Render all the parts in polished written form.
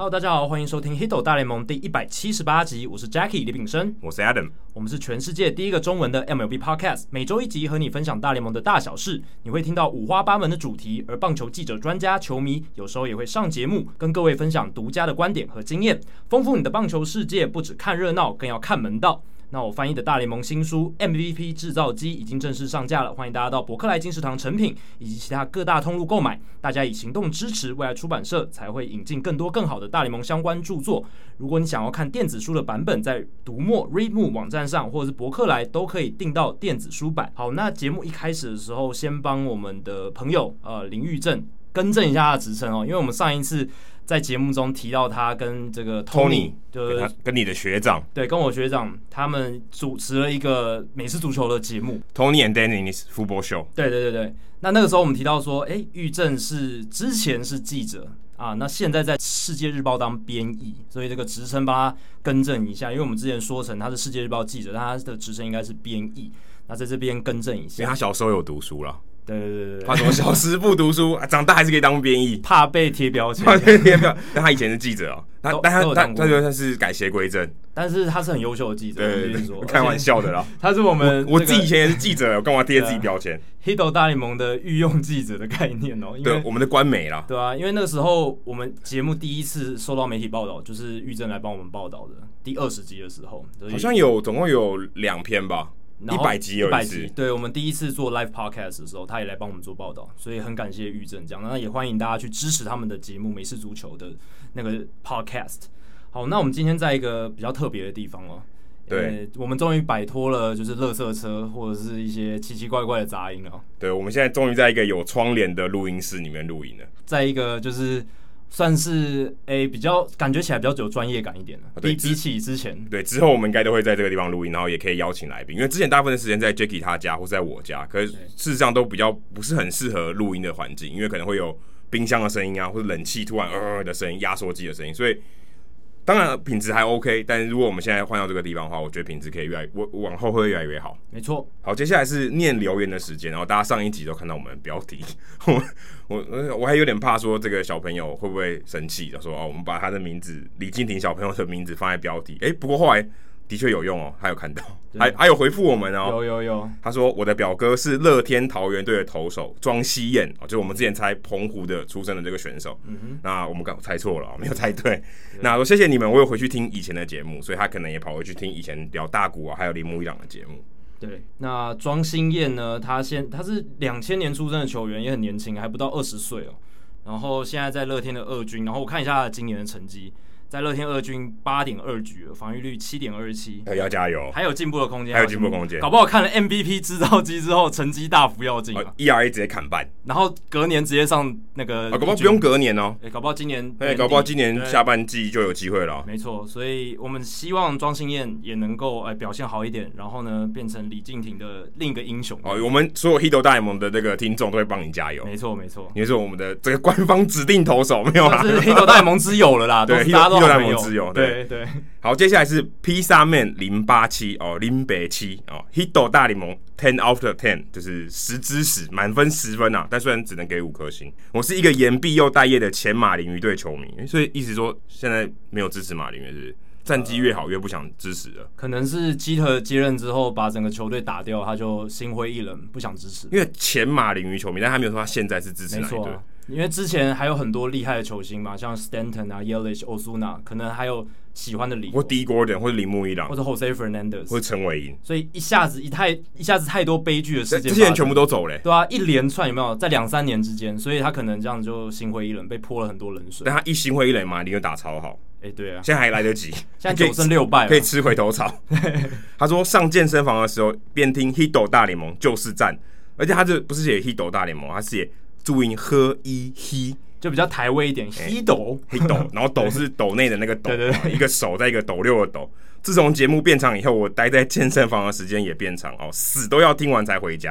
Hello， 大家好，欢迎收听《Hito 大联盟》第178集，我是 Jackie 李炳生， 我是 Adam， 我们是全世界第一个中文的 MLB Podcast， 每周一集和你分享大联盟的大小事，你会听到五花八门的主题，而棒球记者、专家、球迷有时候也会上节目，跟各位分享独家的观点和经验，丰富你的棒球世界，不只看热闹，更要看门道。那我翻译的大联盟新书 MVP 制造机已经正式上架了，欢迎大家到博客来、金石堂成品以及其他各大通路购买。大家以行动支持未来出版社，才会引进更多更好的大联盟相关著作。如果你想要看电子书的版本，在读墨 Readmoo 网站上或者是博客来都可以订到电子书版。好，那节目一开始的时候，先帮我们的朋友林玉正更正一下他的职称哦，因为我们上一次在节目中提到他跟这个 Tony 就是跟你的学长， 对，跟我学长他们主持了一个美式足球的节目 Tony and Danny's Football Show。 对，那个时候我们提到说，玉正之前是记者啊，那现在在世界日报当编译，所以这个职称帮他更正一下，因为我们之前说成他是世界日报记者，但他的职称应该是编译。那在这边更正一下， 因为他小时候有读书啦。 对， 他说小时不读书，长大还是可以当编译， 怕被贴标签。 但他以前是记者哦，他是改邪归正， 但是他是很优秀的记者。 对，开玩笑的啦。 他是我自己以前也是记者，我干嘛贴自己标签 ？Hito 大联盟的御用记者的概念哦， 对，我们的官媒啦。 对啊，因为那个时候我们节目第一次受到媒体报道，就是玉正来帮我们报道的第20集的时候， 好像总共有2篇吧。100集有一次， 对，我们第一次做 live podcast 的时候，他也来帮我们做报道，所以很感谢玉正这样。那也欢迎大家去支持他们的节目《美式足球》的那个 podcast。好，那我们今天在一个比较特别的地方哦， 对， 我们终于摆脱了就是垃圾车或者是一些奇奇怪怪的杂音哦。 对，我们现在终于在一个有窗帘的录音室里面录音了， 在一个就是算是比较感觉起来比较有专业感一点的，比起之前。 对，之后我们应该都会在这个地方录音，然后也可以邀请来宾，因为之前大部分的时间在 Jackie 他家或是在我家，可是事实上都比较不是很适合录音的环境，因为可能会有冰箱的声音啊，或者冷气突然的声音、压缩机的声音，所以当然品质还 OK， 但是如果我们现在换到这个地方的话，我觉得品质可以往后会越来越好。 没错。 好，接下来是念留言的时间，然后大家上一集都看到我们的标题，我还有点怕说这个小朋友会不会生气，说我们把他的名字李敬廷小朋友的名字放在标题，不过后来的确有用哦，他有看到，还有回复我们哦， 有。他说我的表哥是乐天桃园队的投手庄希燕，就是我们之前猜澎湖的出生的这个选手。那我们刚猜错了，没有猜对。那我谢谢你们，我有回去听以前的节目，所以他可能也跑回去听以前聊大谷啊，还有铃木一朗的节目。 对，那庄心燕呢？他是2000年出生的球员，也很年轻，还不到20岁哦。然后现在在乐天的二军，然后我看一下他的今年的成绩。在乐天二军8.2局了，防御率7.27， 要加油， 还有进步的空间，搞不好看了 MVP 制造机之后，成绩大幅跃进 ，ERA 直接砍半， 然后隔年直接上那个， 搞不好不用隔年哦， 搞不好今年， 搞不好今年下半季就有机会了。 没错，所以我们希望庄心燕也能够表现好一点，然后呢变成李敬廷的另一个英雄。 我们所有 Hito 大联盟的这个听众都会帮你加油。 没错， 你是我们的这个官方指定投手，没有啦， 是 Hito 大联盟之友了啦， 对， 大家都 Hito 大联盟之友， 对。 好，接下来是披萨man087林北7Hito 大联盟10 out of 10，就是10之10，满分10分啊，但虽然只能给5颗星。我是一个延毕又待业的前马林鱼队球迷，所以意思说现在没有支持马林鱼，是不是？战绩越好越不想支持了， 可能是基特接任之后把整个球队打掉，他就心灰意冷，不想支持。 因为前马林鱼球迷，但他没有说他现在是支持哪一队。没错啊， 因为之前还有很多厉害的球星嘛，像 Stanton 啊、Yelich、Ozuna， 可能还有喜欢的理由， 或 D. Gordon， 或者铃木一朗， 或者 Jose Fernandez， 或者陈伟霆。 所以一下子太多悲剧的事件， 这些人全部都走了， 对啊，一连串有没有在2-3年之间？所以他可能这样就心灰意冷，被泼了很多冷水。 但他一心灰意冷，马林就打超好。 对啊， 现在还来得及， 现在9胜6败， 可以吃回头草。他说上健身房的时候边听 Hito 大联盟就是赞，而且他这不是写 Hito 大联盟，他是写注音喝一 he， 就比较台味一点 Hito， 然后斗是斗内的那个斗， 对， 一个手在一个斗六的斗。自从节目变长以后，我待在健身房的时间也变长死都要听完才回家。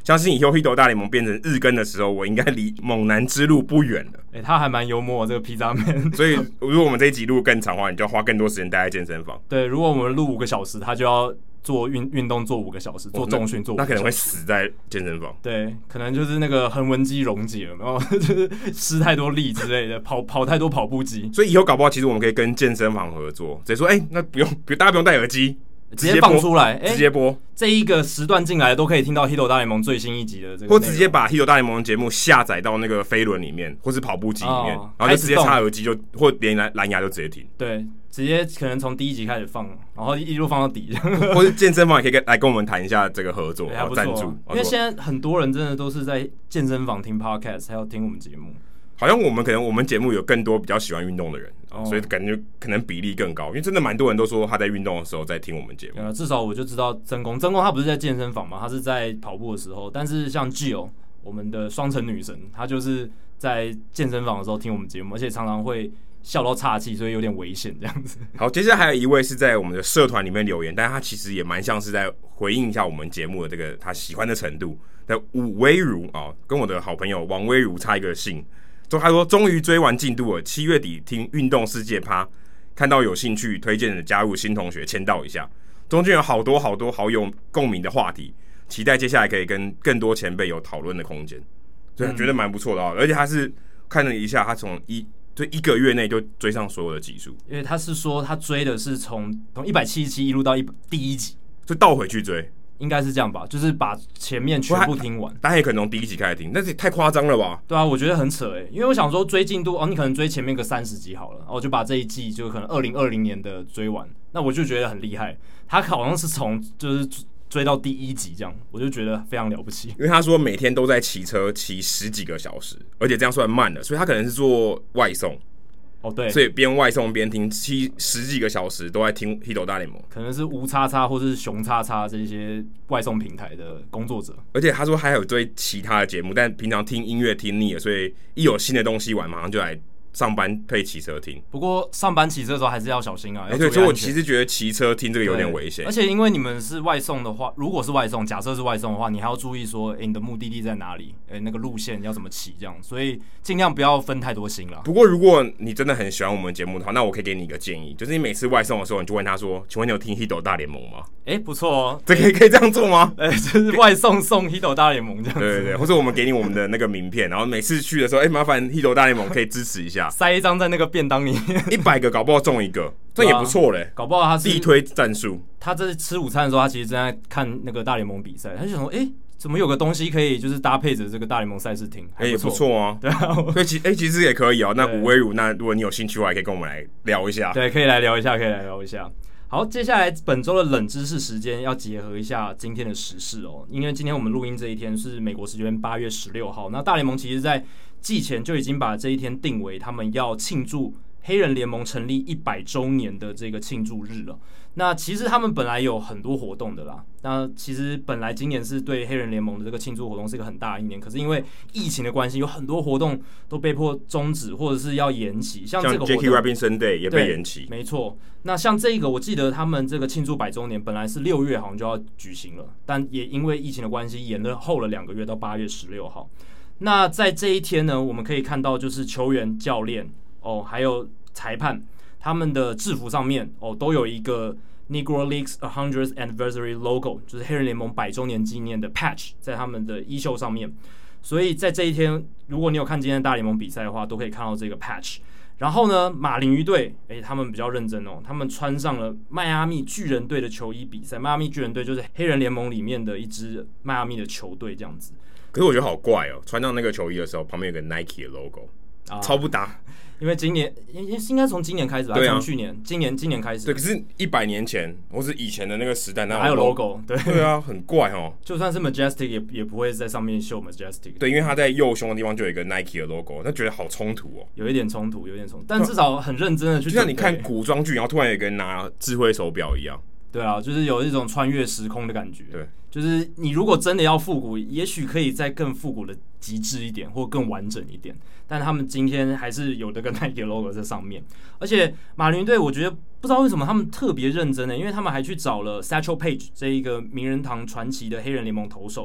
相信以后 Hito 大联盟变成日更的时候，我应该离猛男之路不远了。 他还蛮幽默这个披萨man。 所以如果我们这一集录更长的话，你就要花更多时间待在健身房。 对，如果我们录5个小时，他就要做运动做5个小时，做重训做5个小时， 那可能会死在健身房。 对，可能就是那个横纹肌溶解了，然后就是吃太多力之类的，跑太多跑步机。 所以以后搞不好，其实我们可以跟健身房合作，直接说，那不用，大家不用戴耳机。 直接放出来， 直接播这一个时段进来都可以听到 Hito 大联盟最新一集的这个， 或直接把 Hito 大联盟的节目下载到那个飞轮里面，或是跑步机里面，然后就直接插耳机或连蓝牙就直接听。 对，直接可能从第1集开始放，然后一路放到底。 或是健身房也可以来跟我们谈一下这个合作，然后赞助。 因为现在很多人真的都是在健身房听 podcast， 还要听我们节目。 好像我们节目有更多比较喜欢运动的人，所以感觉可能比例更高，因为真的蛮多人都说他在运动的时候在听我们节目。 至少我就知道曾公他不是在健身房嘛，他是在跑步的时候，但是像 Jill 我们的双城女神，她就是在健身房的时候听我们节目，而且常常会笑到岔气，所以有点危险这样子。 好，接下来还有一位是在我们的社团里面留言，但是他其实也蛮像是在回应一下我们节目的这个他喜欢的程度。在武威如跟我的好朋友王威如差一个姓。他说终于追完进度了，7月底听运动世界趴，看到有兴趣推荐的加入新同学签到一下，中间有好多好有共鸣的话题，期待接下来可以跟更多前辈有讨论的空间，所以觉得蛮不错的而且他是看了一下，他从1个月内就追上所有的集数， 因为他是说他追的是从177一路到第1集， 就倒回去追。 应该是这样吧，就是把前面全部听完。 大家也可能从第1集开始听，但是也太夸张了吧？ 对啊，我觉得很扯因为我想说追进度你可能追前面个30集好了，我就把这一季就可能2020年的追完，那我就觉得很厉害。他好像是从就是追到第1集这样，我就觉得非常了不起。 因为他说每天都在骑车骑10几个小时，而且这样算慢了，所以他可能是做外送。 对， 所以边外送边听10几个小时都在听 Hito 大联盟， 可能是吴叉叉或是熊叉叉这些外送平台的工作者。 而且他说还有追其他的节目，但平常听音乐听腻了，所以一有新的东西玩，马上就来上班配骑车听。 不过上班骑车的时候还是要小心啊。 对，所以我其实觉得骑车听这个有点危险。 而且因为你们是外送的话，如果是外送，假设是外送的话，你还要注意说，你的目的地在哪里？那个路线要怎么骑这样，所以尽量不要分太多心啦。 不过如果你真的很喜欢我们节目的话，那我可以给你一个建议，就是你每次外送的时候，你就问他说：“请问你有听 Hito 大联盟吗？” 不错哦， 这可以这样做吗？ 就是外送Hito 大联盟这样子。 对，或者我们给你我们的那个名片，然后每次去的时候，麻烦 Hito 大联盟可以支持一下， 塞一张在那个便当里面 ，100个搞不好中1个，这也不错嘞。 搞不好他是地推战术。他这吃午餐的时候，他其实正在看那个大联盟比赛，他就想说，怎么有个东西可以就是搭配着这个大联盟赛事听， 也不错啊。 对啊， 所以其实也可以那武威如，那如果你有兴趣的话，也可以跟我们来聊一下。 对，可以来聊一下，好，接下来本周的冷知识时间要结合一下今天的时事因为今天我们录音这一天是美国时间8月16号，那大联盟其实在季前就已经把这一天定为他们要庆祝黑人联盟成立100周年的这个庆祝日了。那其实他们本来有很多活动的啦，那其实本来今年是对黑人联盟的这个庆祝活动是一个很大的一年，可是因为疫情的关系，有很多活动都被迫终止或者是要延期，像这个活动 Jackie Robinson Day 也被延期。 没错，那像这个我记得他们这个庆祝100周年本来是6月好像就要举行了，但也因为疫情的关系延了后了2个月到8月16号。那在这一天呢，我们可以看到就是球员、教练还有裁判他们的制服上面都有一个 Negro League's 100th Anniversary Logo， 就是黑人联盟100周年纪念的 patch 在他们的衣袖上面。所以在这一天，如果你有看今天的大联盟比赛的话，都可以看到这个 patch。然后呢，马林鱼队他们比较认真他们穿上了迈阿密巨人队的球衣比赛。迈阿密巨人队就是黑人联盟里面的一支迈阿密的球队这样子。 可是我觉得好怪穿上那个球衣的时候，旁边有个 Nike 的 logo，超不搭。 因为今年应该从今年开始吧，从去年，今年开始。 对，可是100年前或是以前的那个时代， 还有 logo， 对啊，很怪就算是 Majestic 也不会在上面秀 Majestic。 对，因为他在右胸的地方就有一个 Nike 的 logo， 那觉得好冲突有一点冲突，但至少很认真的去。 就像你看古装剧，然后突然有一个人拿智慧手表一样。 对啊，就是有一种穿越时空的感觉。 对， 就是你如果真的要复古，也许可以再更复古的极致一点，或更完整一点。但他们今天还是有这个 Nike logo 在上面。而且马林队，我觉得不知道为什么他们特别认真因为他们还去找了 Satchel Paige 这一个名人堂传奇的黑人联盟投手，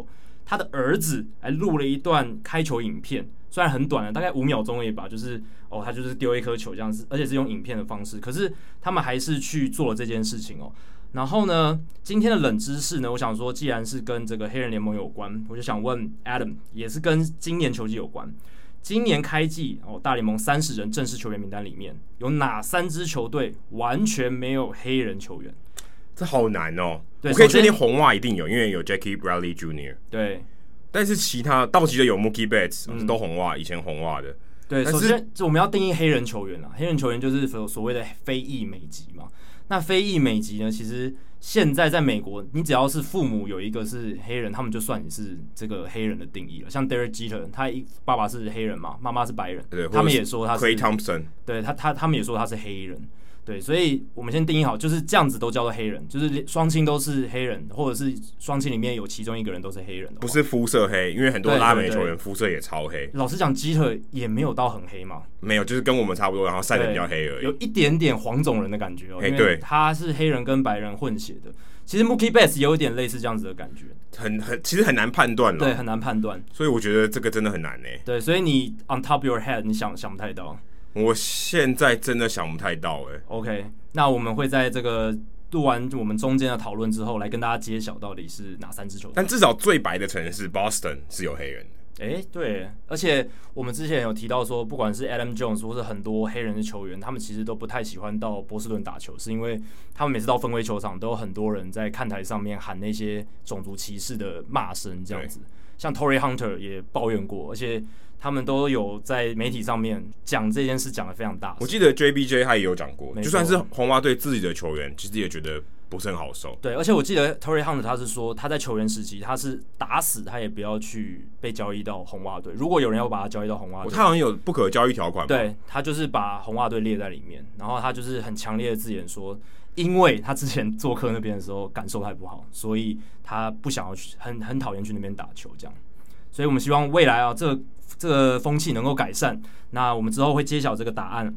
他的儿子还录了一段开球影片，虽然很短了，大概5秒钟而已吧，就是他就是丢一颗球这样子，而且是用影片的方式，可是他们还是去做了这件事情然后呢，今天的冷知识呢，我想说，既然是跟这个黑人联盟有关，我就想问 Adam， 也是跟今年球季有关。今年开季大联盟30人正式球员名单里面，有哪3支球队完全没有黑人球员？ 这好难哦。 对， 我可以确定红袜一定有，因为有 Jackie Bradley Jr. 对， 但是其他道奇的有 Mookie Betts，都红袜，以前红袜的。 对，首先我们要定义黑人球员啦，黑人球员就是所谓的非裔美籍嘛。那非裔美籍呢，其实现在在美国，你只要是父母有一个是黑人，他们就算你是这个黑人的定义了。像 Derek Jeter， 他爸爸是黑人嘛，妈妈是白人， 对， 他们也说他是 Klay Thompson， 对他们也说他是黑人。对，所以我们先定义好，就是这样子都叫做黑人，就是双亲都是黑人，或者是双亲里面有其中一个人都是黑人的， 不是肤色黑，因为很多拉美球员肤色也超黑。 老实讲，基特也没有到很黑嘛， 没有，就是跟我们差不多，然后晒得比较黑而已， 有一点点黄种人的感觉因为他是黑人跟白人混血的。其实 Mookie Betts 也有一点类似这样子的感觉， 其实很难判断了， 对，很难判断， 所以我觉得这个真的很难对，所以你 on top of your head， 你想不太到。 我现在真的想不太到 OK， 那我们会在这个录完我们中间的讨论之后，来跟大家揭晓到底是哪3支球队。 但至少最白的城市 Boston 是有黑人的。 对，而且我们之前有提到说，不管是 Adam Jones 或是很多黑人的球员，他们其实都不太喜欢到波士顿打球，是因为他们每次到分威球场都有很多人在看台上面喊那些种族歧视的骂声，这样子。像 Torrey Hunter 也抱怨过，而且他们都有在媒体上面讲这件事，讲得非常大声。 我记得 JBJ 他也有讲过，就算是红袜队自己的球员，其实也觉得不是很好受。 对，而且我记得 Torrey Hunter 他是说，他在球员时期他是打死他也不要去被交易到红袜队。如果有人要把他交易到红袜队， 他好像有不可交易条款。 对，他就是把红袜队列在里面，然后他就是很强烈的字眼说，因为他之前做客那边的时候感受太不好，所以他不想要去，很讨厌去那边打球这样。所以我们希望未来这个风气能够改善。那我们之后会揭晓这个答案。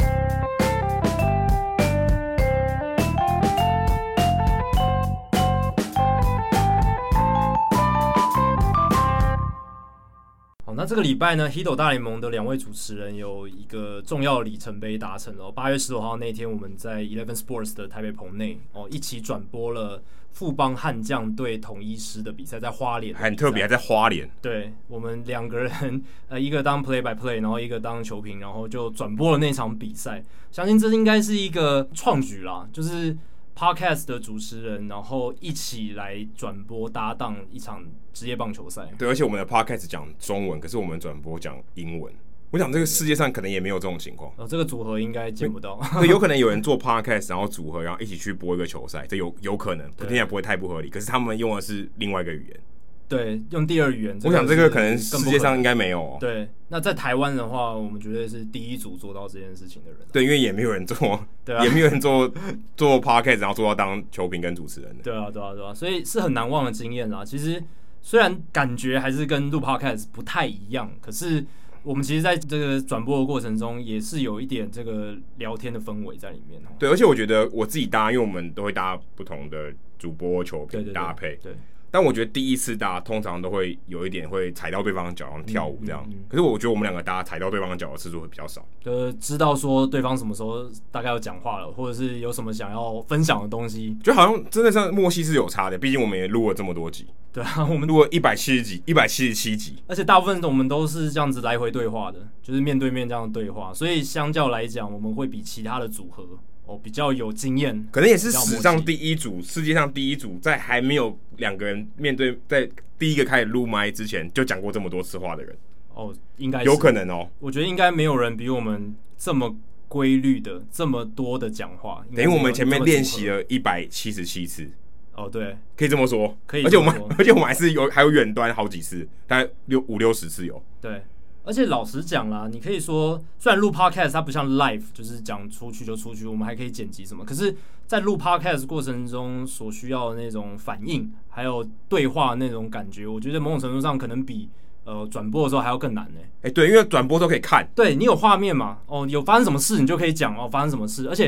好，那这个礼拜呢 ，Hito 大联盟的2位主持人有一个重要的里程碑达成了。8月15号那天，我们在 Eleven Sports 的台北棚内一起转播了富邦悍将对统一狮的比赛，在花莲， 很特别，还在花莲。 对，我们2个人，一个当 play by play， 然后一个当球评，然后就转播了那场比赛。相信这应该是一个创举啦，就是 podcast 的主持人，然后一起来转播搭档一场职业棒球赛。 对，而且我们的 podcast 讲中文，可是我们转播讲英文。我想这个世界上可能也没有这种情况。 这个组合应该见不到。 对，有可能有人做 podcast， 然后组合，然后一起去播一个球赛，这有可能，听起来不会太不合理。可是他们用的是另外一个语言。 对，用第二语言。 我想这个可能世界上应该没有对，那在台湾的话，我们绝对是第一组做到这件事情的人。 对，因为也没有人做，对也没有人做 podcast， 然后做到当球评跟主持人的。 对啊，所以是很难忘的经验啦。其实虽然感觉还是跟录 podcast 不太一样，可是我们其实在这个转播的过程中，也是有一点这个聊天的氛围在里面。 对，而且我觉得我自己搭，因为我们都会搭不同的主播球评搭配。 对。 但我觉得第一次搭通常都会有一点会踩到对方的脚，然后跳舞这样。可是我觉得我们2个搭踩到对方的脚的次数会比较少。 知道说对方什么时候大概要讲话了，或者是有什么想要分享的东西， 就好像真的是默契是有差的。毕竟我们也录了这么多集。 对啊，我们录了177集， 而且大部分我们都是这样子来回对话的，就是面对面这样的对话，所以相较来讲，我们会比其他的组合比较有经验， 可能也是史上第一组，世界上第一组，在还没有2个人面对，在第一个开始录麦之前就讲过这么多次话的人。 应该是有可能我觉得应该没有人比我们这么规律的、这么多的讲话。 等于我们前面练习了177次。 对， 可以这么说， 可以。 而且我们还有远端好几次，大概50-60次有。 对。而且老实讲啦，你可以说，虽然录 podcast 它不像 live， 就是讲出去就出去，我们还可以剪辑什么。可是，在录 podcast 过程中所需要的那种反应，还有对话的那种感觉，我觉得某种程度上可能比转播的时候还要更难呢。 对，因为转播都可以看， 对你有画面嘛，有发生什么事你就可以讲发生什么事，而且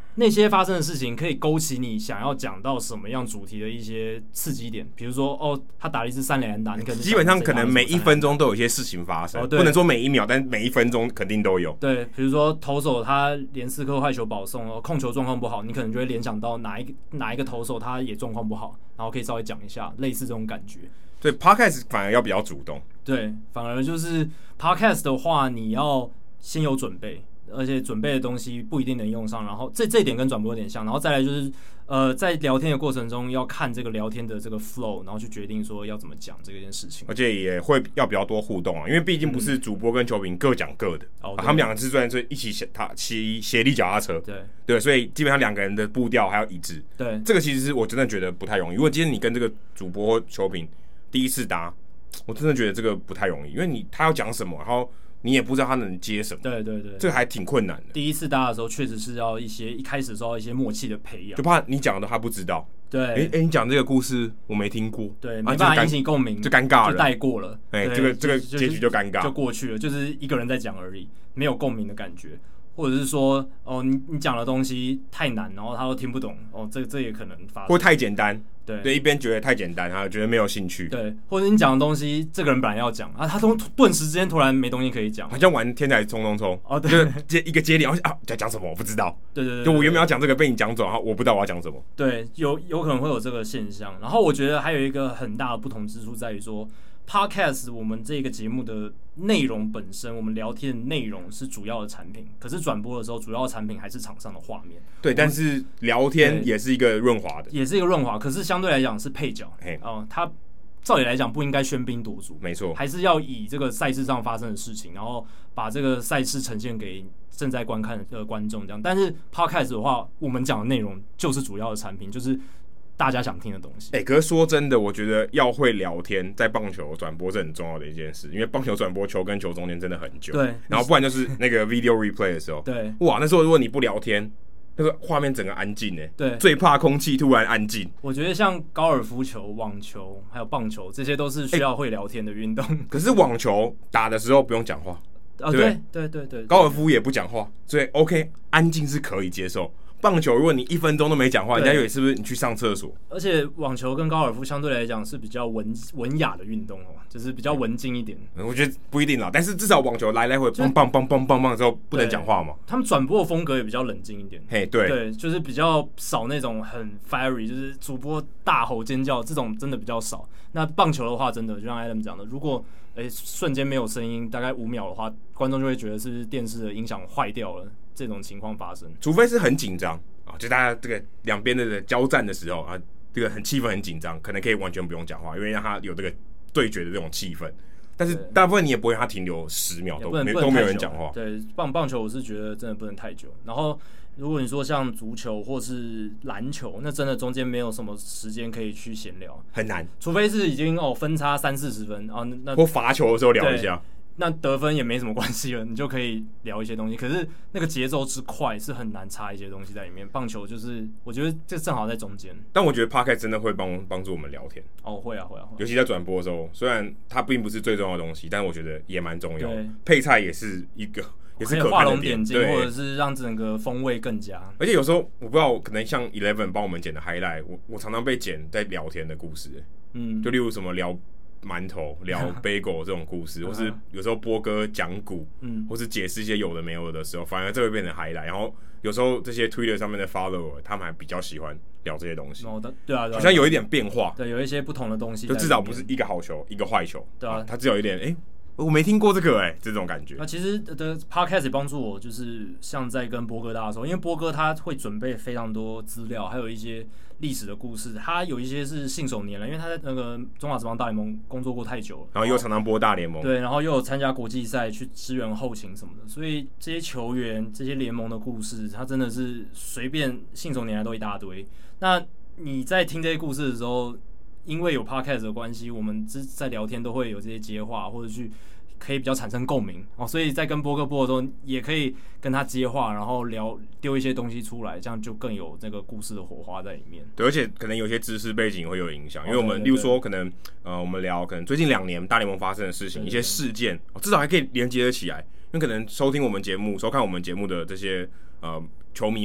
那些发生的事情可以勾起你想要讲到什么样主题的一些刺激点，比如说他打了一支3垒安打，你可能基本上可能每1分钟都有一些事情发生，不能说每1秒，但每1分钟肯定都有。 对，比如说投手他连4颗坏球保送，控球状况不好，你可能就会联想到哪一个投手他也状况不好，然后可以稍微讲一下，类似这种感觉。 对 ，Podcast 反而要比较主动。 对，反而就是 Podcast 的话，你要先有准备。而且准备的东西不一定能用上，然后这一点跟转播有点像，然后再来就是在聊天的过程中要看这个聊天的这个 flow， 然后去决定说要怎么讲这件事情， 而且也会要比较多互动啊，因为毕竟不是主播跟球评各讲各的，他们2个是虽然是一起协力脚踏车，对，所以基本上2个人的步调还要一致， 对， 这个其实是我真的觉得不太容易。如果今天你跟这个主播或球评第一次搭，我真的觉得这个不太容易，因为他要讲什么，然后你也不知道他能接什么， 对， 这个还挺困难的。 第一次搭的时候，确实是要一开始的时候要一些默契的培养， 就怕你讲的他不知道。 对， 你讲这个故事我没听过， 对，没办法引起共鸣， 就尴尬了， 就带过了。 这个结局就尴尬， 就过去了，就是一个人在讲而已，没有共鸣的感觉。或者是说，你讲的东西太难，然后他都听不懂，这也可能发生， 或太简单， 对， 一边觉得太简单，他觉得没有兴趣， 对，或者你讲的东西，这个人本来要讲啊，他顿时之间突然没东西可以讲， 好像玩天才冲，对，就一个接连，在讲什么我不知道， 对， 就我原本要讲这个被你讲走，然后我不知道我要讲什么， 对，有可能会有这个现象。然后我觉得还有一个很大的不同之处在于说。Podcast 我们这个节目的内容本身，我们聊天的内容是主要的产品，可是转播的时候，主要的产品还是场上的画面。 对，但是聊天也是一个润滑的， 也是一个润滑，可是相对来讲是配角。它照理来讲不应该喧宾夺主， 没错， 还是要以这个赛事上发生的事情，然后把这个赛事呈现给正在观看的观众这样。但是 Podcast 的话，我们讲的内容就是主要的产品，就是大家想听的东西。 可是说真的，我觉得要会聊天，在棒球转播是很重要的一件事，因为棒球转播球跟球中间真的很久。 对， 然后不然就是那个 video replay 的时候， 对， 哇，那时候如果你不聊天，那个画面整个安静对， 最怕空气突然安静。 我觉得像高尔夫球、网球还有棒球，这些都是需要会聊天的运动。 可是网球打的时候不用讲话， 对， 高尔夫也不讲话，所以 OK， 安静是可以接受。棒球，如果你1分钟都没讲话，人家以为是不是你去上厕所？ 而且网球跟高尔夫相对来讲是比较文雅的运动就是比较文静一点。 我觉得不一定啦，但是至少网球来来回棒棒棒棒棒棒之后不能讲话嘛。 他们转播的风格也比较冷静一点。 对， 就是比较少那种很 fiery， 就是主播大吼尖叫这种真的比较少。那棒球的话，真的就像 Adam 讲的，如果瞬间没有声音，大概5秒的话，观众就会觉得是不是电视的音响坏掉了。这种情况发生， 除非是很紧张就大家这个两边的交战的时候这个很气氛很紧张，可能可以完全不用讲话，因为让他有这个对决的这种气氛。但是大部分你也不会让他停留10秒都没有人讲话。 对，棒球我是觉得真的不能太久。然后如果你说像足球或是篮球，那真的中间没有什么时间可以去闲聊， 很难。 除非是已经分差30-40分那或罚球的时候聊一下。 那得分也没什么关系了，你就可以聊一些东西。可是那个节奏之快是很难插一些东西在里面。棒球就是我觉得这正好在中间。 但我觉得 Podcast 真的会帮助我们聊天。 会啊。 尤其在转播的时候，虽然它并不是最重要的东西，但我觉得也蛮重要的。配菜也是一个，也是可看的点， 或者是让整个风味更佳。 而且有时候我不知道，可能像 Eleven 帮我们剪的 highlight， 我常常被剪在聊天的故事。就例如什么聊馒头聊 bagel 这种故事，或是有时候波哥讲股，或是解释一些有的没有的时候，反而这会变成 highlight。然后有时候这些 Twitter 上面的 follower， 他们还比较喜欢聊这些东西。 对啊， 好像有一点变化。 对，有一些不同的东西， 就至少不是一个好球，一个坏球。 对啊， 它至少有一点我没听过这个这种感觉。 那其实的 podcast 也帮助我，就是像在跟波哥搭的时候，因为波哥他会准备非常多资料，还有一些历史的故事，他有一些是信手拈来，因为他在那个中华职棒大联盟工作过太久了， 然后又常常播大联盟， 对，然后又有参加国际赛去支援后勤什么的，所以这些球员、这些联盟的故事，他真的是随便信手拈来都一大堆。那你在听这些故事的时候，因为有 podcast 的关系，我们在聊天都会有这些接话，或者去可以比较产生共鸣所以在跟波哥播的时候，也可以跟他接话，然后丢一些东西出来，这样就更有那个故事的火花在里面。 对，而且可能有些知识背景会有影响，因为我们例如说可能我们聊可能最近2年大联盟发生的事情，一些事件，至少还可以连接得起来。因为可能收听我们节目、收看我们节目的这些球迷们，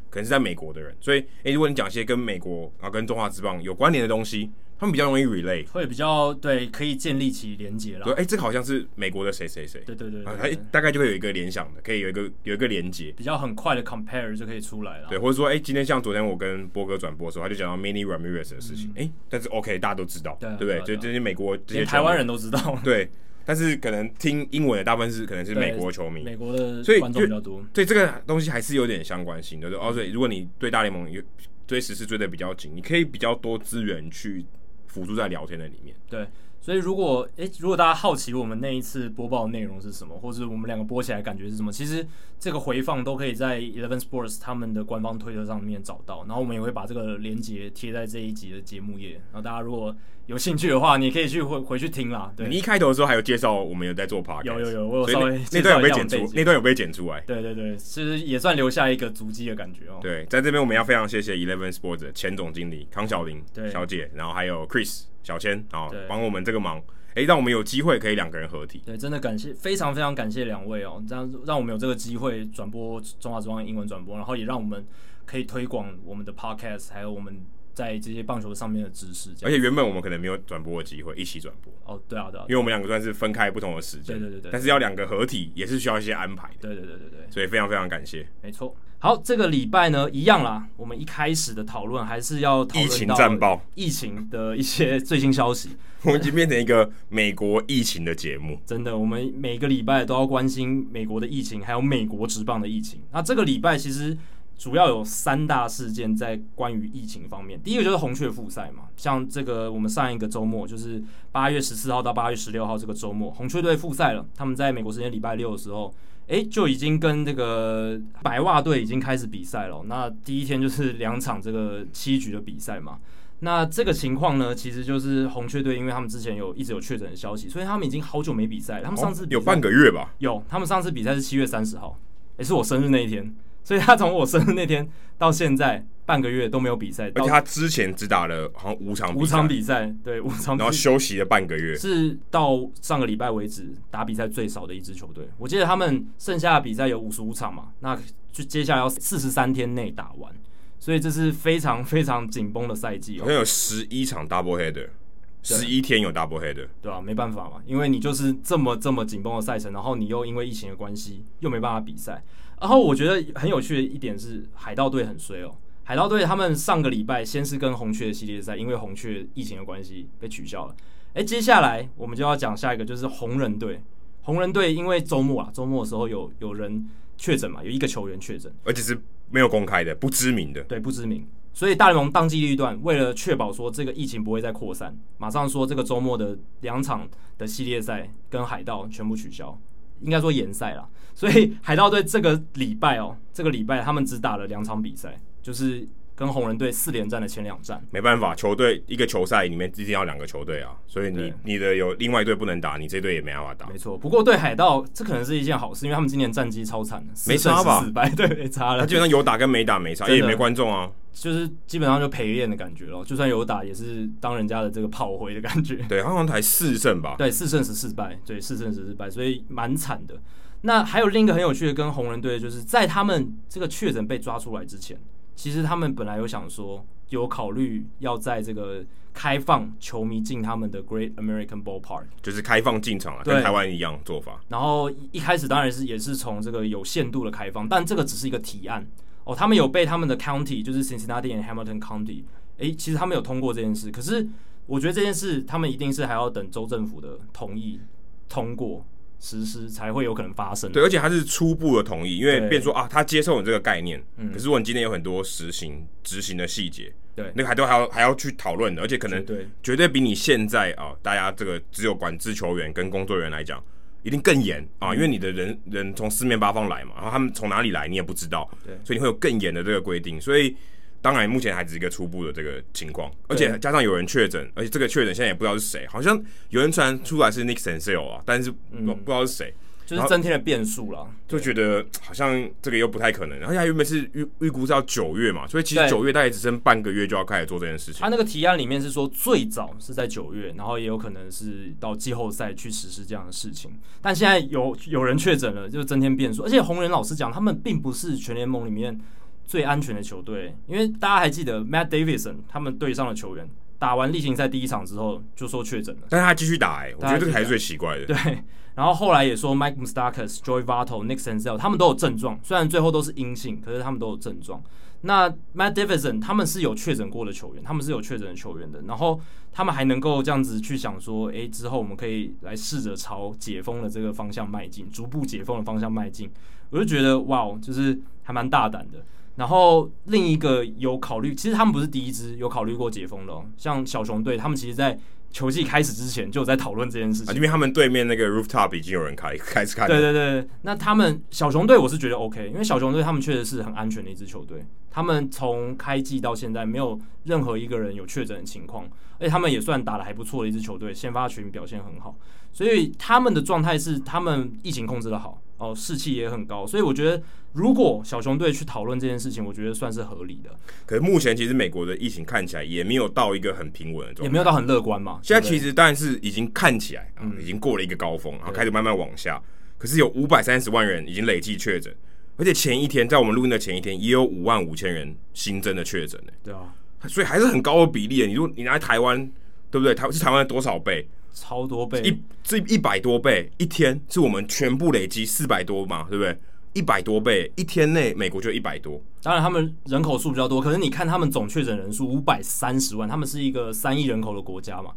可能是在美国的人，所以如果你讲一些跟美国然后跟中华职棒有关联的东西，他们比较容易 relay， 会比较对，可以建立起连结啦。 对，这个好像是美国的谁谁谁， 对， 大概就会有一个联想的，可以有一个连结， 比较很快的 compare 就可以出来了。 对，或者说今天像昨天我跟波哥转播的时候，他就讲到 Manny Ramirez 的事情，但是 OK 大家都知道，对不对？就这些美国这些台湾人都知道， 对。但是可能听英文的大部分可能是美国球迷， 美国的观众比较多， 所以这个东西还是有点相关性的。所以如果你对大联盟追时事追得比较紧，你可以比较多资源去辅助在聊天的里面。 对，所以如果大家好奇我们那一次播报的内容是什么，或者我们两个播起来感觉是什么，其实这个回放都可以在 Eleven Sports 他们的官方推特上面找到，然后我们也会把这个连结贴在这一集的节目页，然后大家如果有兴趣的话，你可以回去听啦。对， 你一开头的时候还有介绍我们有在做 podcast， 有，我有稍微那段有被剪出，那段有被剪出来。 对，其实也算留下一个足迹的感觉哦。 对，在这边我们要非常谢谢 Eleven Sports 的前总经理康小玲小姐，然后还有 Chris 小千啊，帮我们这个忙。让我们有机会可以两个人合体。 对，真的感谢，非常非常感谢两位哦，这样让我们有这个机会转播中华职棒英文转播，然后也让我们可以推广我们的 podcast， 还有我们在这些棒球上面的知识。 而且原本我们可能没有转播的机会，一起转播。 哦，对啊， 因为我们两个算是分开不同的时间。 对。 但是要两个合体也是需要一些安排的。 对。 所以非常非常感谢。 没错。好，这个礼拜呢，一样啦。我们一开始的讨论还是要讨论到疫情战报、 疫情的一些最新消息。 我们已经变成一个美国疫情的节目， 真的，我们每个礼拜都要关心美国的疫情，还有美国职棒的疫情。那这个礼拜其实主要有3大事件在关于疫情方面。第一个就是红雀复赛嘛，像这个我们上一个周末就是8月14号到8月16号这个周末，红雀队复赛了。他们在美国时间礼拜6的时候，就已经跟这个白袜队已经开始比赛了。那第一天就是2场这个7局的比赛嘛。那这个情况呢，其实就是红雀队，因为他们之前一直有确诊的消息，所以他们已经好久没比赛了。他们上次比赛有半个月吧？ 有，他们上次比赛是7月30号，是我生日那一天。所以他从我生日那天到现在半个月都没有比赛， 而且他之前只打了好像5场比赛， 对，5场比赛， 然后休息了半个月， 是到上个礼拜为止打比赛最少的一支球队。我记得他们剩下的比赛有55场嘛，那就接下来要43天内打完，所以这是非常非常紧绷的赛季。 好像有11场 double header。11天有 double header， 对啊，没办法嘛，因为你就是这么紧绷的赛程，然后你又因为疫情的关系又没办法比赛。然后我觉得很有趣的一点是，海盗队很衰哦。海盗队他们上个礼拜先是跟红雀的系列赛，因为红雀疫情的关系被取消了。接下来我们就要讲下一个，就是红人队。红人队因为周末的时候有人确诊嘛，有一个球员确诊， 而且是没有公开的，不知名的， 对，不知名。所以大联盟当机立断，为了确保说这个疫情不会再扩散，马上说这个周末的2场的系列赛跟海盗全部取消，应该说延赛啦。所以海盗队这个礼拜他们只打了2场比赛，就是跟红人队4连战的前2战。 没办法，球队一个球赛里面一定要2个球队啊，所以你的有另外一队不能打，你这队也没办法打。 没错，不过对海盗这可能是一件好事，因为他们今年战绩超惨的， 没差吧 ？4败，对，没差了。 他基本上有打跟没打没差，也没观众啊。 就是基本上就陪练的感觉咯，就算有打也是当人家的这个炮灰的感觉。 对，好像才4胜吧？ 对，4胜14败，对，4胜14败，所以蛮惨的。那还有另一个很有趣的跟红人队，就是在他们这个确诊被抓出来之前，其实他们本来有想说，有考虑要在这个开放球迷进他们的 Great American Ballpark， 就是开放进场跟台湾一样做法。 然后一开始当然也是从这个有限度的开放，但这个只是一个提案。他们有被他们的 county， 就是 Cincinnati and Hamilton County， 其实他们有通过这件事。可是我觉得这件事他们一定是还要等州政府的同意通过实施才会有可能发生。 对，而且他是初步的同意，因为变说他接受你这个概念，可是如果你今天有很多执行的细节，对，那个还要去讨论的，而且可能绝对比你现在大家这个只有管制球员跟工作人员来讲。一定更严因为你的人从四面八方来嘛，然后他们从哪里来你也不知道，所以你会有更严的这个规定。所以当然目前还只是一个初步的这个情况，而且加上有人确诊，而且这个确诊现在也不知道是谁，好像有人传出来是 Nick Senzel 但是不知道是谁。 就是增添了变数啦， 就觉得好像这个又不太可能。而且他原本是预估是要9月嘛，所以其实9月大概只剩半个月就要开始做这件事情。 他那个提案里面是说最早是在9月，然后也有可能是到季后赛去实施这样的事情。但现在有人确诊了，就增添变数。而且红人老师讲，他们并不是全联盟里面最安全的球队，因为大家还记得 Matt Davidson 他们队上的球员打完例行赛第一场之后就说确诊了， 但是他继续打我觉得这个才是最奇怪的。 对，然后后来也说 Mike Moustakas、Joey Votto、Nick Senzel 他们都有症状，虽然最后都是阴性，可是他们都有症状。那 Matt Davidson 他们是有确诊过的球员，他们是有确诊的球员的，然后他们还能够这样子去想说，之后我们可以来试着朝解封的这个方向迈进，逐步解封的方向迈进，我就觉得哇，就是还蛮大胆的。然后另一个有考虑，其实他们不是第一支有考虑过解封的像小熊队，他们其实在球季开始之前就有在讨论这件事情， 因为他们对面那个 rooftop 已经有人开始看了。 对对对，那他们小熊队我是觉得 OK， 因为小熊队他们确实是很安全的一支球队，他们从开季到现在没有任何一个人有确诊的情况，而且他们也算打得还不错的一支球队，先发群表现很好，所以他们的状态是他们疫情控制得好士气也很高，所以我觉得如果小熊队去讨论这件事情，我觉得算是合理的。 可是目前其实美国的疫情看起来也没有到一个很平稳的状态， 也没有到很乐观嘛。 现在其实当然是已经看起来已经过了一个高峰，然后开始慢慢往下。可是有530万人已经累计确诊，而且前一天在我们录音的前一天也有55000人新增的确诊对啊， 所以还是很高的比例。你如果你拿台湾，对不对？是台湾的多少倍？ 超多倍， 这100多倍，一天是我们全部累积400多嘛，对不对？100多倍，一天内美国就100多。 当然他们人口数比较多，可是你看他们总确诊人数530万，他们是一个3亿人口的国家嘛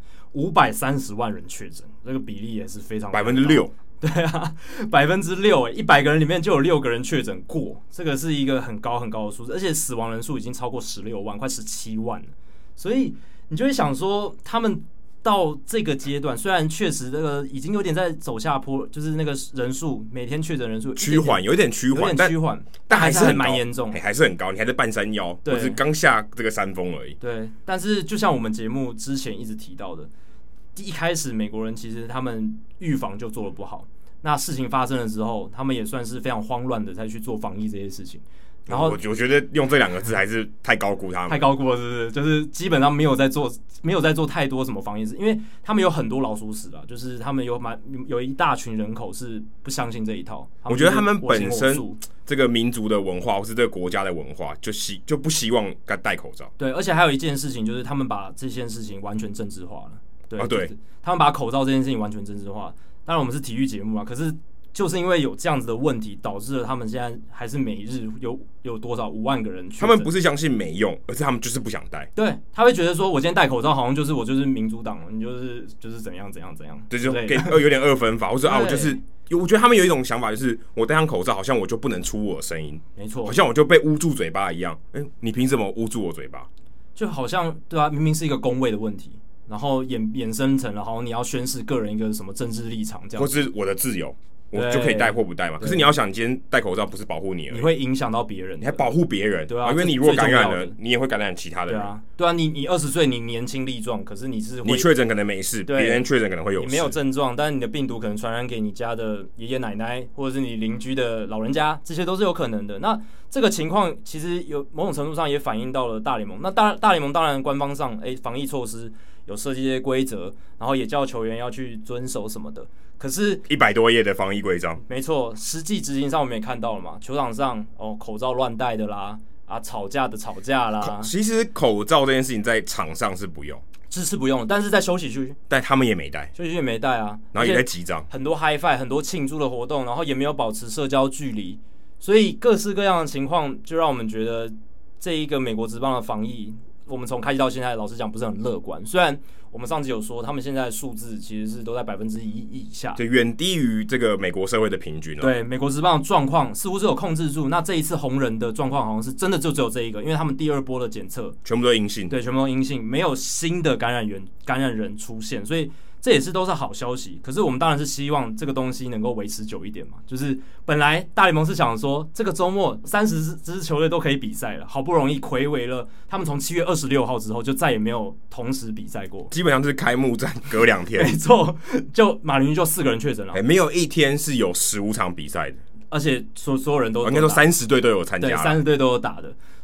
，530万人确诊，这个比例也是非常 6%。 对啊，6%，100个人里面就有6个人确诊过，这个是一个很高很高的数字，而且死亡人数已经超过16万，快17万了。所以你就会想说，他们到这个阶段，虽然确实这个已经有点在走下坡，就是那个人数每天确诊人数趋缓，有点趋缓，但还是蛮严重， 还是很高。你还在半山腰，或是刚下这个山峰而已。 对，但是就像我们节目之前一直提到的，一开始美国人其实他们预防就做得不好，那事情发生了之后，他们也算是非常慌乱的在去做防疫这些事情。然后我觉得用这2个字还是太高估他们， 太高估了，是不是？就是基本上没有在做太多什么防疫事，因为他们有很多老鼠屎啊，就是他们有一大群人口是不相信这一套。 我觉得他们本身这个民族的文化或是这个国家的文化就不希望戴口罩。 对，而且还有一件事情就是他们把这件事情完全政治化了。对， 对， 他们把口罩这件事情完全政治化。当然我们是体育节目啊，可是就是因为有这样子的问题，导致了他们现在还是每日有多少5万个人确诊。 他们不是相信没用，而是他们就是不想戴。 对，他会觉得说，我今天戴口罩，好像就是我就是民主党，你就是怎样。 对，就有点二分法，或者我就是，我觉得他们有一种想法，就是我戴上口罩，好像我就不能出我的声音， 没错， 好像我就被捂住嘴巴一样。你凭什么捂住我嘴巴？ 就好像对啊，明明是一个公卫的问题，然后衍生成了好像你要宣示个人一个什么政治立场这样， 或是我的自由。我就可以戴或不戴嘛。可是你要想，你今天戴口罩不是保护你而已， 你会影响到别人， 你还保护别人， 对啊， 因为你如果感染了，你也会感染其他的人。 对啊，你20岁，你年轻力壮，可是你确诊可能没事，别人确诊可能会有事。 你没有症状，但是你的病毒可能传染给你家的爷爷奶奶，或者是你邻居的老人家，这些都是有可能的。那这个情况其实有某种程度上也反映到了大联盟。那大联盟当然官方上防疫措施有设计一些规则，然后也叫球员要去遵守什么的。可是 100多页的防疫规章， 没错，实际执行上我们也看到了嘛，球场上口罩乱戴的啦，吵架啦。 其实口罩这件事情在场上是不用， 是不用，但是在休息区， 但他们也没戴， 休息区也没戴啊， 然后也在击掌， 很多 high five， 很多庆祝的活动，然后也没有保持社交距离，所以各式各样的情况就让我们觉得这一个美国职棒的防疫，我们从开季到现在，老实讲不是很乐观。虽然我们上集有说，他们现在的数字其实是都在1%以下， 就远低于这个美国社会的平均了。 对，美国职棒的状况似乎是有控制住。那这一次红人的状况好像是真的就只有这一个，因为他们第2波的检测全部都阴性， 对，全部都阴性，没有新的感染人出现，所以这也是都是好消息。可是我们当然是希望这个东西能够维持久一点嘛。就是本来大联盟是想说，这个周末30支球队都可以比赛了，好不容易睽违了，他们从7月26号之后就再也没有同时比赛过， 基本上是开幕战隔2天。 没错，就马林鱼就4个人确诊了， 没有一天是有15场比赛的， 而且所有人都应该说30队都有参加， 对，30队都有打的。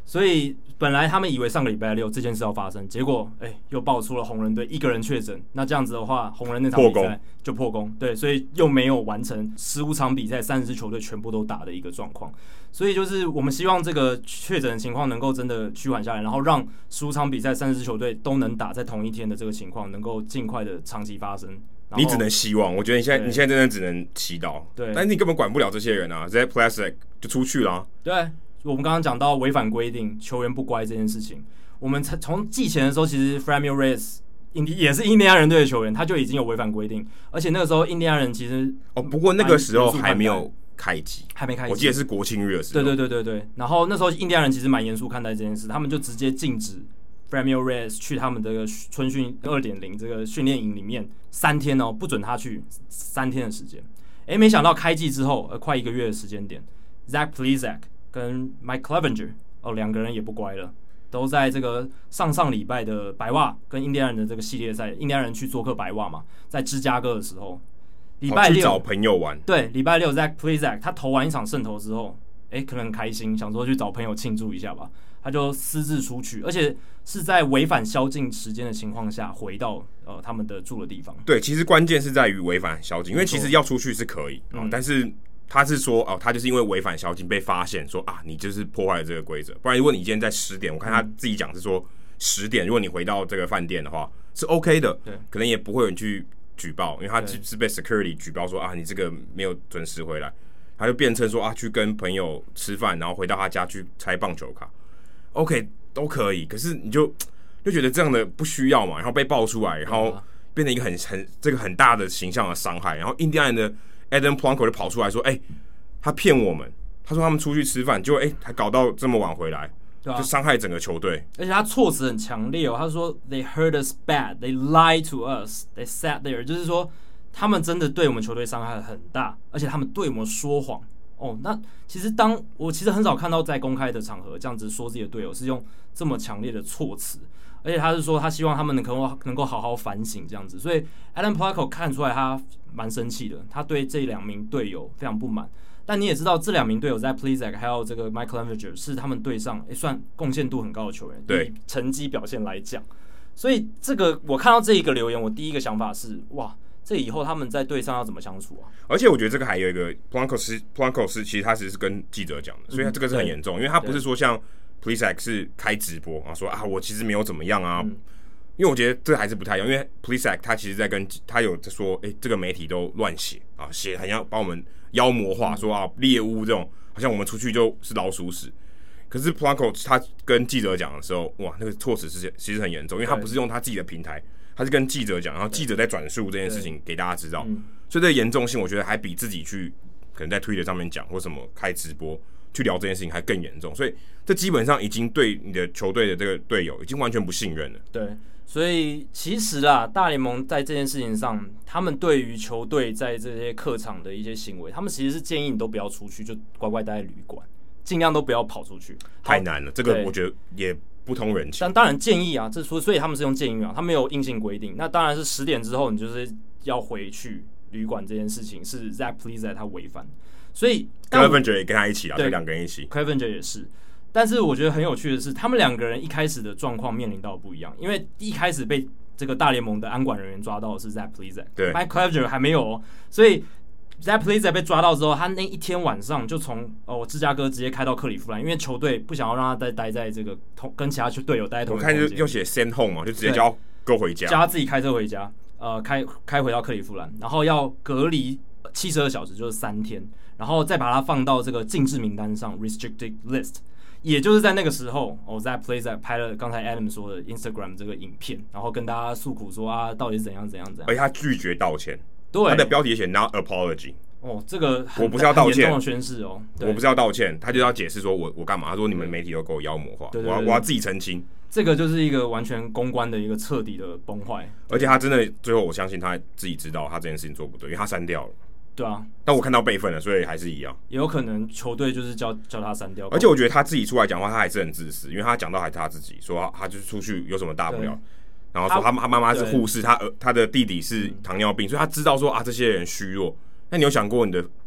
所以本来他们以为上个礼拜六这件事要发生，结果又爆出了红人队一个人确诊。那这样子的话，红人那场比赛就破功，对，所以又没有完成15场比赛30支球队全部都打的一个状况。所以就是我们希望这个确诊的情况能够真的趋缓下来，然后让15场比赛30支球队都能打在同一天的这个情况能够尽快的长期发生。 你只能希望，我觉得你现在真的只能祈祷， 对， 但是你根本管不了这些人啊 ，Zach Plesac 就出去了啊， 对。我们刚刚讲到违反规定、球员不乖这件事情，我们从季前的时候，其实 Franmil Reyes 也是印第安人队的球员，他就已经有违反规定，而且那个时候印第安人其实不过那个时候还没有开机， 我记得是国庆日的时候。 对。然后那时候印第安人其实蛮严肃看待这件事，他们就直接禁止 Franmil Reyes 去他们的春训 2.0 这个训练营里面3天不准他去3天的时间。没想到开季之后，快1个月的时间点 ，Zach Plesac跟 Mike Clevenger 两个人也不乖了，都在这个上礼拜的白袜跟印第安人的这个系列赛，印第安人去做客白袜嘛，在芝加哥的时候，礼拜六去找朋友玩。 对，礼拜六 Zach Plesac 他投完一场胜投之后，可能很开心，想说去找朋友庆祝一下吧，他就私自出去，而且是在违反宵禁时间的情况下回到他们的住的地方。 对，其实关键是在于违反宵禁，因为其实要出去是可以，但是。他是说他就是因为违反宵禁被发现，说你就是破坏了这个规则。不然如果你今天在10点，我看他自己讲是说10点，如果你回到这个饭店的话是 OK 的， 对， 可能也不会有人去举报，因为他是被 security 举报说你这个没有准时回来，他就辩称说去跟朋友吃饭，然后回到他家去拆棒球卡 ，OK 都可以。可是你就觉得这样的不需要嘛，然后被爆出来，然后变成一个很大的形象的伤害，然后印第安人的Adam Plonko 就跑出来说：“他骗我们，他说他们出去吃饭，结果还搞到这么晚回来，就伤害整个球队。 而且他措辞很强烈他说 They hurt us bad, they lied to us, they sat there， 就是说他们真的对我们球队伤害很大，而且他们对我们说谎。那其实我其实很少看到在公开的场合这样子说自己的队友是用这么强烈的措辞。”而且他是说，他希望他们能够好好反省这样子，所以 Adam Plonko 看出来他蛮生气的，他对这2名队友非常不满。但你也知道，这2名队友在 Plesac 还有这个 Mike Clevenger 是他们队上算贡献度很高的球员， 对以成绩表现来讲。所以这个我看到这一个留言，我第一个想法是，哇，这以后他们在队上要怎么相处啊？ 而且我觉得这个还有一个 Plonko 是其实他其实是跟记者讲的，所以这个是很严重，因为他不是说像。Plesac 是开直播说我其实没有怎么样因为我觉得这还是不太一样，因为 Plesac 他其实在跟他有说这个媒体都乱写写很像把我们妖魔化，说猎物这种好像我们出去就是老鼠屎。可是 Plonko 他跟记者讲的时候，哇，那个措辞其实很严重，因为他不是用他自己的平台，他是跟记者讲，然后记者在转述这件事情给大家知道，所以这个严重性我觉得还比自己去可能在 Twitter 上面讲或什么开直播去聊这件事情还更严重，所以这基本上已经对你的球队的这个队友已经完全不信任了。 对，所以其实大联盟在这件事情上，他们对于球队在这些客场的一些行为，他们其实是建议你都不要出去，就乖乖待在旅馆，尽量都不要跑出去。 太难了，这个我觉得也不通人情。 但当然建议所以他们是用建议他没有硬性规定。那当然是10点之后，你就是要回去旅馆这件事情是 Zach Plesac 他违反。所以 Clevenger 也跟他一起所以2个人一起 ，Clevenger 也是。但是我觉得很有趣的是，他们2个人一开始的状况面临到不一样，因为一开始被这个大联盟的安管人员抓到的是 Zach Plesac， 对 ，Mike Clevenger 还没有所以 Zach Plesac 被抓到之后，他那一天晚上就从芝加哥直接开到克利夫兰，因为球队不想要让他再待在这个跟其他队友待在同一个空间。 我看就写 send home 嘛，就直接叫go回家， 叫他自己开车回家，开回到克利夫兰，然后要隔离72小时，就是3天。然后再把它放到这个禁制名单上 （restricted list）， 也就是在那个时候，Zach Plesac 拍了刚才 Adam 说的 Instagram 这个影片，然后跟大家诉苦说到底是怎样。 而且他拒绝道歉， 对， 他的标题写 “not apology”。 这个我不是要道歉， 很严重的宣誓我不是要道歉，他就要解释说我干嘛？他说你们媒体都给我妖魔化，我要自己澄清。 这个就是一个完全公关的一个彻底的崩坏， 而且他真的最后我相信他自己知道他这件事情做不对，因为他删掉了。 对啊， 但我看到备份了，所以还是一样。 也有可能球队就是叫他删掉。 而且我觉得他自己出来讲话，他还是很自私，因为他讲到还是他自己说他就是出去有什么大不了，然后说他妈妈是护士，他的弟弟是糖尿病，所以他知道说这些人虚弱。那你有想过你的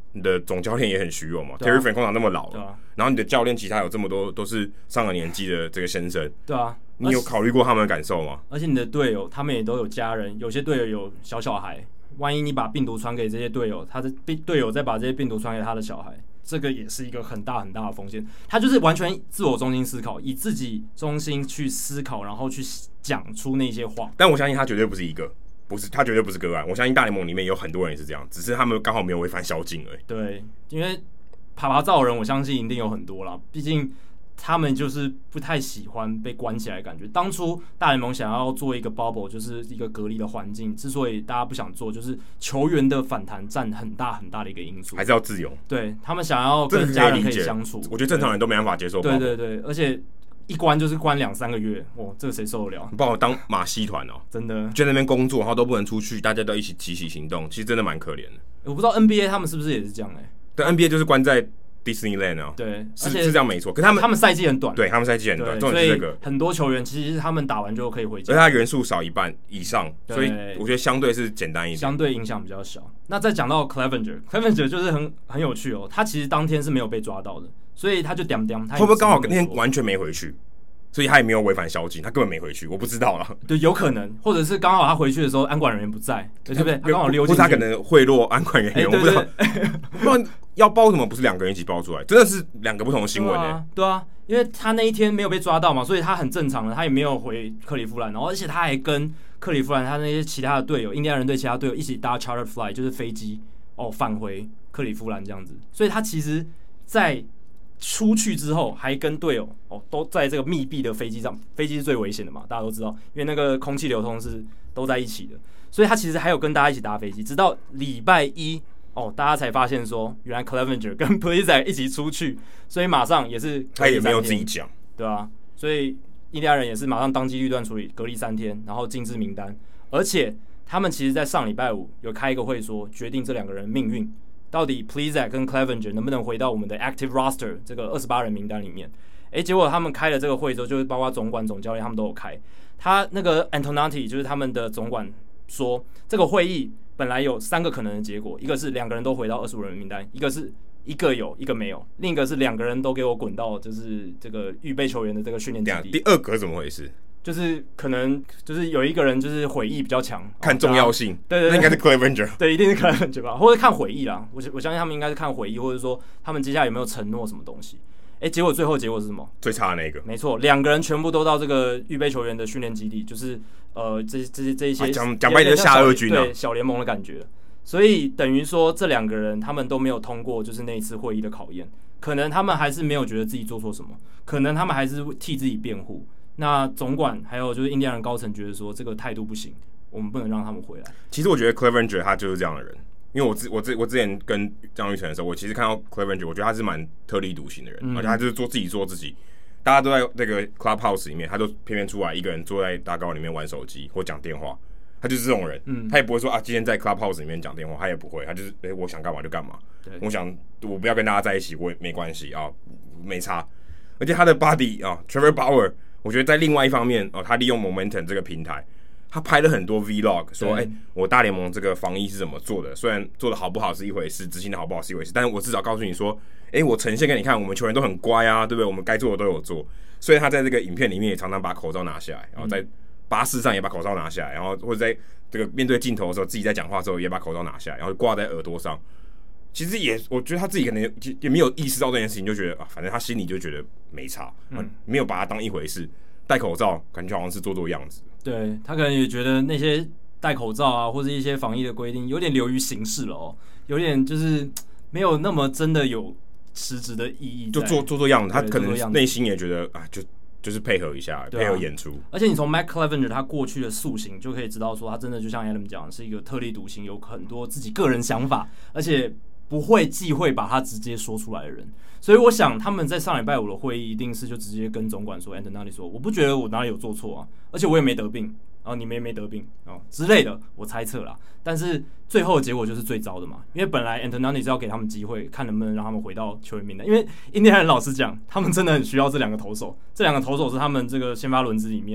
你的总教练也很虚荣嘛、Terry Francona 那么老了，然后你的教练其他有这么多都是上了年纪的这个先生， 对啊， 你有考虑过他们的感受吗？ 而且你的队友他们也都有家人，有些队友有小孩，万一你把病毒传给这些队友，他的队友再把这些病毒传给他的小孩，这个也是一个很大很大的风险。他就是完全自我中心思考，以自己中心去思考，然后去讲出那些话。 但我相信他绝对不是一个。不是，他绝对不是个案。我相信大联盟里面有很多人也是这样，只是他们刚好没有违反宵禁而已。 对，因为爬照的人，我相信一定有很多啦。毕竟他们就是不太喜欢被关起来的感觉。当初大联盟想要做一个 bubble， 就是一个隔离的环境，之所以大家不想做，就是球员的反弹占很大很大的一个因素。 还是要自由。 对，他们想要跟家人可以相处。 我觉得正常人都没办法接受。 对对对，而且。一关就是关2-3个月，哇，这个谁受得了？ 你把我当马戏团哦， 真的， 就在那边工作，然后都不能出去，大家都一起集体行动，其实真的蛮可怜的。 我不知道 NBA 他们是不是也是这样对 NBA 就是关在 Disneyland 啊， 对， 是这样没错。可是他们赛季很短， 对他们赛季很短， 所以很多球员其实他们打完就可以回家， 而且他人数少一半以上，所以我觉得相对是简单一点， 相对影响比较小。那再讲到 Clevenger 就是很有趣哦，他其实当天是没有被抓到的，所以他就点，他会不会刚好那天完全没回去？所以他也没有违反宵禁，他根本没回去，我不知道啦。 对，有可能，或者是刚好他回去的时候，安管人员不在，对不对？他刚好溜进去， 或者他可能贿赂安管人员，我不知道。不然要包什么？不是2个人一起包出来，真的是2个不同的新闻对啊，因为他那一天没有被抓到嘛，所以他很正常的，他也没有回克利夫兰，然后而且他还跟克利夫兰他那些其他的队友，印第安人队其他队友一起搭 charter flight， 就是飞机返回克利夫兰这样子，所以他其实，在出去之后还跟队友都在这个密闭的飞机上，飞机是最危险的嘛，大家都知道，因为那个空气流通是都在一起的，所以他其实还有跟大家一起搭飞机，直到礼拜一大家才发现说，原来 Clevenger 跟 Plesac 一起出去，所以马上也是他也没有自己讲， 对啊，所以印第安人也是马上当机立断处理，隔离3天，然后禁制名单，而且他们其实在上礼拜五有开一个会说，决定这2个人命运。到底 Plesac 跟 Clevenger 能不能回到我们的 Active Roster 这个28人名单里面？结果他们开了这个会之后，就是包括总管、总教练他们都有开。他那个 Antonati 就是他们的总管说，这个会议本来有3个可能的结果，一个是2个人都回到25人名单，一个是1个有1个没有，另一个是2个人都给我滚到就是这个预备球员的这个训练基地。 第2个怎么回事？ 就是可能就是有一个人就是悔意比较强， 看重要性， 对， 那应该是 Clevenger， 对，一定是 Clevenger 吧，或者看悔意啦。我相信他们应该是看悔意，或者说他们接下来有没有承诺什么东西。结果最后结果是什么？ 最差的那个， 没错，2个人全部都到这个预备球员的训练基地，就是这一些讲白点就下二军啊， 对，小联盟的感觉。所以等于说这2个人他们都没有通过就是那一次会议的考验，可能他们还是没有觉得自己做错什么，可能他们还是替自己辩护。那总管还有就是印第安人高层觉得说这个态度不行，我们不能让他们回来。 其实我觉得 Clevenger 他就是这样的人，因为我之前跟张玉成的时候，我其实看到 Clevenger， 我觉得他是蛮特立独行的人，而且他就是做自己，大家都在那个 Clubhouse 里面，他就偏偏出来一个人坐在大高里面玩手机或讲电话，他就是这种人，他也不会说今天在 Clubhouse 里面讲电话，他也不会，他就是我想干嘛就干嘛，我不要跟大家在一起，我也没关系啊，没差。而且他的 body Trevor Bauer。我觉得在另外一方面他利用 Momentum 这个平台，他拍了很多 Vlog， 说我大联盟这个防疫是怎么做的，虽然做的好不好是一回事，执行的好不好是一回事，但是我至少告诉你说，我呈现给你看，我们球员都很乖啊，对不对？我们该做的都有做。所以他在这个影片里面也常常把口罩拿下来，然后在巴士上也把口罩拿下来，然后或者在这个面对镜头的时候，自己在讲话的时候也把口罩拿下来，然后挂在耳朵上。其实我觉得他自己可能也没有意识到这件事情，就觉得反正他心里就觉得没差，没有把它当一回事。戴口罩感觉好像是做样子， 对，他可能也觉得那些戴口罩啊，或者一些防疫的规定有点流于形式了有点就是没有那么真的有实质的意义， 就做样子。他可能内心也觉得就是配合一下，配合演出。 而且你从 Matt Clevenger 他过去的塑形就可以知道，说他真的就像 Adam 讲，是一个特立独行，有很多自己个人想法，而且不会忌讳把他直接说出来的人。所以我想他们在上礼拜五的会议一定是就直接跟总管说 Antonati 说，我不觉得我哪里有做错啊，而且我也没得病，然后你们也没得病之类的，我猜测啦。但是最后的结果就是最糟的嘛，因为本来 Antonati 是要给他们机会，看能不能让他们回到球员名单，因为印第安人老实讲，他们真的很需要这2个投手，这2个投手是他们这个先发轮值里面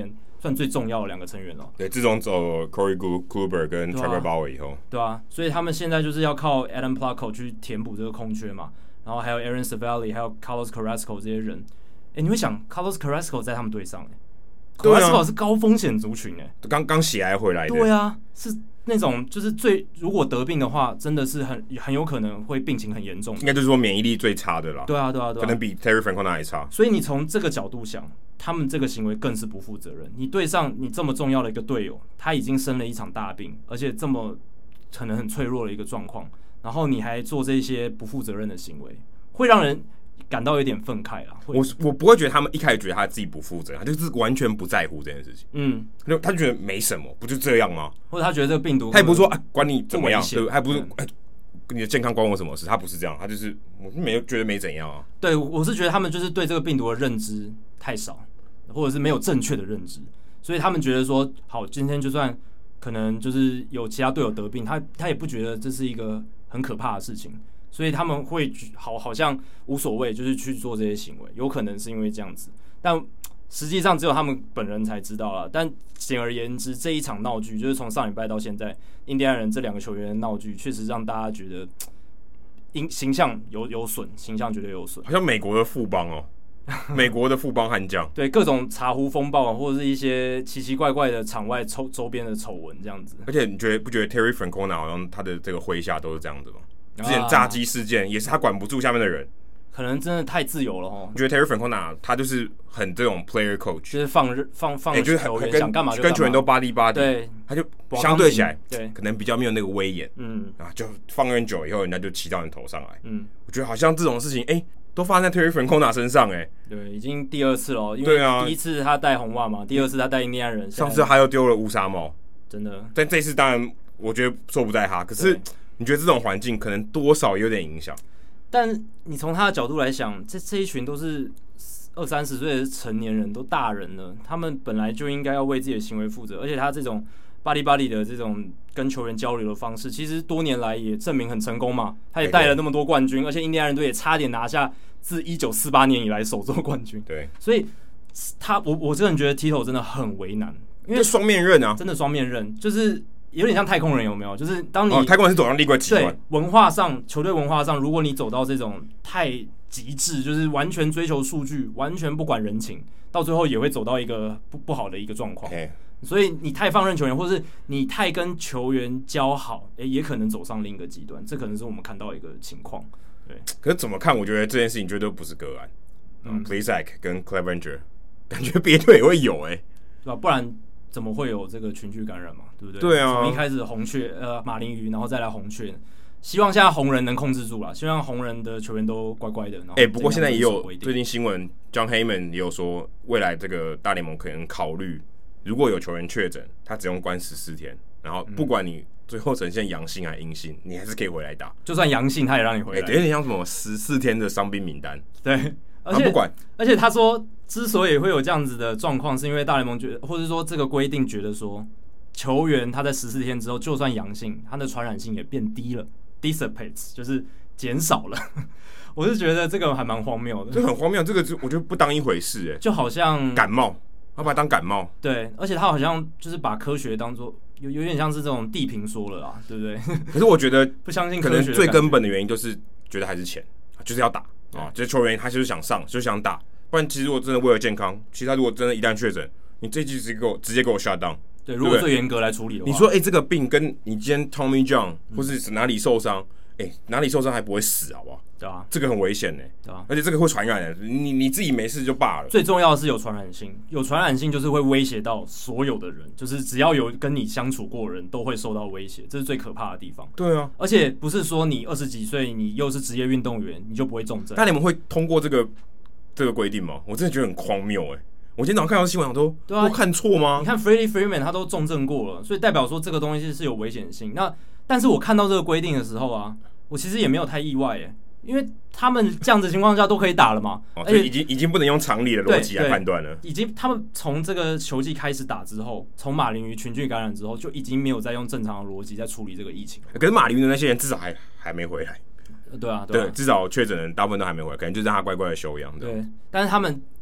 算最重要的2个成员了。 对，自从走 Corey Kluber 跟 Trevor Bauer 以后， 对啊，所以他们现在就是要靠 Adam Plutko 去填补这个空缺嘛，然后还有 Aaron Savali 还有 Carlos Carrasco 这些人。你会想 Carlos Carrasco 在他们队上，Carrasco 是高风险族群刚血癌回来的。 对啊，是那种就是如果得病的话，真的是很有可能会病情很严重， 应该就是说免疫力最差的啦。 对啊， 可能比 Terry Francona 还差。 所以你从这个角度想，他们这个行为更是不负责任。你队上你这么重要的一个队友，他已经生了一场大病，而且这么可能很脆弱的一个状况，然后你还做这些不负责任的行为，会让人感到有点愤慨啦。 我不会觉得他们一开始觉得他自己不负责任，他就是完全不在乎这件事情。他就觉得没什么，不就这样吗？ 或者他觉得这个病毒， 他也不是说管你怎么样，对，还不是你的健康关我什么事？他不是这样，他就是我觉得没怎样啊。 对，我是觉得他们就是对这个病毒的认知太少，或者是没有正确的认知，所以他们觉得说，好，今天就算可能就是有其他队友得病，他也不觉得这是一个很可怕的事情。所以他们会好像无所谓，就是去做这些行为，有可能是因为这样子，但实际上只有他们本人才知道啦。但简而言之，这一场闹剧就是从上礼拜到现在，印第安人这2个球员的闹剧，确实让大家觉得形象有损，形象绝对有损。 好像美国的富邦美国的富邦悍将， 对各种茶壶风暴或者是一些奇奇怪怪的场外周边的丑闻这样子。 而且你不觉得 Terry Francona 好像他的这个麾下都是这样的吗？之前炸鸡事件也是他管不住下面的人， 可能真的太自由了哦。 我觉得 Terry Francona 他就是很这种 player coach， 就是放就是球员想干嘛就干嘛， 跟球员都buddy， 对， 他就相对起来， 对， 可能比较没有那个威严，就放任久以后，人家就骑到你头上来，我觉得好像这种事情，都发生在 Terry Francona 身上， 对，已经第2次了，因为第1次他带红袜嘛，第2次他带印第安人， 上次他又丢了乌纱帽， 真的， 但这次当然我觉得错不在他，可是。你觉得这种环境可能多少有点影响？ 但你从他的角度来想，这一群都是20-30岁的成年人，都大人了，他们本来就应该要为自己的行为负责。而且他这种buddy的这种跟球员交流的方式，其实多年来也证明很成功嘛。他也带了那么多冠军，而且印第安人队也差点拿下自1948年以来首座冠军。 对， 所以我个人觉得 Tito 真的很为难，因为双面刃啊， 真的双面刃，就是有点像太空人，有没有？就是当你太空人是走上另一个极端， 对文化上，球队文化上，如果你走到这种太极致，就是完全追求数据，完全不管人情，到最后也会走到一个不好的一个状况。所以你太放任球员，或是你太跟球员交好，也可能走上另一个极端。这可能是我们看到一个情况。对， 可是怎么看？我觉得这件事情绝对不是个案。Plesac 跟 Clevenger 感觉别队也会有对吧？不然怎么会有这个群聚感染嘛？对不对？ 对啊， 从一开始红雀马林鱼，然后再来红雀，希望现在红人能控制住啦，希望红人的球员都乖乖的。 不过现在也有最近新闻 ，John Heyman 也有说，未来这个大联盟可能考虑，如果有球员确诊，他只用关14天，然后不管你最后呈现阳性还是阴性，你还是可以回来打。 就算阳性，他也让你回来。 有点像什么14天的伤兵名单。 对。而且他说，之所以会有这样子的状况，是因为大联盟觉得，或者说这个规定觉得说，球员他在14天之后，就算阳性，他的传染性也变低了 ，dissipates， 就是减少了。我是觉得这个还蛮荒谬的， 这很荒谬，这个我觉得不当一回事就好像感冒，他把它当感冒。 对，而且他好像就是把科学当作有点像是这种地平说了啦，对不对？ 可是我觉得不相信科学， 可能最根本的原因就是觉得还是钱，就是要打。就是球员他就是想上，就是想打，不然其实如果真的为了健康，其实他如果真的一旦确诊，你这一季直接给我 shut down。 对，如果最严格来处理的话， 你说这个病跟你今天 Tommy John 或是哪里受伤，哪里受伤还不会死，好不好？ 对啊， 这个很危险对啊，而且这个会传染的，你自己没事就罢了。 最重要的是有传染性，有传染性就是会威胁到所有的人，就是只要有跟你相处过的人都会受到威胁，这是最可怕的地方。 对啊， 而且不是说你20几岁，你又是职业运动员，你就不会重症。 那你们会通过这个规定吗？我真的觉得很荒谬我今天早上看到新闻，我说我看错吗？ 你看 Freddie Freeman 他都重症过了，所以代表说这个东西是有危险性。但是我看到这个规定的时候啊，我其实也没有太意外因为他们这样子的情况下都可以打了嘛， 所以已经不能用常理的逻辑来判断了。 已经他们从这个球季开始打之后，从马林鱼群聚感染之后，就已经没有再用正常的逻辑在处理这个疫情了。 可是马林鱼的那些人至少还没回来。 对啊， 对，至少确诊的人大部分都还没回来，可能就让他乖乖的休养。 对，但是他们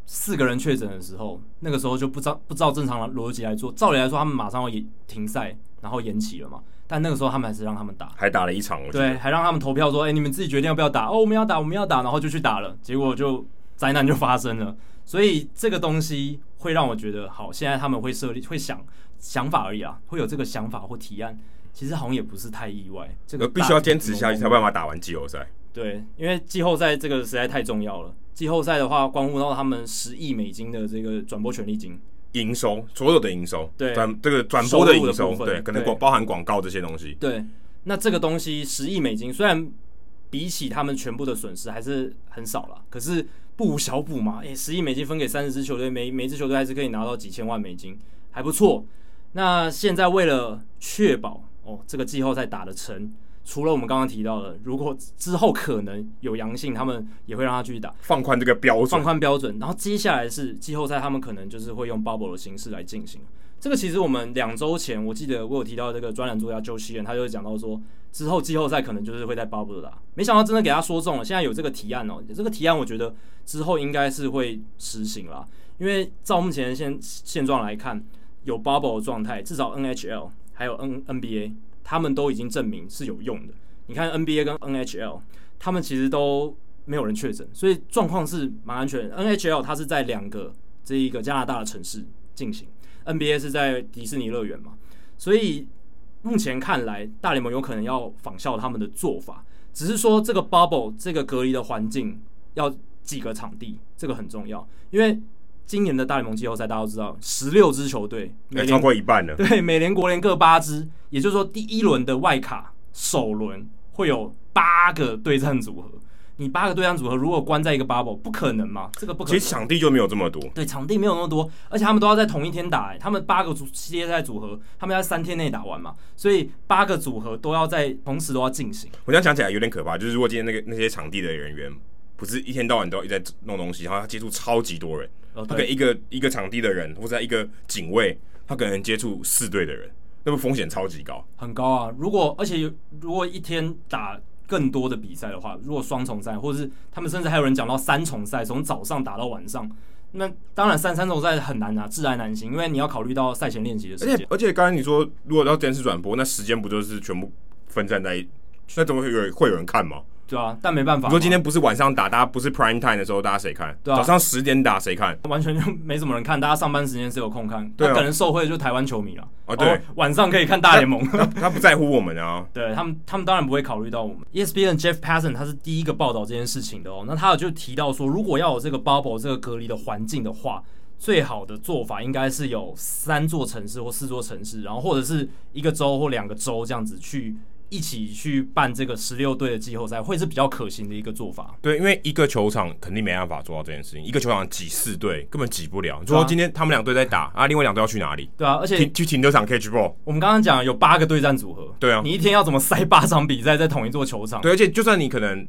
4个人确诊的时候，那个时候就不照正常的逻辑来做，照理来说他们马上要停赛，然后延期了嘛。但那个时候他们还是让他们打， 还打了1场， 对，还让他们投票说，你们自己决定要不要打。我们要打，然后就去打了，结果就灾难就发生了。所以这个东西会让我觉得，好，现在他们会想法而已啊，会有这个想法或提案，其实好像也不是太意外。这个必须要坚持下去才有办法打完季后赛。 对，因为季后赛这个实在太重要了。季后赛的话，关乎到他们$10亿的这个转播权利金。 营收，所有的营收， 对， 这个转播的营收，对，可能包含广告这些东西。 对，那这个东西$10亿，虽然比起他们全部的损失还是很少啦，可是不无小补嘛。$10亿分给30支球队，每支球队还是可以拿到几千万美金，还不错。那现在为了确保这个季后赛打得成，除了我们刚刚提到的，如果之后可能有阳性，他们也会让他继续打， 放宽这个标准， 放宽标准。然后接下来是季后赛，他们可能就是会用 bubble 的形式来进行。这个其实我们2周前，我记得我有提到这个专栏作家Joe Sheehan，他就讲到说，之后季后赛可能就是会在 bubble 打。没想到真的给他说中了，现在有这个提案这个提案我觉得之后应该是会实行啦，因为照目前的现状来看，有 bubble 的状态，至少 NHL 还有 NBA。他们都已经证明是有用的。你看 NBA 跟 NHL， 他们其实都没有人确诊，所以状况是蛮安全的。NHL 它是在2个这一个加拿大的城市进行 ，NBA 是在迪士尼乐园嘛，所以目前看来大联盟有可能要仿效他们的做法，只是说这个 bubble 这个隔离的环境要几个场地，这个很重要，因为今年的大联盟季后赛，大家都知道，16支球队， 超过一半了。 对，美联国联各8支，也就是说，第1轮的外卡首轮会有8个对战组合。你8个对战组合如果关在一个 bubble， 不可能嘛？这个不可能。 其实场地就没有这么多。 对，场地没有那么多，而且他们都要在同一天打。他们8个系列赛组合，他们要在3天内打完嘛，所以8个组合都要同时都要进行。 我这样想起来有点可怕，就是如果今天那些场地的人员不是一天到晚都一直在弄东西，然后他接触超级多人。他跟一个场地的人，或者一个警卫，他可能接触4队的人，那个风险超级高， 很高啊！而且如果一天打更多的比赛的话，如果双重赛，或者是他们甚至还有人讲到3重赛，从早上打到晚上，那当然三重赛很难啊，至来难行，因为你要考虑到赛前练习的时间。 而且刚才你说，如果要电视转播，那时间不就是全部分散在，那怎么会有人看吗？ 对啊，但没办法。 你说今天不是晚上打，大家不是 prime time 的时候，大家谁看？ 对啊， 早上10点打谁看？ 完全就没什么人看，大家上班时间是有空看。 对啊， 可能受惠就台湾球迷了。 对， 晚上可以看大联盟。 他不在乎我们啊。 对他们当然不会考虑到我们。ESPN Jeff Passan 他是第一个报道这件事情的那他就提到说，如果要有这个 bubble 这个隔离的环境的话，最好的做法应该是有3座城市或4座城市，然后或者是1个州或2个州这样子一起去办这个16队的季后赛，会是比较可行的一个做法。 对，因为一个球场肯定没办法做到这件事情，一个球场挤4队根本挤不了。你说今天他们2队在打另外2队要去哪里？ 对啊，而且去停车场 catch ball。 我们刚刚讲有8个对战组合， 对啊， 你一天要怎么塞8场比赛在同一座球场？ 对，而且就算你可能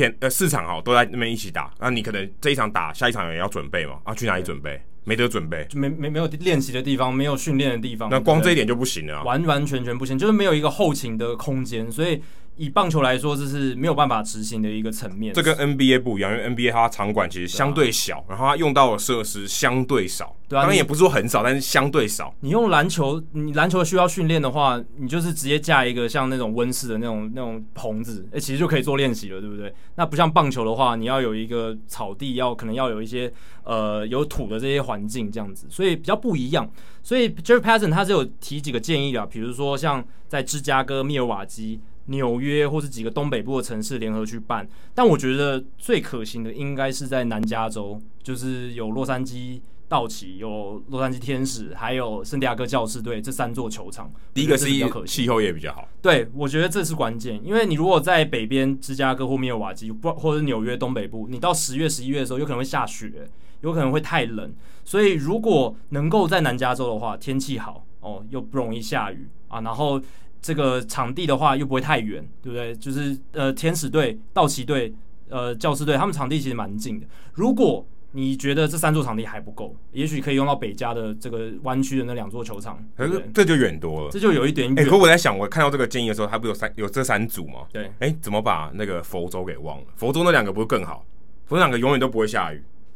4场好都在那边一起打，你可能这一场打，下一场也要准备嘛，去哪里准备？没得准备， 就没有练习的地方，没有训练的地方， 那光这一点就不行了啊， 完全不行，就是没有一个后勤的空间，所以以棒球来说，这是没有办法执行的一个层面。 这跟 NBA 不一样，因为 NBA 它场馆其实相对小，然后它用到的设施相对少， 对啊， 当然也不是说很少，但是相对少。 你用篮球需要训练的话，你就是直接架一个像那种温室的那种棚子，其实就可以做练习了，对不对？那不像棒球的话，你要有一个草地，可能要有一些有土的这些环境这样子，所以比较不一样。所以 Jeff Passan 他是有提几个建议啦，比如说像在芝加哥、密尔瓦基、纽约或是几个东北部的城市联合去办，但我觉得最可行的应该是在南加州，就是有洛杉矶道奇、有洛杉矶天使，还有圣地亚哥教士队这3座球场。 第一个是气候也比较好，对， 我觉得这是关键，因为你如果在北边芝加哥或密尔瓦基，或者是纽约东北部，你到10月、11月的时候有可能会下雪，有可能会太冷，所以如果能够在南加州的话，天气好又不容易下雨然后这个场地的话又不会太远，对不对？就是天使队、道奇队、教士队，他们场地其实蛮近的。如果你觉得这3座场地还不够，也许可以用到北加的这个湾区的那2座球场， 可是这就远多了， 这就有一点远。 可我在想，我看到这个建议的时候，它不有这3组吗？ 对， 怎么把那个佛州给忘了？佛州那2个不是更好？佛州2个永远都不会下雨。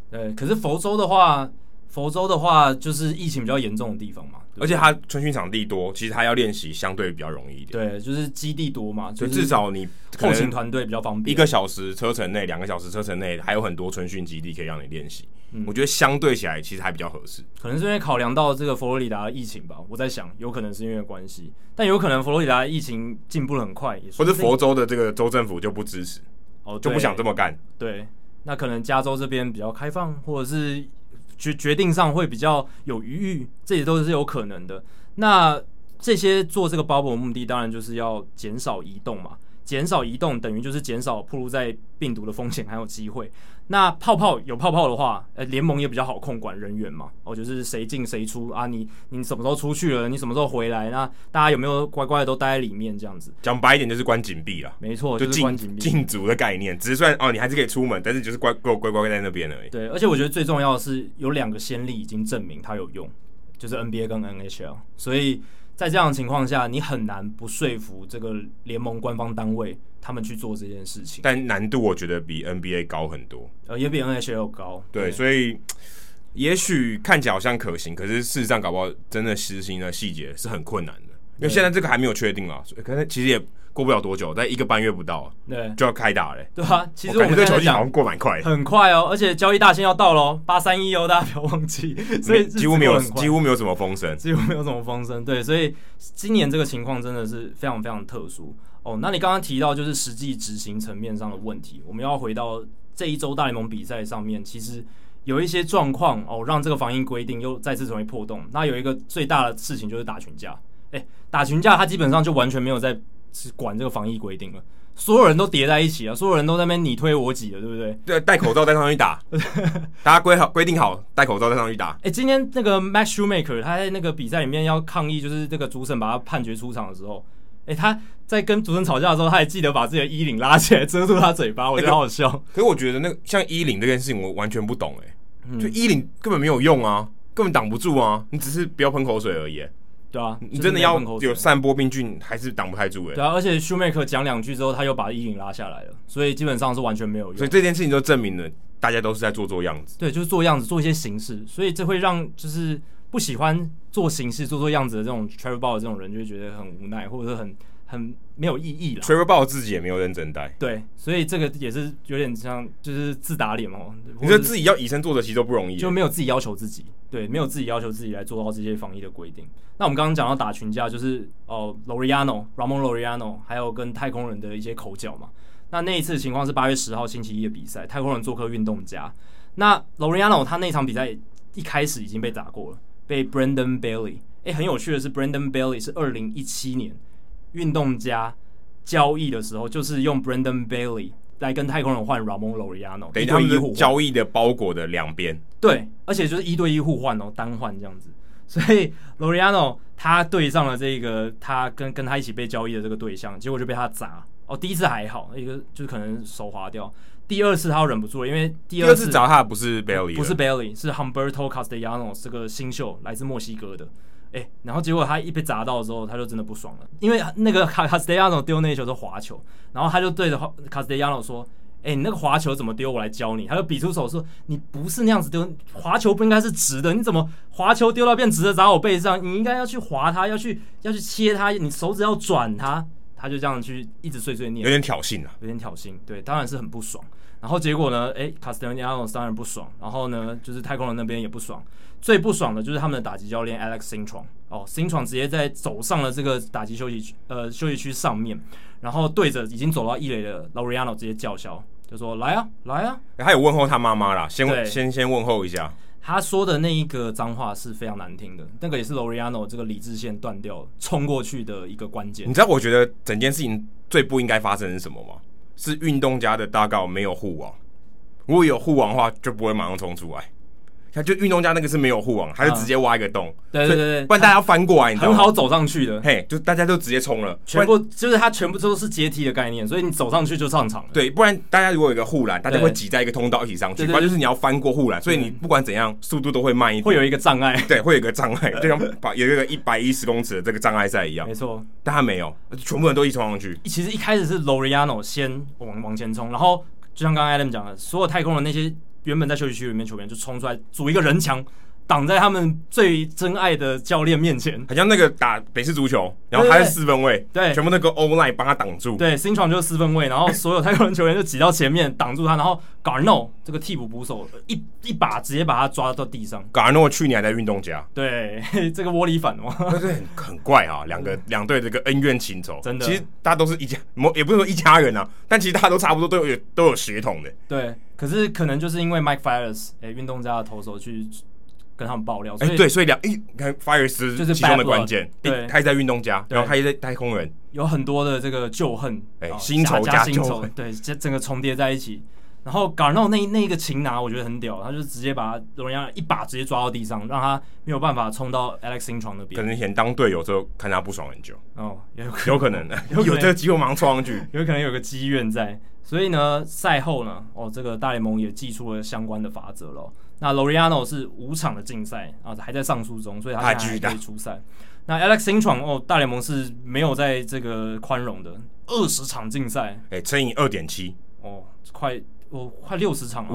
对，可是佛州的话就是疫情比较严重的地方嘛，对对， 而且它春训场地多，其实它要练习相对比较容易一点。 对，就是基地多嘛， 所以至少你后勤团队比较方便。 1个小时车程内、2个小时车程内，还有很多春训基地可以让你练习。我觉得相对起来其实还比较合适。 可能是因为考量到这个佛罗里达的疫情吧，我在想有可能是因为关系，但有可能佛罗里达的疫情进步得很快， 或者佛州的这个州政府就不支持，就不想这么干。 对，那可能加州这边比较开放，或者是决定上会比较有余裕，这也都是有可能的。那这些做这个 bubble 的目的，当然就是要减少移动嘛。减少移动等于就是减少暴露在病毒的风险还有机会。那有泡泡的话，联盟也比较好控管人员嘛。就是谁进谁出啊，你什么时候出去了，你什么时候回来，那大家有没有乖乖的都待在里面这样子？ 讲白一点就是关紧闭啦， 没错，就是关紧闭禁足的概念。只是算你还是可以出门，但是就是乖乖在那边而已。 对，而且我觉得最重要的是有2个先例已经证明它有用，就是 NBA 跟 NHL， 所以在这样的情况下，你很难不说服这个联盟官方单位他们去做这件事情。 但难度我觉得比 NBA 高很多， 也比 NHL 高。 对，所以也许看起来好像可行，可是事实上搞不好真的实行的细节是很困难的，因为现在这个还没有确定嘛，可能其实也过不了多久，在1个半月不到， 对， 就要开打了。 对啊，其实我们对球季好像过蛮快的， 很快哦，而且交易大限要到咯，831哦，大家不要忘记，所以几乎没有什么风声， 对，所以今年这个情况真的是非常非常特殊哦。那你刚刚提到就是实际执行层面上的问题，我们要回到这一周大联盟比赛上面，其实有一些状况让这个防疫规定又再次成为破洞。那有一个最大的事情就是打群架，打群架它基本上就完全没有在管这个防疫规定了，所有人都叠在一起了，所有人都在那边你推我挤了，对不对？ 对，戴口罩戴上去打，大家规定好戴口罩戴上去打。 今天那个 Max Shoemaker 他在那个比赛里面要抗议，就是这个主审把他判决出场的时候，他在跟主审吵架的时候，他还记得把自己的衣领拉起来遮住他嘴巴，我觉得好好笑。 可是我觉得那个像衣领这件事情，我完全不懂就衣领根本没有用啊，根本挡不住啊，你只是不要喷口水而已。 对啊， 你真的要有散播病菌，还是挡不太住对啊，而且 Shoemaker 讲2句之后，他又把衣领拉下来了，所以基本上是完全没有用。 所以这件事情就证明了，大家都是在做样子。 对，就是做样子，做一些形式，所以这会让就是不喜欢做形式、做样子的这种 Trevor Bauer 这种人，就会觉得很无奈，或者是很没有意义啦。 Trevor Bauer 自己也没有认真带， 对，所以这个也是有点像就是自打脸哦。 你说自己要以身作则，其实都不容易， 就没有自己要求自己，对，没有自己要求自己来做到这些防疫的规定。那我们刚刚讲到打群架，就是Ramon Laureano 还有跟太空人的一些口角嘛。那一次的情况是8月10号星期一的比赛，太空人做客运动家。那 Laureano 他那场比赛一开始已经被打过了，被 Brandon Bailey。很有趣的是 ，Brandon Bailey 是2017年运动家交易的时候，就是用 Brandon Bailey 来跟太空人换 Ramon Laureano， 等于他们交易的包裹的2边。 对，而且就是1对1互换单换这样子。所以 Laureano 他对上了这个他跟他一起被交易的这个对象，结果就被他砸。第一次还好，一个就是可能手滑掉。第2次他忍不住了，因为第二次砸他不是 Bailey， 不是 Bailey， 是 Humberto Castellanos 这个新秀，来自墨西哥的。然后结果他一被砸到之后，他就真的不爽了，因为那个 Castellanos 丢那一球是滑球，然后他就对着 Castellanos 说：“你那个滑球怎么丢？我来教你。”他就比出手说：“你不是那样子丢，滑球不应该是直的，你怎么滑球丢到变直的砸我背上？你应该要去滑它，要去切它，你手指要转它。”他就这样去一直碎碎念， 有点挑衅啊， 有点挑衅，对，当然是很不爽。然后结果呢，Castellanos 当然不爽，然后呢，就是太空人那边也不爽，最不爽的就是他们的打击教练 Alex Cintron，Cintron 直接在走上了这个打击休息区上面，然后对着已经走到一垒的 Laureano 直接叫嚣，就说来啊来啊， 他有问候他妈妈啦，先问候一下。 他说的那一个脏话是非常难听的，那个也是 Laureano 这个理智线断掉冲过去的一个关键。 你知道我觉得整件事情最不应该发生的是什么吗？是运动家的大告没有护网，如果有护网的话，就不会马上冲出来。他就运动家那个是没有护网，他就直接挖一个洞， 对， 不然大家要翻过来，你知道吗？ 很好走上去的， 就大家就直接冲了， 全部就是他全部都是阶梯的概念，所以你走上去就上场了。 对，不然大家如果有一个护栏，大家会挤在一个通道一起上去，不然就是你要翻过护栏，所以你不管怎样速度都会慢一点， 会有一个障碍， 对，会有一个障碍，就像有一个110公尺的这个障碍赛一样， 没错。 但他没有，全部人都一起冲上去。 其实一开始是 Laureano 先往前冲，然后就像刚刚 Adam 讲的，所有太空人那些原本在休息区里面球员就冲出来组一个人墙，挡在他们最真爱的教练面前， 好像那个打北市足球，然后他是四分卫， 对， 全部那个 O-line 帮他挡住， 对，新床就是四分卫，然后所有太空人球员就挤到前面挡住他，然后 Garneau 这个替补捕手一把直接把他抓到地上。 Garneau 去年还在运动家， 对，这个窝里反哦， 对，很怪啊，两队这个恩怨情仇， 真的， 其实大家都是一家，也不是说一家人啊，但其实大家都差不多都有血统的， 对，可是可能就是因为 Mike Fiers 运动家的投手去跟他们爆料， 对，所以你看 Fiers 就是其中的关键， 对， 他也在运动家，然后他也在太空人， 有很多的这个旧恨， 新仇加旧恨， 对，整个重叠在一起。然后 Garneau 那一个擒拿，我觉得很屌，他就直接把罗亚一把直接抓到地上，让他没有办法冲到 Alex 新床那边。 可能以前当队友之后看他不爽很久，有可能有这个机会马上冲上去， 有可能有个积怨在。所以呢，赛后呢，这个大联盟也祭出了相关的罚则了。那 Laureano 是5场的禁赛啊，还在上诉中，所以他现在还可以出赛。那 Alex 新床大联盟是没有在这个宽容的，20场禁赛， 乘以2.7， 快60场了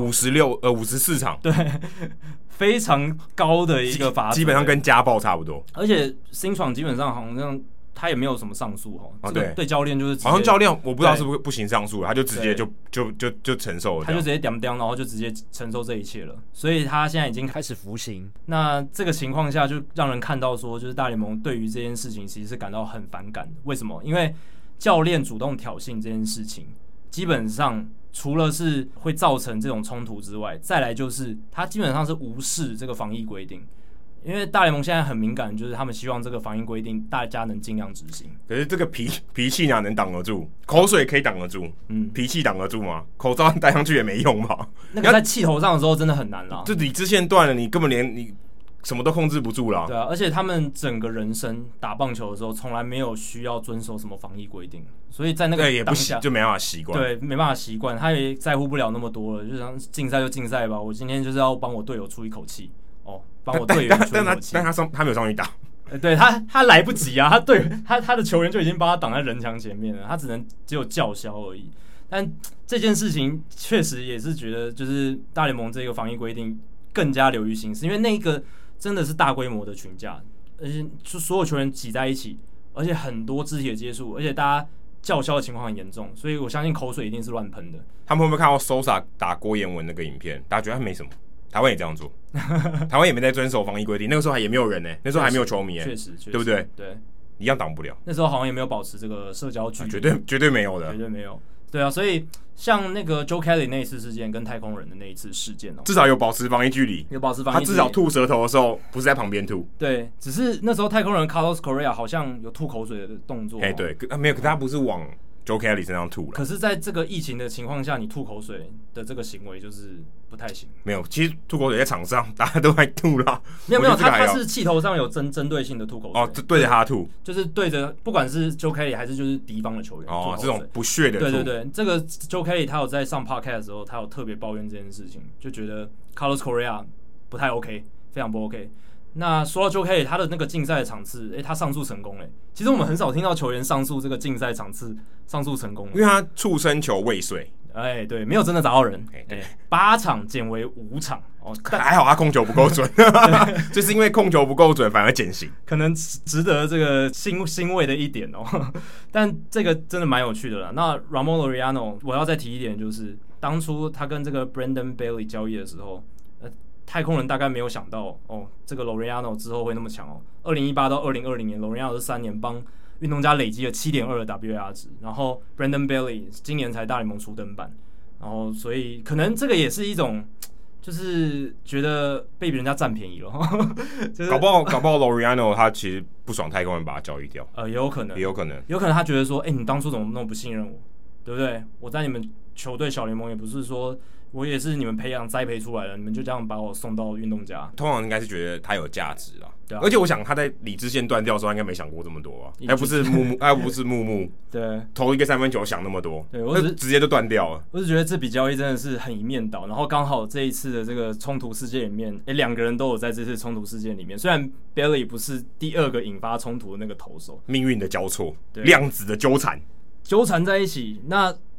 ，54场， 对，非常高的一个罚则， 基本上跟家暴差不多。 而且新闯基本上好像他也没有什么上诉这个对教练就是直接好像教练我不知道是不是不行上诉，他就直接就承受了， 他就直接掉，然后就直接承受这一切了。所以他现在已经开始服刑。那这个情况下就让人看到说，就是大联盟对于这件事情其实是感到很反感的。为什么？因为教练主动挑衅这件事情，基本上除了是会造成这种冲突之外，再来就是他基本上是无视这个防疫规定。因为大联盟现在很敏感，就是他们希望这个防疫规定大家能尽量执行。 可是这个脾气哪能挡得住？口水可以挡得住，脾气挡得住吗？口罩戴上去也没用嘛。 那个在气头上的时候真的很难啦。 就理智线断了，你根本连你什么都控制不住啦。 对啊，而且他们整个人生打棒球的时候，从来没有需要遵守什么防疫规定，所以在那个对也不就没办法习惯。 对，没办法习惯，他也在乎不了那么多了，就想竞赛就竞赛吧，我今天就是要帮我队友出一口气。帮我队员出一口气， 但他没有上去打， 对他来不及啊，他的球员就已经帮他挡在人墙前面了，他只有叫嚣而已。但这件事情确实也是觉得，就是大联盟这个防疫规定更加流于形式，因为那个真的是大规模的群架，而且就所有球员挤在一起，而且很多肢体的接触，而且大家叫嚣的情况很严重，所以我相信口水一定是乱喷的。 他们会不会看到 Sosa 打郭彦文那个影片？大家觉得他没什么。台湾也这样做，台湾也没在遵守防疫规定。那个时候也没有人那时候还没有球迷确实， 对不对？ 对， 一样挡不了。 那时候好像也没有保持这个社交距离， 绝对没有的， 绝对没有。对啊，所以像那个 Joe Kelly 那一次事件跟太空人的那一次事件至少有保持防疫距离， 有保持防疫距离。 他至少吐舌头的时候不是在旁边吐。 对，只是那时候太空人 Carlos Correa 好像有吐口水的动作。 对，没有，可他不是往Joe Kelly 身上吐了。 可是，在这个疫情的情况下，你吐口水的这个行为就是不太行。 没有，其实吐口水在场上大家都在吐啦。 没有，他是气头上有针对性的吐口水。 对着他吐， 就是对着不管是 Joe Kelly 还是就是敌方的球员。 这种不屑的吐。 对，这个 Joe Kelly 他有在上 podcast 的时候，他有特别抱怨这件事情，就觉得 Carlos Correa 不太 OK， 非常不 OK。那说到 Joe Kelly 他的那个竞赛场次，他上诉成功嘞。其实我们很少听到球员上诉这个竞赛场次上诉成功， 因为他触身球未遂。 对，没有真的砸到人。8场减为5场还好他控球不够准，就是因为控球不够准反而减刑， 可能值得这个欣慰的一点但这个真的蛮有趣的啦。那 Ramon Laureano 我要再提一点，就是当初他跟这个 Brandon Bailey 交易的时候。太空人大概没有想到这个 Laureano 之后会那么强2018到2020年 Laureano 是3年帮运动家累积了 7.2 的 WAR 值，然后 Brandon Bailey 今年才大联盟初登板，然后所以可能这个也是一种就是觉得被人家占便宜了就是搞不好 Laureano 他其实不爽太空人把他交易掉， 也有可能他觉得说你当初怎么那么不信任我，对不对？我在你们球队小联盟也不是说我也是你们栽培出来的，你们就这样把我送到运动家， 通常应该是觉得他有价值啦。 对啊， 而且我想他在理智线断掉的时候，应该没想过这么多啊，还不是木木，对，投一个3分球想那么多，对，我直接就断掉了。 我是觉得这笔交易真的是很一面倒，然后刚好这一次的这个冲突事件里面，2个人都有在这次冲突事件里面。虽然 Bailey 不是第2个引发冲突的那个投手， 命运的交错，量子的纠缠在一起。那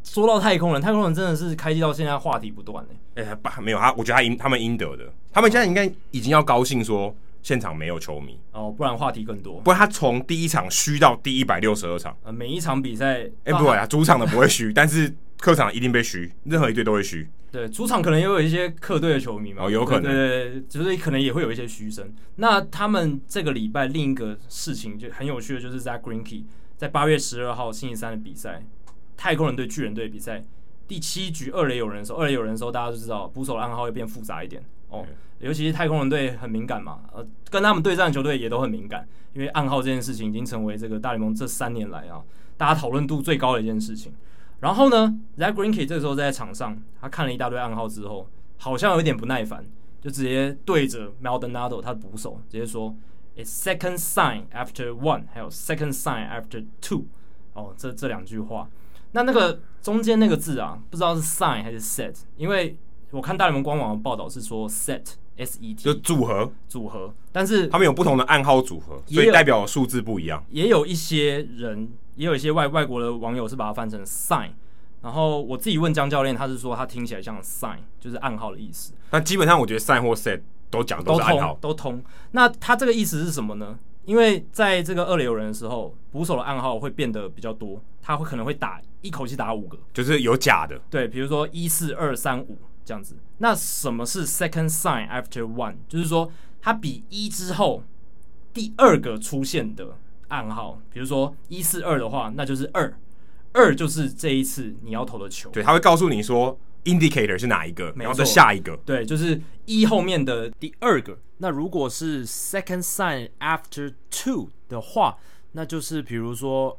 说到太空人真的是开季到现在话题不断没有我觉得他们应得的，他们现在应该已经要高兴说现场没有球迷不然话题更多。 不然他从第一场虚到第162场， 每一场比赛不会啊，主场的不会虚，但是客场一定被虚，任何一队都会虚。 对，主场可能也有一些客队的球迷嘛， 有可能， 对，就是可能也会有一些嘘声。那他们这个礼拜另一个事情就很有趣的，就是 Zach Greinke 在8月12号星期三的比赛，太空人对巨人队的比赛，第7局2垒有人的时候，大家就知道捕手的暗号会变复杂一点尤其是太空人队很敏感嘛，跟他们对战的球队也都很敏感，因为暗号这件事情已经成为这个大联盟这3年来大家讨论度最高的一件事情。然后呢 Zach Greinke 这个时候在场上，他看了一大堆暗号之后，好像有点不耐烦，就直接对着 Maldonado 他的捕手直接说 "It's second sign after one"， 还有 "second sign after two"， 这两句话。那个中间那个字不知道是 sign 还是 set， 因为我看大联盟官网的报道是说 set， 就组合， 但是他们有不同的暗号组合，所以代表数字不一样。 也有一些人，也有一些外国的网友是把它翻成 sign， 然后我自己问江教练，他是说他听起来像 sign， 就是暗号的意思。 但基本上我觉得 sign 或 set 都讲都是暗号， 都通。那他这个意思是什么呢？因为在这个2垒有人的时候，捕手的暗号会变得比较多，他可能会一口气打5个， 就是有假的。 对，比如说1、4、2、3、5这样子。那什么是 second sign after one？ 就是说它比1之后第2个出现的暗号，比如说1、4、2的话，那就是2就是这一次你要投的球。 对，他会告诉你说 indicator 是哪一个，然后再下一个。 对，就是1后面的第2个。那如果是 second sign after two 的话，那就是比如说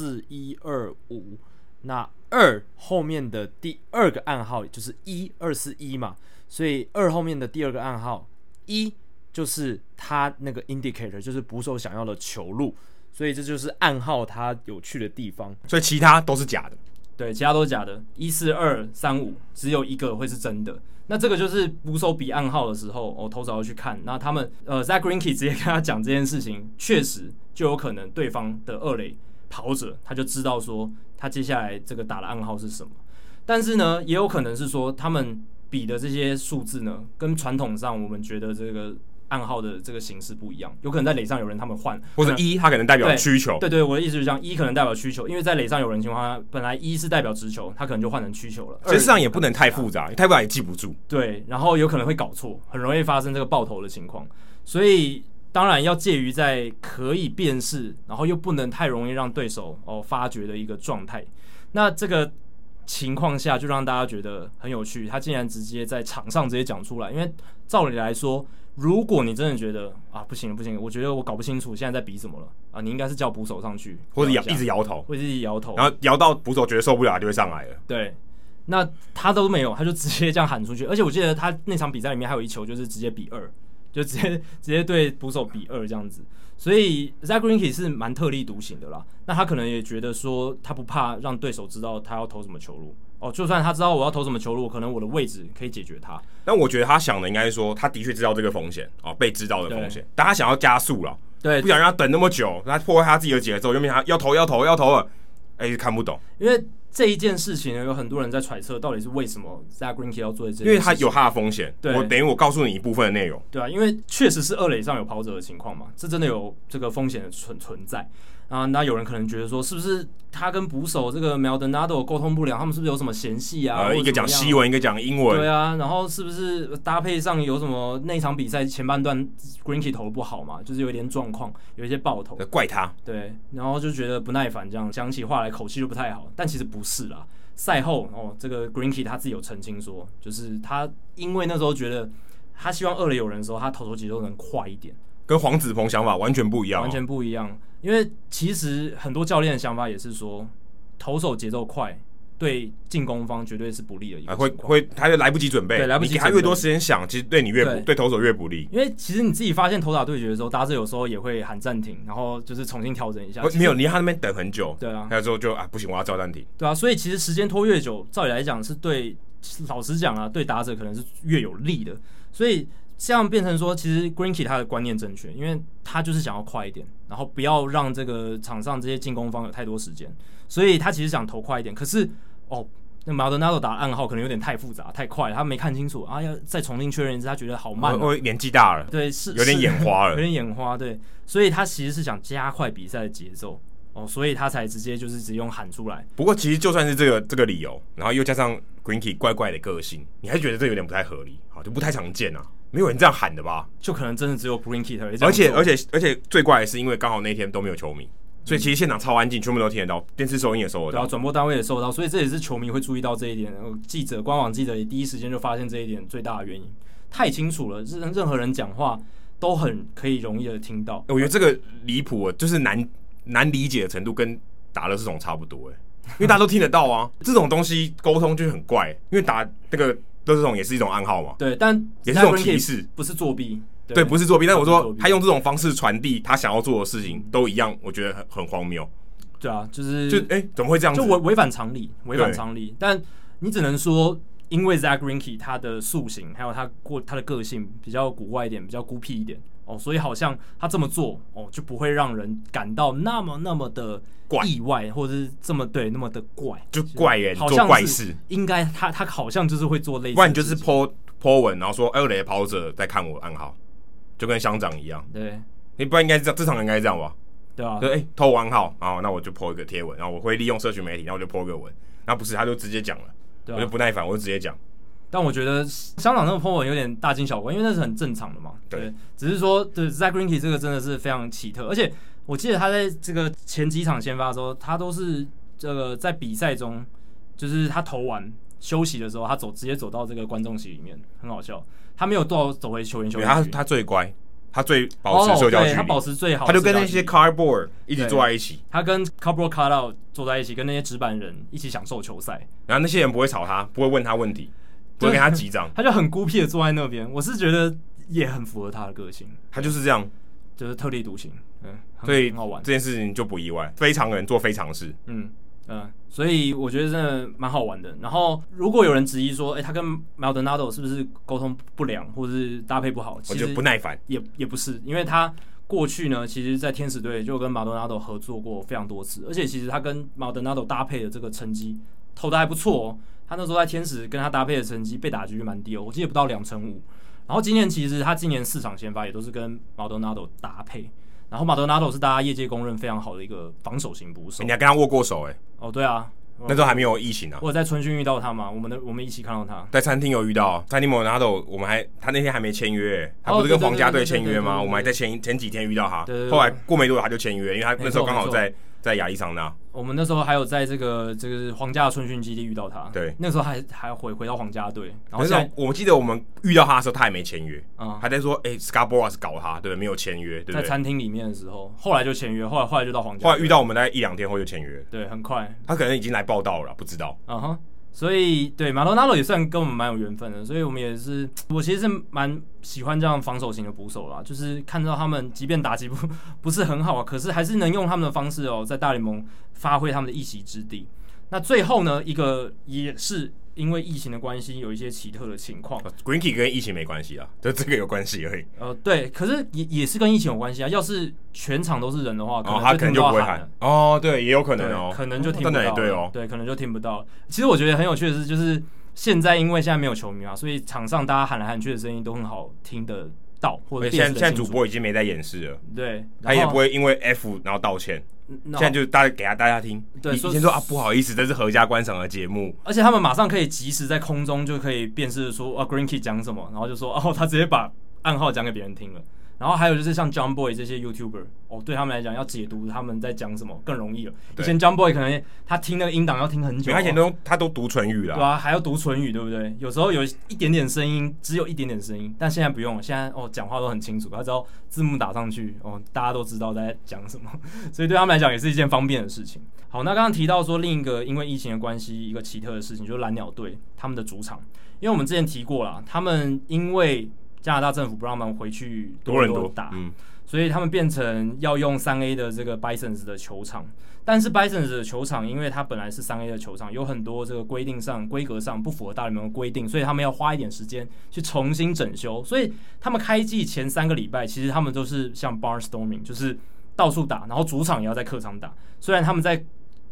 2、4、1、2、5，那2后面的第2个暗号就是1，2、4、1嘛，所以2后面的第2个暗号1就是他那个 indicator， 就是捕手想要的球路，所以这就是暗号它有趣的地方。 所以其他都是假的。 对，其他都是假的。1、4、2、3、5，只有一个会是真的。那这个就是捕手比暗号的时候，投手要去看。那他们Zach Greinke 直接跟他讲这件事情，确实就有可能对方的2垒跑者他就知道说他接下来这个打的暗号是什么。但是呢，也有可能是说他们比的这些数字呢，跟传统上我们觉得这个暗号的这个形式不一样，有可能在垒上有人他们换， 或者1它可能代表曲球。 对，我的意思就是这样，1可能代表曲球，因为在垒上有人的情况下，本来1是代表直球，他可能就换成曲球了。 实际上也不能太复杂，太复杂也记不住。 对，然后有可能会搞错，很容易发生这个爆头的情况。所以当然要介于在可以辨识，然后又不能太容易让对手发觉的一个状态。那这个情况下就让大家觉得很有趣，他竟然直接在场上直接讲出来，因为照理来说，如果你真的觉得不行，我觉得我搞不清楚现在在比什么了你应该是叫捕手上去， 或者一直摇头，然后摇到捕手觉得受不了，就会上来了。 对，那他都没有，他就直接这样喊出去，而且我记得他那场比赛里面还有一球就是直接比2，就直接对捕手比2这样子。所以 Zach Greinke 是蛮特立独行的啦。那他可能也觉得说，他不怕让对手知道他要投什么球路就算他知道我要投什么球路，可能我的位置可以解决他。 但我觉得他想的应该是说，他的确知道这个风险被知道的风险，但他想要加速了， 对， 不想让他等那么久，他破坏他自己的节奏，因为他要投了，看不懂。 因为这一件事情呢，有很多人在揣测到底是为什么 Zach Greinke 要做这件事情， 因为他有他的风险。 对， 等于我告诉你一部分的内容。 对啊，因为确实是2垒上有跑者的情况嘛，这真的有这个风险的存在那有人可能觉得说，是不是他跟捕手这个 Maldonado 沟通不良，他们是不是有什么嫌隙一个讲西文，一个讲英文。 对啊，然后是不是搭配上有什么那场比赛前半段 Greinke 投的不好嘛，就是有一点状况，有一些爆头， 怪他。 对，然后就觉得不耐烦，这样讲起话来口气就不太好，但其实不是啦。赛后这个 Greinke 他自己有澄清说，就是他因为那时候觉得他希望2垒有人的时候，他投球节奏能快一点， 跟黄子鹏想法完全不一样。 完全不一样。因为其实很多教练的想法也是说，投手节奏快对进攻方绝对是不利的一个情况， 他就来不及准备， 对，来不及准备， 你给他越多时间想，其实对你对投手越不利。 因为其实你自己发现投打对决的时候，打者有时候也会喊暂停，然后就是重新调整一下。 没有，你让他那边等很久， 对啊， 还有之后就不行，我要叫暂停。 对啊，所以其实时间拖越久，照理来讲是对，老实讲对打者可能是越有利的。所以这样变成说，其实 Greinke 他的观念正确，因为他就是想要快一点，然后不要让这个场上这些进攻方有太多时间，所以他其实想投快一点。可是哦，那 Maldonado 打暗号可能有点太复杂太快了，他没看清楚啊，要再重新确认一次，他觉得好慢、 我年纪大了， 对，是有点眼花了， 有点眼花，对，所以他其实是想加快比赛的节奏。哦，所以他才直接用喊出来。 不过其实就算是这个理由，然后又加上 Greinke 怪怪的个性，你还是觉得这有点不太合理，好，就不太常见啊，没有人这样喊的吧？ 就可能真的只有 Greinke 才会这样做。 而且最怪的是，因为刚好那天都没有球迷，所以其实现场超安静，全部都听得到，电视收音也收得到， 对啊，转播单位也收得到，所以这也是球迷会注意到这一点。官网记者也第一时间就发现这一点最大的原因，太清楚了，任何人讲话都很可以容易的听到。 我觉得这个离谱，就是难理解的程度跟打了这种差不多因为大家都听得到啊，这种东西沟通就是很怪，因为打那个这种也是一种暗号嘛， 对，但也是一种提示， 不是作弊， 对，不是作弊。但我说他用这种方式传递他想要做的事情，都一样，我觉得很荒谬。 对啊，就怎么会这样子？ 就违反常理，但你只能说，因为 Zach Greinke 他的塑形，还有他的个性比较古怪一点，比较孤僻一点。所以好像他这么做就不会让人感到那么的意外，或者是那么的怪， 就怪人做怪事。 应该他好像就是会做类似的事情， 不然就是 po 文，然后说二垒跑者在看我暗号，就跟乡长一样。 对， 你不然应该是这样，正常人应该是这样吧？ 对啊， 就偷我暗号，然后那我就 po 一个贴文，然后我会利用社群媒体，然后我就 po 一个文，然后不是他就直接讲了，我就不耐烦，我就直接讲。 但我觉得香港那个 po 文有点大惊小怪，因为那是很正常的嘛。对，只是说对 Zach Greinke 这个真的是非常奇特，而且我记得他在这个前几场先发的时候，他都是这个在比赛中，就是他投完休息的时候，他直接走到这个观众席里面，很好笑。他没有走回球员休息区， 他最乖，他最保持社交距离， 他保持最好， 他就跟那些 cardboard 一起坐在一起， 他跟 cardboard cutout 坐在一起，跟那些纸板人一起享受球赛。 然后那些人不会吵他，不会问他问题。不会跟他击掌， 他就很孤僻的坐在那边。我是觉得也很符合他的个性， 他就是这样， 就是特立独行， 所以很好玩。 这件事情就不意外，非常人做非常事， 所以我觉得真的蛮好玩的。然后如果有人质疑说，他跟 Maldonado 是不是沟通不良，或者是搭配不好，其实我觉得不耐烦， 也不是，因为他过去呢，其实在天使队就跟 Maldonado 合作过非常多次，而且其实他跟 Maldonado 搭配的这个成绩投的还不错哦。他那时候在天使跟他搭配的成绩被打击率蛮低我记得不到2.5%。然后今年其实他今年4场先发也都是跟 Maldonado 搭配，然后 Maldonado 是大家业界公认非常好的一个防守型捕手。 你还跟他握过手对啊， 那时候还没有疫情啊。 我在春训遇到他嘛，我们一起看到他， 在餐厅有遇到，餐厅 Maldonado 他那天还没签约，他不是跟皇家队签约吗？我们还在前几天遇到他，后来过没多久他就签约，因为他那时候刚好在亚利桑那。 我们那时候还有在这个皇家的春训基地遇到他， 对， 那时候还回到皇家队。然后我记得我们遇到他的时候，他还没签约，还在说Scarborough 搞他，对不对？没有签约，对不对？ 在餐厅里面的时候，后来就签约，后来就到皇家。 后来遇到我们大概1-2天后就签约， 对，很快。 他可能已经来报道了，不知道。 所以对 Maldonado 也算跟我们蛮有缘分的，所以我们也是，我其实是蛮喜欢这样防守型的捕手啦，就是看到他们即便打击不是很好可是还是能用他们的方式在大联盟发挥他们的一席之地。那最后呢，一个也是因为疫情的关系，有一些奇特的情况。 Greinke 跟疫情没关系啦，就这个有关系而已。 对，可是也是跟疫情有关系啊。要是全场都是人的话， 他可能就不会喊。对，也有可能可能就听不到。 对， 可能就听不到。其实我觉得很有趣的是，就是现在因为现在没有球迷嘛，所以场上大家喊来喊去的声音都很好听得到，或者现在主播已经没在掩饰了， 对， 他也不会因为 F 然后道歉。现在就给大家听， 对，以前说不好意思，这是合家观赏的节目， 而且他们马上可以及时在空中就可以辨识说Greinke 讲什么，然后就说他直接把暗号讲给别人听了。然后还有就是像 John Boy 这些 YouTuber，对他们来讲要解读他们在讲什么更容易了。以前 John Boy 可能他听那个音档要听很久， 他以前他都读唇语啦， 对啊，还要读唇语，对不对？有时候有一点点声音，只有一点点声音，但现在不用了，现在讲话都很清楚，他只要字幕打上去，大家都知道在讲什么，所以对他们来讲也是一件方便的事情。好，那刚刚提到说另一个因为疫情的关系，一个奇特的事情就是蓝鸟队他们的主场，因为我们之前提过啦，他们因为加拿大政府不让他们回去多伦多打，所以他们变成要用3A 的这个 Bisons 的球场。但是 Bisons 的球场，因为它本来是3A 的球场，有很多这个规格上不符合大联盟的规定，所以他们要花一点时间去重新整修。所以他们开季前3个礼拜，其实他们都是像 barnstorming， 就是到处打，然后主场也要在客场打。虽然他们在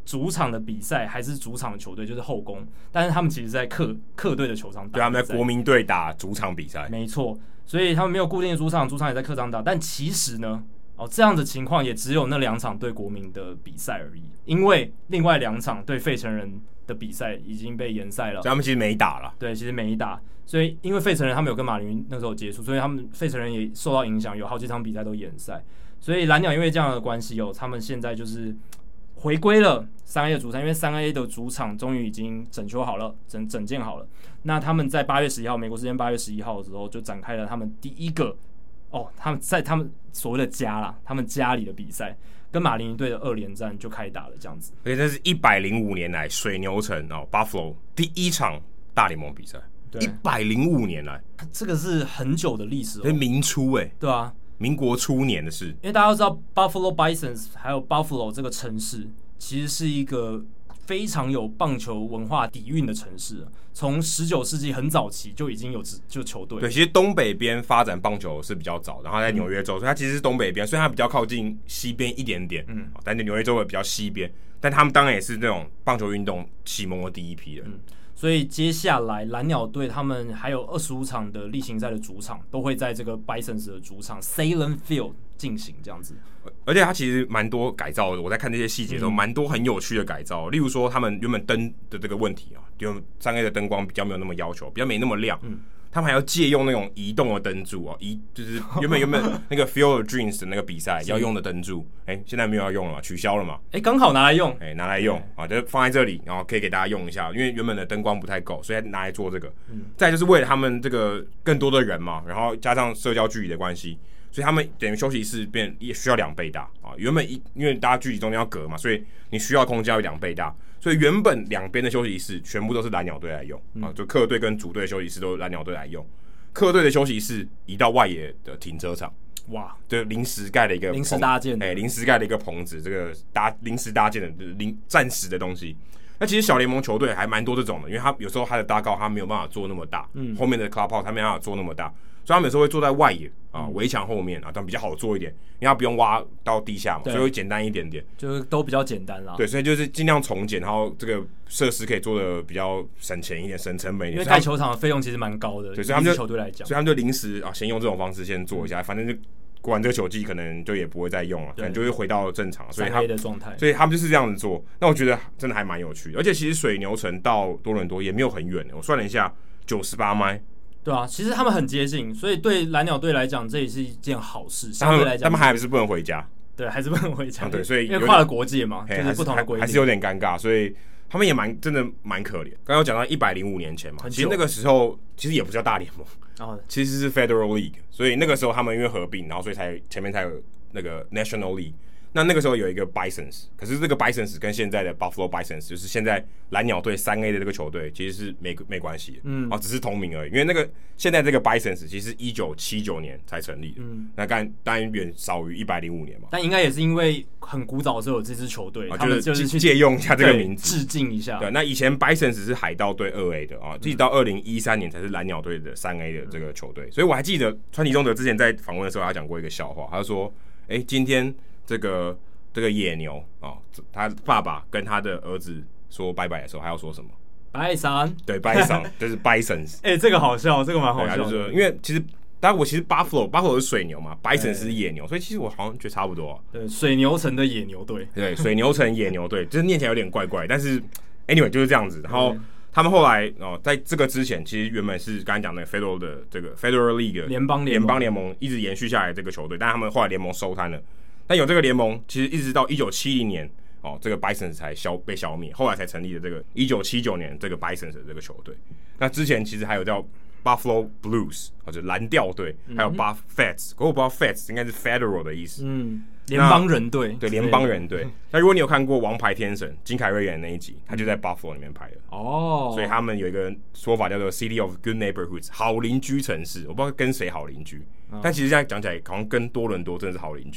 主场的比赛还是主场的球队，就是后宫，但是他们其实在客队的球场打， 对，他们在国民队打主场比赛， 没错，所以他们没有固定的主场，主场也在客场打，但其实呢，这样的情况也只有那2场对国民的比赛而已，因为另外2场对费城人的比赛已经被延赛了， 所以他们其实没打了， 对，其实没打，所以因为费城人他们有跟马林鱼那时候结束，所以他们费城人也受到影响，有好几场比赛都延赛，所以蓝鸟因为这样的关系他们现在就是回归了3A 的主场，因为3A 的主场终于已经整修好了，整建好了。那他们在8月11号，美国时间8月11号的时候，就展开了他们第一个他们在他们所谓的家啦，他们家里的比赛，跟马林鱼队的2连战就开打了，这样子。 而且这是105年来水牛城Buffalo 第一场大联盟比赛，105年来， 这个是很久的历史是民初对啊。 民国初年的事， 因为大家都知道 Buffalo Bisons 还有 Buffalo 这个城市，其实是一个非常有棒球文化底蕴的城市。从19世纪很早期就已经有就球队。 对，其实东北边发展棒球是比较早，然后在纽约州，所以它其实是东北边，虽然它比较靠近西边一点点，但是纽约州的比较西边，但他们当然也是那种棒球运动启蒙的第一批人。 所以接下来蓝鸟队他们还有25场的例行赛的主场都会在这个 Bisons 的主场 Salem Field 进行这样子， 而且它其实蛮多改造的。我在看这些细节的时候，蛮多很有趣的改造。例如说，他们原本灯的这个问题因为3A 的灯光比较没有那么要求，比较没那么亮。他们还要借用那种移动的灯柱就是原本那个 Field of Dreams 的那个比赛要用的灯柱，现在没有要用了嘛，取消了嘛， 刚好拿来用， 拿来用就放在这里，然后可以给大家用一下，因为原本的灯光不太够，所以拿来做这个。再就是为了他们这个更多的人嘛，然后加上社交距离的关系，所以他们等于休息室也需要2倍大原本因为大家距离中间要隔嘛，所以你需要空间要2倍大。所以原本2边的休息室全部都是蓝鸟队来用就客队跟主队的休息室都是蓝鸟队来用。客队的休息室移到外野的停车场， 哇， 就临时盖了一个临时搭建临时盖了一个棚子，这个临时搭建的暂时的东西。那其实小联盟球队还蛮多这种的，因为他有时候他的搭高他没有办法做那么大，后面的 clubhouse 他没办法做那么大，所以他们有时候会坐在外野围墙后面但比较好做一点，因为他不用挖到地下嘛，所以会简单一点点， 就是都比较简单啦。 对，所以就是尽量重建，然后这个设施可以做的比较省钱一点，省成本一点。 因为盖球场的费用其实蛮高的， 对，所以他们球队来讲， 所以他们就临时先用这种方式先做一下，反正就过完这个球季可能就也不会再用了，可能就会回到正常，所以 3A的状态， 所以他们就是这样子做。那我觉得真的还蛮有趣的，而且其实水牛城到多伦多也没有很远，我算了一下，98迈。 对啊，其实他们很接近，所以对蓝鸟队来讲，这也是一件好事。相对来讲， 他们还是不能回家， 对，还是不能回家。 对，所以因为跨了国界嘛，就是不同的规定， 还是有点尴尬，所以他们也真的蛮可怜。刚刚讲到105年前嘛，其实那个时候其实也不叫大联盟，其实是 Federal League， 所以那个时候他们因为合并，然后所以前面才有那个 National League。那个时候有一个 Bisons， 可是这个 Bisons 跟现在的 Buffalo Bisons， 就是现在蓝鸟队3A 的这个球队，其实是没关系的，只是同名而已。因为那个现在这个 Bisons 其实是1979年才成立的，那当然远少于105年嘛。 但应该也是因为很古早的时候有这支球队，他们就是去借用一下这个名字， 致敬一下。 对，那以前 Bisons 是海盗队2A 的一直到2013年才是蓝鸟队的3A 的这个球队。所以我还记得川崎宗德之前在访问的时候，他讲过一个笑话，他就说：“今天这个野牛他爸爸跟他的儿子说拜拜的时候，还要说什么？ 拜桑， 对，拜桑就是 Bisons。 这个好笑，这个蛮好笑的。 就是因为其实，当然我其实 Buffalo 是水牛嘛，Bison 是野牛，所以其实我好像觉得差不多。 对，水牛城的野牛队， 对，水牛城野牛队，就是念起来有点怪怪，但是 anyway 就是这样子。然后他们后来在这个之前，其实原本是刚才讲的 Federal 的这个 Federal League 联邦联盟一直延续下来这个球队，但他们后来联盟收摊了。但有这个联盟，其实一直到1970年这个 Bisons 才被消灭，后来才成立的这个1979年这个 Bisons 的这个球队。那之前其实还有叫 Buffalo Blues 或者蓝调队，还有 Buff Feds， 可我不知道 Feds 应该是 Federal 的意思， 联邦人队， 对，联邦人队。那如果你有看过《王牌天神》金凯瑞演的那一集，他就在 Buffalo 里面拍的所以他们有一个说法叫做 City of Good Neighborhoods， 好邻居城市。我不知道跟谁好邻居，但其实这样讲起来，好像跟多伦多真的是好邻居。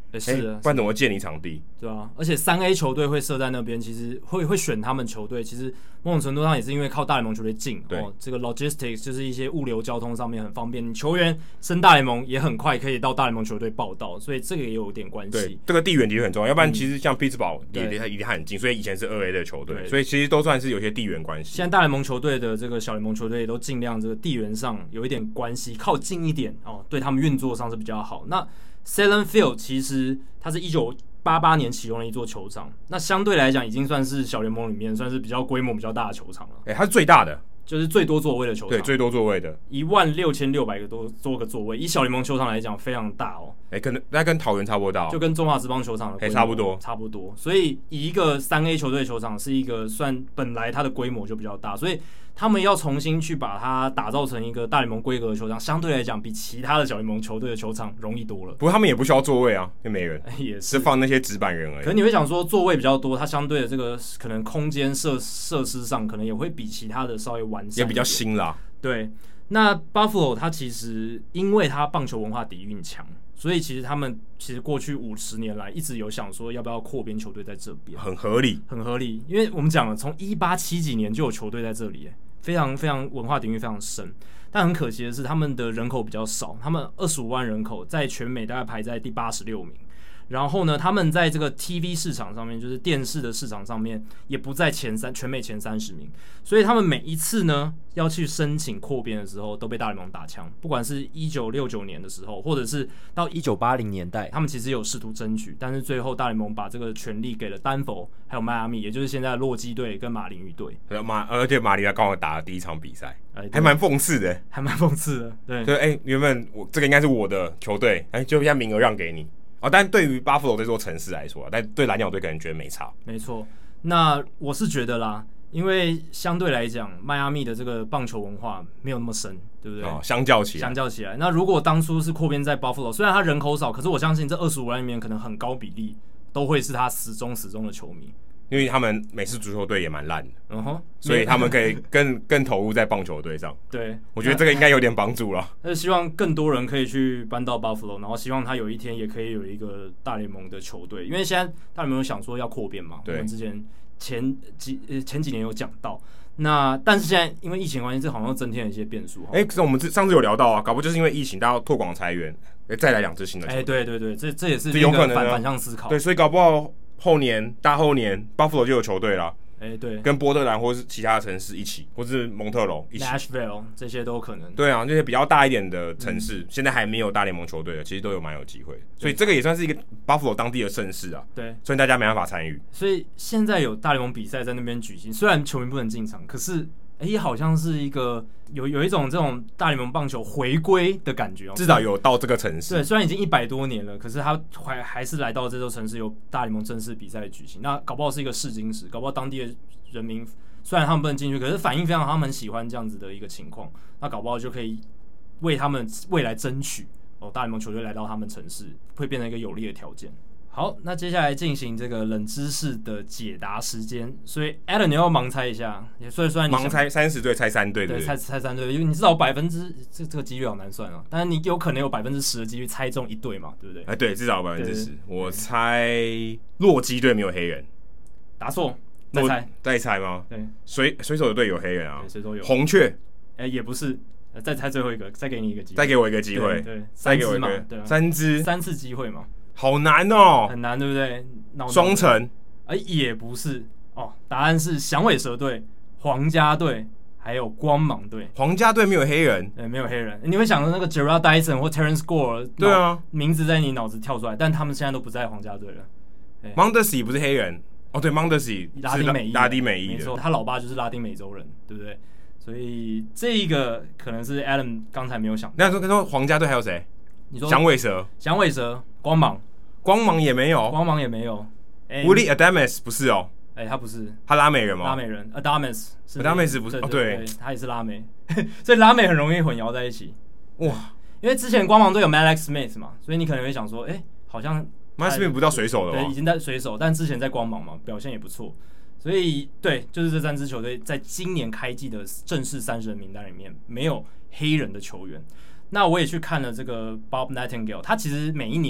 是的， 不然怎么建立场地？ 对啊，而且3A 球队会设在那边，其实会选他们球队，其实某种程度上也是因为靠大联盟球队近，这个 logistics 就是一些物流交通上面很方便，你球员升大联盟也很快可以到大联盟球队报到，所以这个也有点关系。 对，这个地缘的确很重要，要不然其实像匹兹堡也离他很近，所以以前是2A 的球队，所以其实都算是有些地缘关系。 现在大联盟球队的这个小联盟球队也都尽量这个地缘上有一点关系，靠近一点对他们运作上是比较好。那 Salen Field 其实它是1988年启用的一座球场，那相对来讲已经算是小联盟里面算是比较规模比较大的球场了。 它是最大的， 就是最多座位的球场， 对，最多座位的 ，16600多个座位，以小联盟球场来讲非常大哦。 可能那跟桃园差不多大， 就跟中华职棒球场的规模差不多。所以以一个3A 球队的球场是一个算本来它的规模就比较大，所以他们要重新去把它打造成一个大联盟规格的球场，相对来讲比其他的小联盟球队的球场容易多了。 不过他们也不需要座位啊，因为没人， 也是放那些纸板人而已。 可是你会想说座位比较多，它相对的这个可能空间设施上可能也会比其他的稍微完善， 也比较新啦。 对，那 Buffalo 它其实因为它棒球文化底蕴强，所以他们过去50年来一直有想说要不要扩编球队在这边， 很合理， 因为我们讲了从1870几年就有球队在这里，非常非常文化底蕴非常深。但很可惜的是，他们的人口比较少，他们25万人口，在全美大概排在第86名。然后呢，他们在这个 TV 市场上面，就是电视的市场上面，也不在全美前30名。所以他们每一次呢要去申请扩编的时候，都被大联盟打枪。不管是1969年的时候，或者是到1980年代，他们其实有试图争取，但是最后大联盟把这个权利给了丹佛，还有迈阿密，也就是现在的洛基队跟马林鱼队。 而且马林鱼刚好打了第一场比赛，还蛮讽刺的， 对。 就原本这个应该是我的球队，就将名额让给你。但对于 Buffalo 这座城市来说，但对蓝鸟队可能觉得没差。 没错，那我是觉得啦，因为相对来讲，迈阿密的这个棒球文化没有那么深，对不对？ 相较起来，那如果当初是扩编在 Buffalo， 虽然他人口少，可是我相信这25万里面可能很高比例都会是他死忠的球迷。 因为他们美式足球队也蛮烂的，所以他们可以更投入在棒球队上。 对， 我觉得这个应该有点帮助了。 那希望更多人可以去搬到 Buffalo， 然后希望他有一天也可以有一个大联盟的球队。因为现在大联盟有想说要扩编嘛，我们之前前几年有讲到。但是现在因为疫情关系，这好像增添了一些变数。 可是我们上次有聊到啊，搞不就是因为疫情，大家要拓广裁员，再来2支新的球队。对，这也是有可能反向思考。 对，所以搞不好大后年 Buffalo 就有球队了。 对， 跟波特兰或是其他的城市一起，或是蒙特娄一起 ，Nashville 这些都可能。 对啊，这些比较大一点的城市，现在还没有大联盟球队的，其实都蛮有机会。所以这个也算是一个 Buffalo 当地的盛事啊。 对， 所以大家没办法参与。 所以现在有大联盟比赛在那边举行，虽然球迷不能进场，可是也好像是一个有一种这种大联盟棒球回归的感觉， 至少有到这个城市。 对，虽然已经100多年了，可是他还是来到这座城市，有大联盟正式比赛的举行。那搞不好是一个试金石，搞不好当地的人民虽然他们不能进去，可是反应非常好，他们很喜欢这样子的一个情况。那搞不好就可以为他们未来争取大联盟球队来到他们城市，会变成一个有利的条件。好，那接下来进行这个冷知识的解答时间。所以 Adam 你要盲猜一下，所以算盲猜30队猜3队，对， 猜3队，因为你至少这个几率好难算但是你有可能有10%的几率猜中1队嘛，对不对？ 对，至少10%。我猜洛基队没有黑人， 答错， 再猜吗？ 对， 水手的队有黑人啊， 水手有。 红雀， 也不是。再猜最后一个，再给你一个机会， 再给我一个机会， 对， 再给我一个 3次机会嘛。 好难哦， 很难，对不对？ 双城， 也不是答案是响尾蛇队、皇家队还有光芒队。 皇家队没有黑人， 没有黑人。你会想到那个 Gerard Dyson 或 Terrence Gore， 对啊， 名字在你脑子跳出来，但他们现在都不在皇家队了。 Mondesi 不是黑人对 ，Mondesi 是拉丁美裔的， 没错，他老爸就是拉丁美洲人，对不对？所以这一个可能是 Adam 刚才没有想到。 那说皇家队还有谁？ 你说响尾蛇、 光芒也没有，Willie Adames 不是他不是， 他拉美人吗？ 拉美人 Adames 不是对， 他也是拉美，所以拉美很容易混淆在一起。哇，因为之前光芒队有 Mallex Smith 嘛，所以你可能会想说，好像 Mallex Smith 不到水手了吗？ 对，已经在水手，但之前在光芒嘛，表现也不错。所以对，就是这3支球队在今年开季的正式30人名单里面没有黑人的球员。那我也去看了这个 Bob Nightingale， 他其实每一年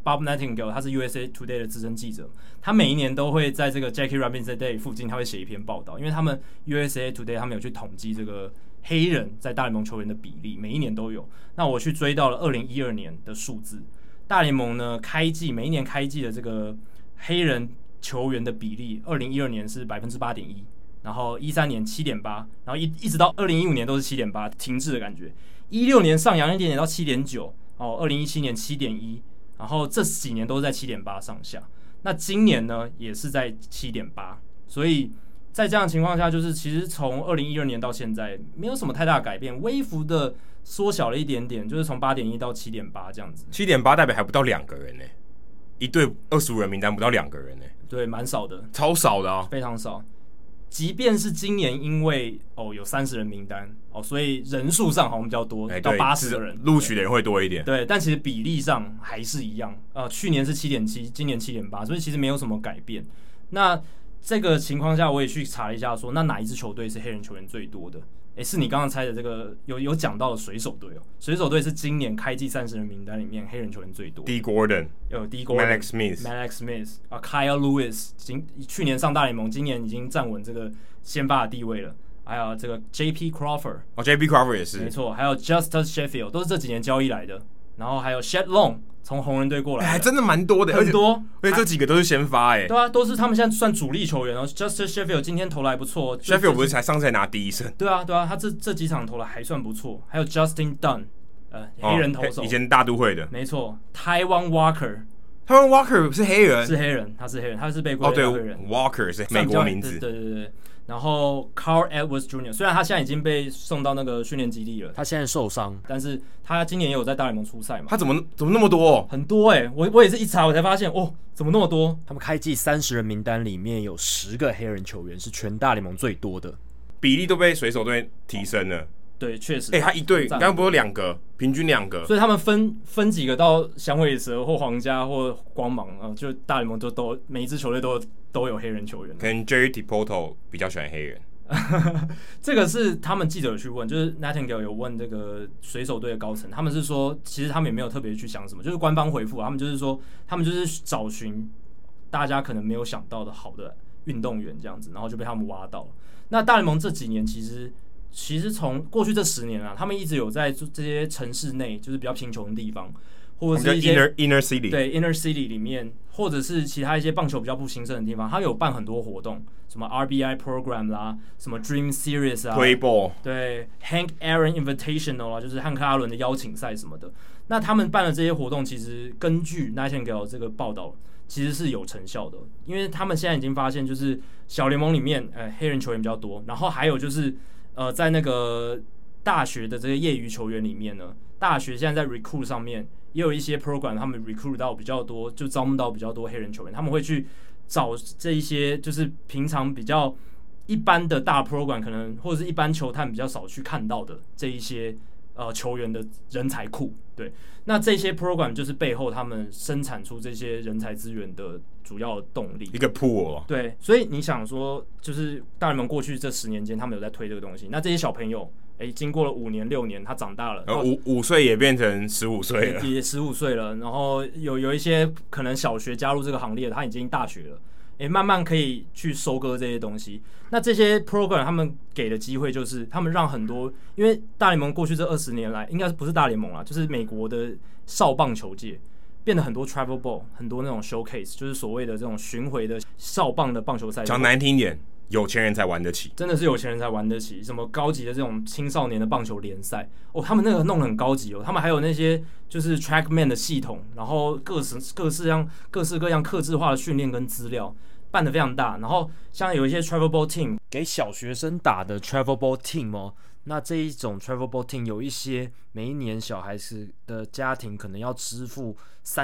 Bob Nightingale 他是 USA Today 的资深记者，他每一年都会在这个 Jackie Robinson Day 附近，他会写一篇报道，因为他们 USA Today 他们有去统计这个黑人在大联盟球员的比例，每一年都有。那我去追到了2012年的数字，大联盟呢每一年开季的这个黑人球员的比例，2012年是 8.1%， 然后13年 7.8%， 然后一直到2015年都是 7.8%， 停滞的感觉。16年上扬一点点到 7.9%， 2017年 7.1%， 然后这几年都是在 7.8 上下。那今年呢也是在 7.8， 所以在这样的情况下，就是其实从2012年到现在没有什么太大的改变，微幅的缩小了一点点，就是从 8.1 到 7.8 这样子。 7.8 代表还不到2个人呢，一队25人名单不到2个人呢， 对，蛮少的， 超少的啊， 非常少。即便是今年因为有30人名单所以人数上好像比较多，到80个人， 录取的人会多一点。 对，但其实比例上还是一样。去年是 7.7， 今年 7.8， 所以其实没有什么改变。那这个情况下，我也去查了一下说那哪一支球队是黑人球员最多的？是你刚刚猜的这个有讲到的水手队哦。水手队是今年开季30人名单里面黑人球员最多。 D Gordon， 有 D Gordon， Mallex Smith Kyle Lewis， 去年上大联盟，今年已经站稳这个先发的地位了。还有这个 J.P. Crawford，J.P. Crawford 也是没错，还有 Justus Sheffield 都是这几年交易来的。然后还有 Shed Long 从红人队过来的， 还真的蛮多的， 很多， 而且这几个都是先发对啊，都是他们现在算主力球员哦。Justus Sheffield 今天投来不错 ，Sheffield 不是上次才拿第1胜？ 对啊，他这几场投来还算不错。还有 Justin Dunn，黑人投手， 以前大都会的， 没错。Taiwan Walker 是黑人， 他是黑人，他是被归类为黑人。 Walker 是美国名字， 对。然后 Carl Edwards Jr. 虽然他现在已经被送到那个训练基地了， 他现在受伤， 但是他今年也有在大联盟出赛嘛。 他怎么那么多？ 很多我也是一查我才发现怎么那么多？ 他们开季30人名单里面有10个黑人球员，是全大联盟最多的， 比例都被水手队提升了。 对，确实。 他一队刚刚不是2个，平均2个， 所以他们分几个到响尾蛇或皇家或光芒就大联盟都每一支球队都有黑人球员。 可能 Jerry Dipoto 比较喜欢黑人。 这个是他们记者有去问，就是 Nightingale 有问这个水手队的高层，他们是说其实他们也没有特别去想什么，就是官方回复他们就是说他们就是找寻大家可能没有想到的好的运动员这样子，然后就被他们挖到了。那大联盟这几年其实从过去这10年他们一直有在这些城市内，就是比较贫穷的地方，或者是一些 inner city， 对 inner city 里面，或者是其他一些棒球比较不兴盛的地方，他有办很多活动，什么 RBI program 啦，什么 Dream Series 啊 ，Play Ball， 对 Hank Aaron Invitational 啦，就是汉克阿伦的邀请赛什么的。那他们办的这些活动，其实根据 Nightingale 这个报道，其实是有成效的，因为他们现在已经发现，就是小联盟里面黑人球员比较多，然后还有就是在那个大学的这些业余球员里面呢，大学现在在 recruit 上面也有一些 program， 他们 recruit 到比较多，就招募到比较多黑人球员，他们会去找这一些就是平常比较一般的大 program 可能或者是一般球探比较少去看到的这一些球员的人才库。对，那这些 program 就是背后他们生产出这些人才资源的主要的动力， 一个 pool。 对，所以你想说，就是大联盟过去这10年间，他们有在推这个东西。那这些小朋友，经过了5年6年，他长大了 ，5岁也变成15岁了， 也15岁了。然后有一些可能小学加入这个行列，他已经大学了。慢慢可以去收割这些东西。那这些 program 他们给的机会就是他们让很多，因为大联盟过去这20年来，应该不是大联盟啦，就是美国的少棒球界变得很多 travel ball， 很多那种 showcase， 就是所谓的这种巡回的少棒的棒球赛。 讲难听点，有钱人才玩得起， 真的是有钱人才玩得起。什么高级的这种青少年的棒球联赛他们那个弄得很高级他们还有那些就是 TrackMan 的系统，然后各式各样客制化的训练跟资料。办得非常大，然后像有一些 travel ball team 给小学生打的 travel ball team 那这一种 travel ball team 有一些每一年小孩子的家庭可能要支付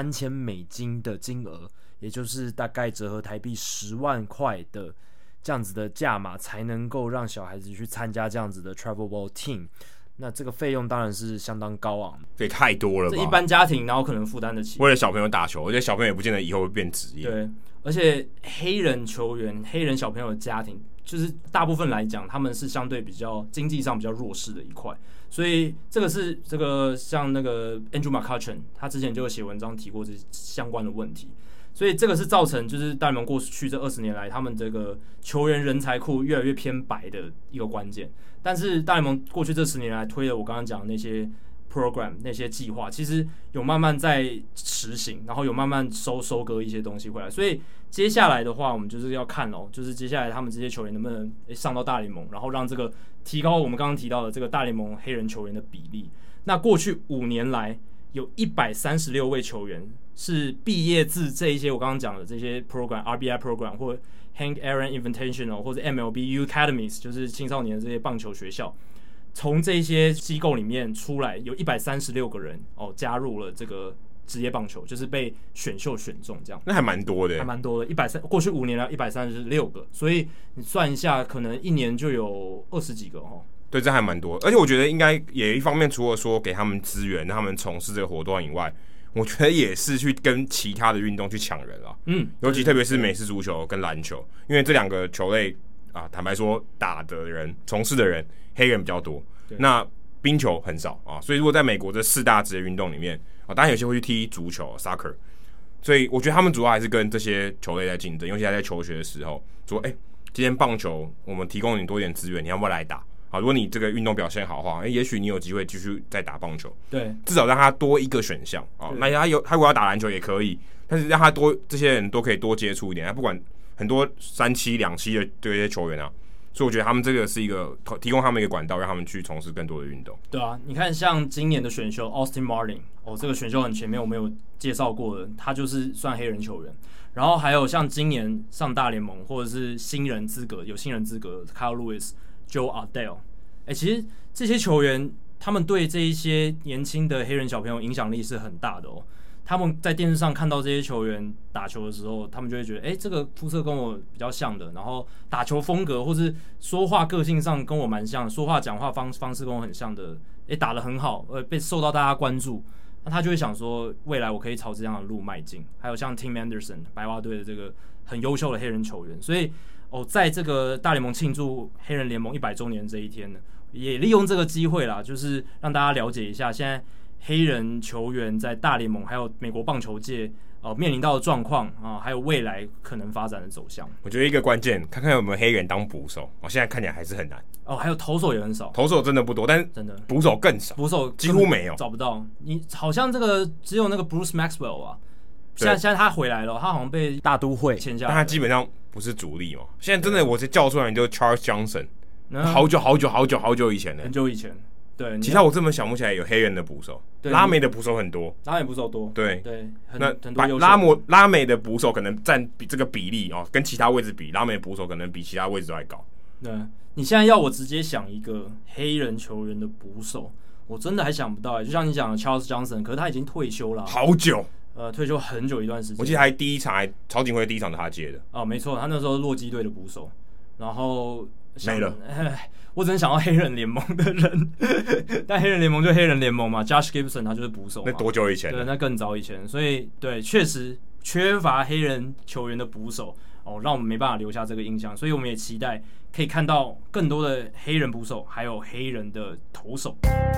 $3000的金额，也就是大概折合台币10万块的这样子的价码，才能够让小孩子去参加这样子的 travel ball team。 那这个费用当然是相当高昂， 这太多了吧？ 这一般家庭然后可能负担得起。 为了小朋友打球，而且小朋友也不见得以后会变职业。 对，而且黑人球员、黑人小朋友的家庭，就是大部分来讲，他们是相对比较经济上比较弱势的一块，所以这个像那个 Andrew McCutchen， 他之前就有写文章提过这相关的问题。所以这个是造成就是大联盟过去这20年来他们这个球员人才库越来越偏白的一个关键。但是大联盟过去这10年来推了我刚刚讲的那些 program 那些计划，其实有慢慢在实行，然后有慢慢收割一些东西回来。所以接下来的话，我们就是要看就是接下来他们这些球员能不能上到大联盟，然后让这个提高我们刚刚提到的这个大联盟黑人球员的比例。那过去5年来，有136位球员是毕业自这一些我刚刚讲的这些 program RBI program 或 Hank Aaron Invitational 或者 MLB U Academies， 就是青少年的这些棒球学校，从这些机构里面出来，有136个人加入了这个职业棒球，就是被选秀选中这样。 那还蛮多的， 还蛮多的。过去5年来136个，所以你算一下，可能一年就有20几个哦。 对，这还蛮多，而且我觉得应该也一方面，除了说给他们资源，让他们从事这个活动以外，我觉得也是去跟其他的运动去抢人啊。尤其特别是美式足球跟篮球，因为这2个球类啊，坦白说打的人、从事的人，黑人比较多，那冰球很少啊。所以如果在美国这4大职业运动里面啊，当然有些会去踢足球 （soccer）， 所以我觉得他们主要还是跟这些球类在竞争，尤其在求学的时候，说今天棒球我们提供你多一点资源，你要不要来打？好，如果你这个运动表现好的话，也许你有机会继续再打棒球。 对， 至少让他多一个选项啊。那他如果要打篮球也可以，但是让他这些人都可以多接触一点。他不管很多3期、2期的这些球员啊，所以我觉得他们这个是一个提供他们一个管道，让他们去从事更多的运动。 对啊，你看像今年的选秀 Austin Martin， 这个选秀很前面我们有介绍过的，他就是算黑人球员。然后还有像今年上大联盟或者是有新人资格 Kyle Lewis、Joe Adele，其实这些球员他们对这一些年轻的黑人小朋友影响力是很大的哦。他们在电视上看到这些球员打球的时候，他们就会觉得，这个肤色跟我比较像的，然后打球风格或是说话个性上跟我蛮像，说话讲话方式跟我很像的，打得很好，被受到大家关注，那他就会想说，未来我可以朝这样的路迈进。还有像 Tim Anderson 白袜队的这个很优秀的黑人球员，所以在这个大联盟庆祝黑人联盟100周年这一天呢，也利用这个机会啦，就是让大家了解一下现在黑人球员在大联盟还有美国棒球界面临到的状况啊，还有未来可能发展的走向。 我觉得一个关键，看看有没有黑人当捕手，现在看起来还是很难。 还有投手也很少， 投手真的不多，但是真的捕手更少， 捕手几乎没有， 找不到。你好像这个只有那个 Bruce Maxwell 啊，现在他回来了，他好像被大都会签下来， 但他基本上不是主力嘛。现在真的我是叫出来，你就 Charles Johnson，好久以前的， 很久以前。对， 其他我这么想不起来有黑人的捕手，拉美的捕手很多， 拉美捕手多， 对， 很多拉美的捕手可能占这个比例跟其他位置比，拉美的捕手可能比其他位置都还高。 对，你现在要我直接想一个黑人球员的捕手，我真的还想不到就像你讲的 Charles Johnson， 可是他已经退休了， 好久， 退休很久一段时间。 我记得还第一场曹景辉第一场他接的， 没错，他那时候洛基队的捕手，然后没了。 我只能想到黑人联盟的人，但黑人联盟就黑人联盟嘛 ，Josh Gibson 他就是捕手嘛， 那多久以前？ 对，那更早以前，所以对，确实缺乏黑人球员的捕手让我们没办法留下这个印象，所以我们也期待可以看到更多的黑人捕手，还有黑人的投手。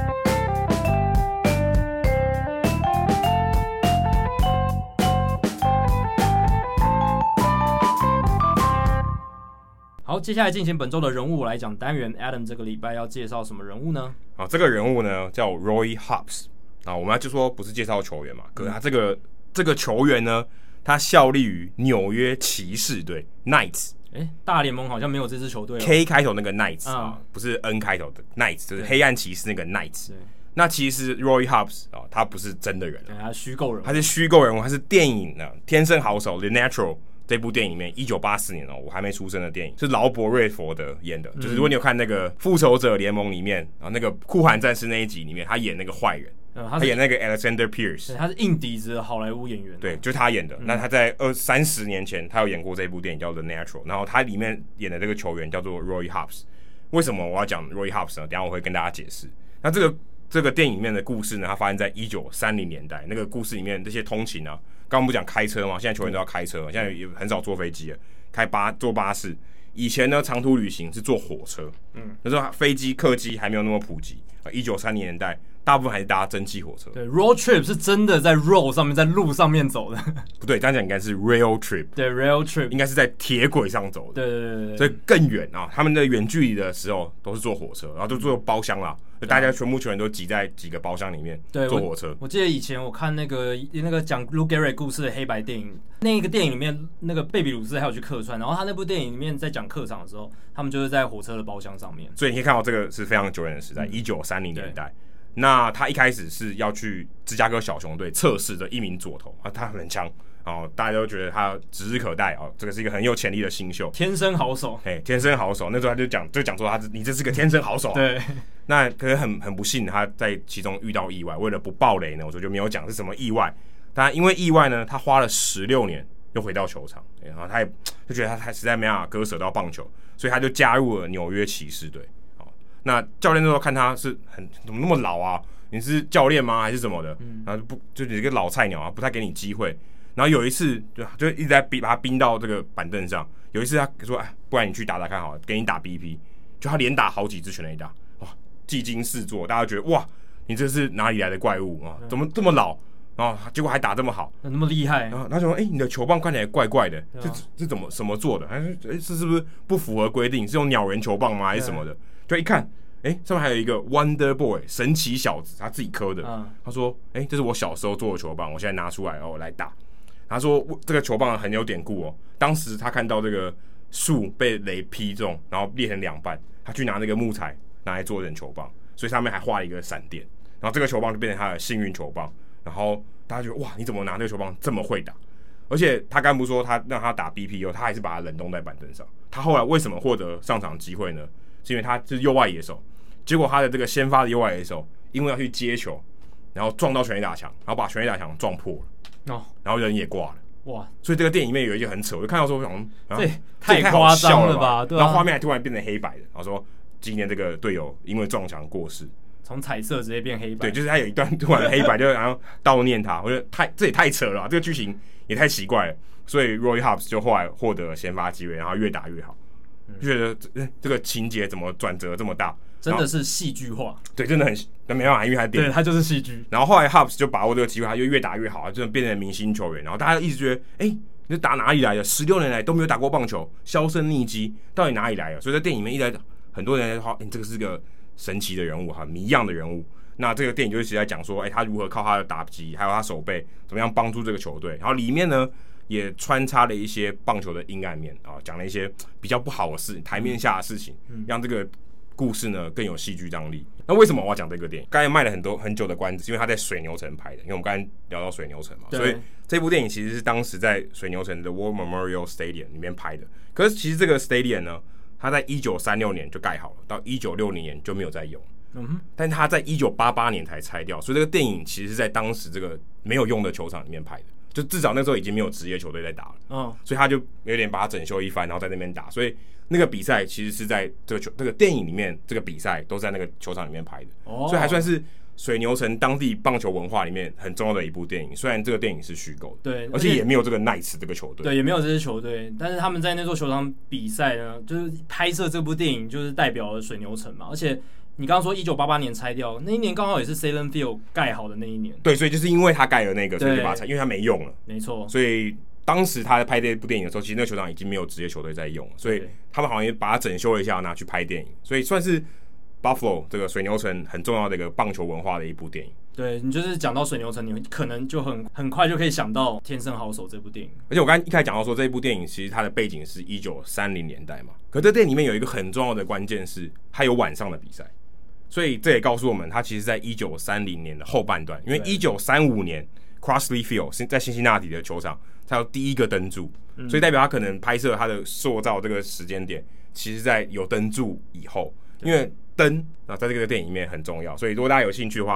好，接下来进行本周的人物来讲单元。Adam 这个礼拜要介绍什么人物呢？ 这个人物呢叫 Roy Hobbs 我们就说不是介绍球员嘛，可是他这个球员呢，他效力于纽约骑士队 Knights。 大联盟好像没有这支球队 K 开头那个 Knights 不是 N 开头的 Knights， 就是黑暗骑士那个 Knights。那其实 Roy Hobbs 他不是真的人， 他是虚构人物， 他是虚构人物，他是电影的《天生好手》The Natural。这部电影里面1984年我还没出生的电影，是劳勃瑞佛的演的，就是如果你有看那个复仇者联盟里面那个酷寒战士那一集里面，他演那个坏人，他演那个 Alexander Pierce， 他是硬底子的好莱坞演员， 对，就是他演的。那他在30年前他有演过这部电影叫 The Natural， 然后他里面演的这个球员叫做 Roy Hobbs。为什么我要讲 Roy Hobbs 呢？等一下我会跟大家解释。 那这个电影里面的故事呢，它发生在1930年代。那个故事里面这些通勤啊，刚刚不讲开车嘛，现在球员都要开车，现在也很少坐飞机了，坐巴士。以前呢，长途旅行是坐火车，那时候飞机、客机还没有那么普及。1930年代，大部分还是搭蒸汽火车。 对 ，road trip 是真的在 road 上面，在路上面走的。 不对，这样讲应该是 rail trip。 对 ，rail trip 应该是在铁轨上走的。 对， 所以更远啊！他们的远距离的时候都是坐火车，然后都坐包厢啦，大家全部球员都挤在几个包厢里面坐火车。 我记得以前我看那个讲 Lou Gehrig 故事的黑白电影，那个电影里面那个贝比鲁斯还有去客串，然后他那部电影里面在讲客场的时候，他们就是在火车的包厢上面。 所以你可以看到这个是非常久远的时代，1930年代。那他一开始是要去芝加哥小熊队测试的一名左投啊，他很强哦，大家都觉得他指日可待哦，这个是一个很有潜力的新秀， 天生好手， 天生好手。那时候他就讲说你这是个天生好手、啊， 对。 那可是很不幸，他在其中遇到意外，为了不爆雷呢，我就没有讲是什么意外。但因为意外呢，他花了16年又回到球场，然后他也就觉得他实在没办法割舍到棒球，所以他就加入了纽约骑士队。那教练那时候看他是怎么那么老啊？你是教练吗？还是什么的？然后就你一个老菜鸟啊，不太给你机会。然后有一次就一直在把他逼到这个板凳上。有一次他说：“哎，不然你去打打看好了，给你打 BP。”就他连打好几支全垒打，哇，技惊四座，大家觉得哇，你这是哪里来的怪物啊？怎么这么老？然后结果还打这么好， 那么厉害。 然后他说：“你的球棒看起来怪怪的，这怎么做的？还是这是不是不符合规定？是用鸟人球棒吗？还是什么的？”就一看，上面还有一个 Wonder Boy 神奇小子，他自己刻的。他说：“这是我小时候做的球棒，我现在拿出来来打。”他说：“这个球棒很有典故哦。当时他看到这个树被雷劈中，然后裂成2半，他去拿那个木材拿来做成球棒，所以上面还画了一个闪电，然后这个球棒就变成他的幸运球棒。然后大家觉得哇，你怎么拿这个球棒这么会打？而且他刚不说他让他打 BP 后，他还是把他冷冻在板凳上。他后来为什么获得上场机会呢？是因为他是右外野手。”结果他的这个先发的右外野手，因为要去接球，然后撞到全垒打墙，然后把全垒打墙撞破了，然后人也挂了。哇！所以这个电影里面有一些很扯，我就看到说，我想， 这太夸张了吧？对啊。 然后画面还突然变成黑白的，然后说今天这个队友因为撞墙过世， 从彩色直接变黑白。 对，就是他有一段突然黑白，就然后悼念他，我觉得这也太扯了吧，这个剧情也太奇怪了。所以 Roy Hobbs 就后来获得了先发机会，然后越打越好，就觉得这个情节怎么转折这么大？ 真的是戏剧化， 对，真的很没办法，因为对他就是戏剧。 然后后来 Hobbs 就把握这个机会，他就越打越好，真的变成明星球员。然后大家一直觉得，你是打哪里来的？16年来都没有打过棒球，销声匿迹，到底哪里来的？所以在电影里面一直在很多人在说，这个是个神奇的人物，很谜样的人物。那这个电影就是在讲说，他如何靠他的打击，还有他手背，怎么样帮助这个球队。然后里面呢，也穿插了一些棒球的阴暗面啊，讲了一些比较不好的事，台面下的事情，让这个故事呢更有戏剧张力。那为什么我要讲这个电影？刚才卖了很久的关子，因为他在水牛城拍的，因为我们刚才聊到水牛城嘛，所以这部电影其实是当时在水牛城的 War Memorial Stadium 里面拍的。可是其实这个 Stadium 呢，它在1936年就盖好了，到1960年就没有再用。但是它在1988年才拆掉，所以这个电影其实是在当时这个没有用的球场里面拍的，就至少那时候已经没有职业球队在打了。所以他就有点把它整修一番，然后在那边打。所以那个比赛其实是在这个电影里面，这个比赛都在那个球场里面拍的，所以还算是水牛城当地棒球文化里面很重要的一部电影。虽然这个电影是虚构的， 对， 而且也没有这个 Knights 这个球队， 对，也没有这支球队，但是他们在那座球场比赛呢，就是拍摄这部电影，就是代表了水牛城嘛。而且你刚刚说1988年拆掉，那一年刚好也是 Salem Field 盖好的那一年。 对，所以就是因为他盖了那个，所以就把它拆，因为他没用了， 没错， 所以。当时他在拍这部电影的时候，其实那个球场已经没有职业球队在用了，所以他们好像也把它整修了一下，拿去拍电影，所以算是 Buffalo 这个水牛城很重要的一个棒球文化的一部电影。 对，你就是讲到水牛城，你可能就很快就可以想到《天生好手》这部电影。 而且我刚才一开始讲到说，这一部电影其实它的背景是1930年代嘛，可这电影里面有一个很重要的关键是，它有晚上的比赛，所以这也告诉我们，它其实在1930年的后半段，因为1935年 Crosley Field 在辛辛那提的球场。他有第一个灯柱，所以代表他可能拍摄他的塑造这个时间点，其实在有灯柱以后，因为灯在这个电影里面很重要，所以如果大家有兴趣的话，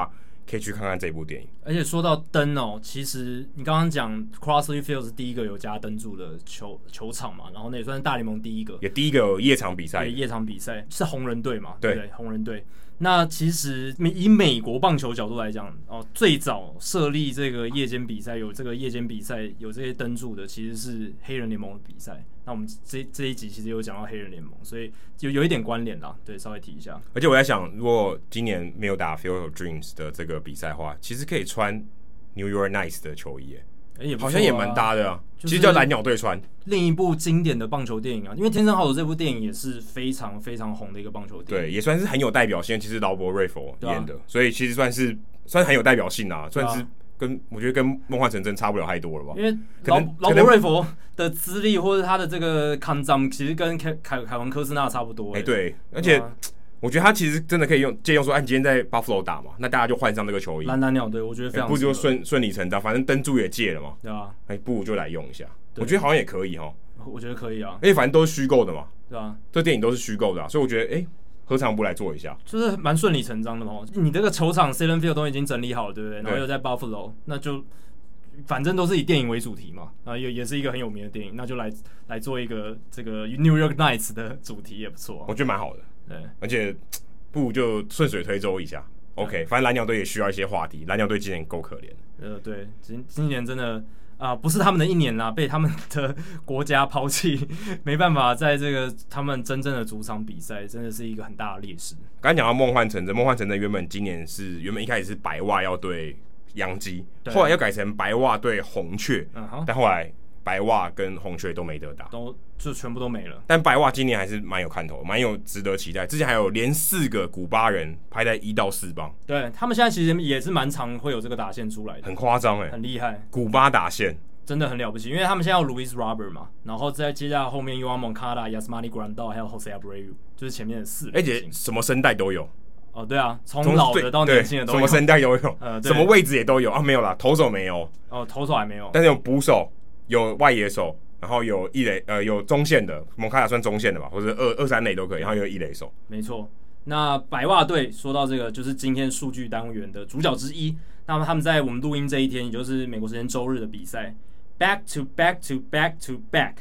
可以去看看这部电影。 而且说到灯哦，其实你刚刚讲 Crossley Field 是第一个有加灯柱的球场嘛，然后那也算是大联盟第一个， 也第一个有夜场比赛。 夜场比赛是红人队嘛？ 对不对，红人队。那其实以美国棒球角度来讲，哦，最早设立这个夜间比赛，有这个夜间比赛有这些灯柱的，其实是黑人联盟的比赛。那我们这一集其实有讲到黑人联盟，所以有一点关联啦，对，稍微提一下。 而且我在想，如果今年没有打 Field of Dreams 的这个比赛的话，其实可以穿 New York Knights 的球衣耶，好像也蛮搭的啊。其实叫蓝鸟队穿。 另一部经典的棒球电影啊，因为《天生好手》这部电影也是非常非常红的一个棒球电影， 对，也算是很有代表性。其实劳勃瑞佛演的，所以其实算是很有代表性啊，算是我觉得跟《梦幻成真》差不了太多了吧？ 因为劳勃瑞佛的资历或者他的这个抗战，其实跟凯文科斯纳差不多。 对，而且我觉得他其实真的可以借用说，你今天在 Buffalo 打嘛，那大家就换上这个球衣， 蓝鸟队，我觉得非常不就顺理成章，反正灯柱也借了嘛， 对啊， 不如就来用一下。我觉得好像也可以我觉得可以啊， 因为反正都是虚构的嘛， 对啊， 这电影都是虚构的所以我觉得何尝不来做一下？ 就是蛮顺理成章的嘛。你这个球场 Citi Field 都已经整理好了，对不对？然后又在 Buffalo， 那就反正都是以电影为主题嘛，也是一个很有名的电影，那就来做一个这个 New York Knights 的主题也不错我觉得蛮好的。 对， 而且不如就顺水推舟一下。OK， 反正蓝鸟队也需要一些话题，蓝鸟队今年够可怜。 对，今年真的。不是他们的一年啦，被他们的国家抛弃，没办法在这个他们真正的主场比赛，真的是一个很大的劣势。 刚才讲到梦幻成真，梦幻成真原本一开始是白袜要对洋基，后来又改成白袜对红雀，但后来白袜跟红雀都没得打， 就全部都没了。 但白袜今年还是蛮有看头，蛮有值得期待。之前还有连4个古巴人排在1到4棒， 对他们现在其实也是蛮常会有这个打线出来的， 很夸张很厉害。 古巴打线真的很了不起，因为他们现在有 Luis Robert 嘛，然后再接下来后面 Yoan Moncada、Yasmani Grandal 还有 Jose Abreu， 就是前面的4人， 而且什么声带都有。 对啊，从老的到年轻的都有， 什么声带都有，什么位置也都有没有啦，投手没有， 投手还没有， 但是有捕手，有外野手。然后有一垒，有中线的，蒙卡达算中线的吧，或者2、3垒都可以。然后有一垒手， 没错。那白袜队说到这个，就是今天数据单元的主角之一。那么他们在我们录音这一天，也就是美国时间周日的比赛 ，back to back to back to back，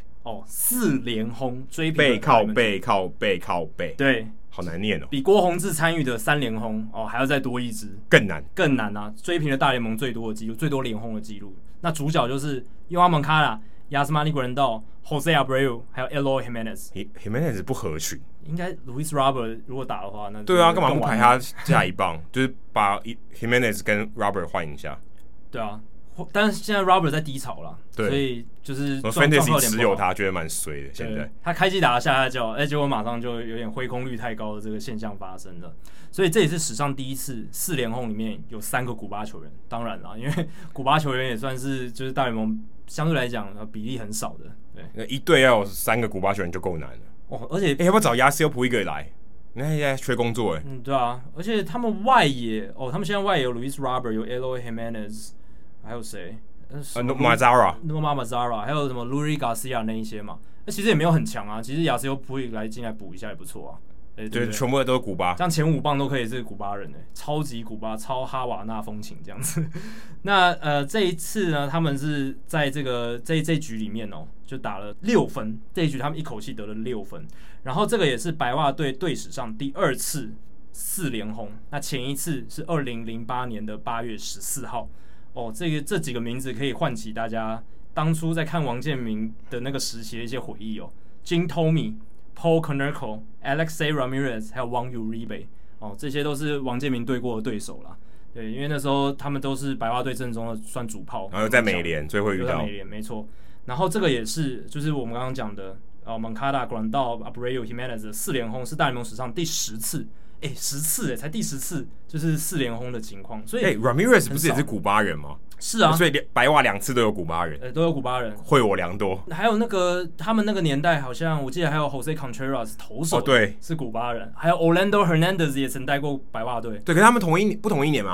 4连轰追平背靠背靠背靠背， 对， 好难念比郭泓志参与的3连轰还要再多一支， 更难啊！追平了大联盟最多的记录，最多连轰的记录。那主角就是 Yoan Moncada、Yasmani Grandal、Jose Abreu 还有 Eloy Jimenez。Jimenez 不合群， 应该 Luis Robert 如果打的话，那对啊，干嘛不排他下一棒？就是把 Jimenez 跟 Robert 换一下。 对啊，但是现在 Robert 在低潮了，所以就是 Fantasy 持有他，觉得蛮衰的。现在他开季打了下脚，结果马上就有点挥空率太高的这个现象发生了。所以这也是史上第一次4连轰里面有3个古巴球员。当然啦，因为古巴球员也算是就是大联盟相对来讲比例很少的。对， 一队要有3个古巴球员就够难了。 而且要不要找Yasiel Puig来？你看现在缺工作对啊，而且他们外野他们现在外野有 Luis Robert， 有 Eloy Jimenez， 还有谁 ？Mazara， Nomar Mazara， 还有什么 Luis Garcia 那一些嘛。那其实也没有很强啊，其实Yasiel Puig进来补一下也不错啊。 对，全部都是古巴， 像前5棒都可以是古巴人超级古巴，超哈瓦那风情这样子。那这一次呢，他们是在这局里面就打了6分，这一局他们一口气得了6分，然后这个也是白袜队队史上第2次4连轰，那前一次是2008年的8月14号。这几个名字可以唤起大家当初在看王建民的那个时期的一些回忆Jim Thome、Paul Konerko、Alexei Ramirez 还有Juan Uribe， 这些都是王建民对过的对手啦。对，因为那时候他们都是白袜队阵中的算主炮， 然后在美联最会遇到， 在美联没错。然后这个也是就是我们刚刚讲的Moncada、Grandal、Abreu、Jimenez 的4连轰是大联盟史上第10次。10次才第10次，就是4连轰的情况。所以 Ramirez 不是也是古巴人吗？ 是啊， 所以白袜2次都有古巴人， 都有古巴人， 会我良多。 还有那个他们那个年代，好像我记得还有 Jose Contreras 投手， 对， 是古巴人，还有 Orlando Hernandez 也曾带过白袜队。 对，可是他们不同一年嘛。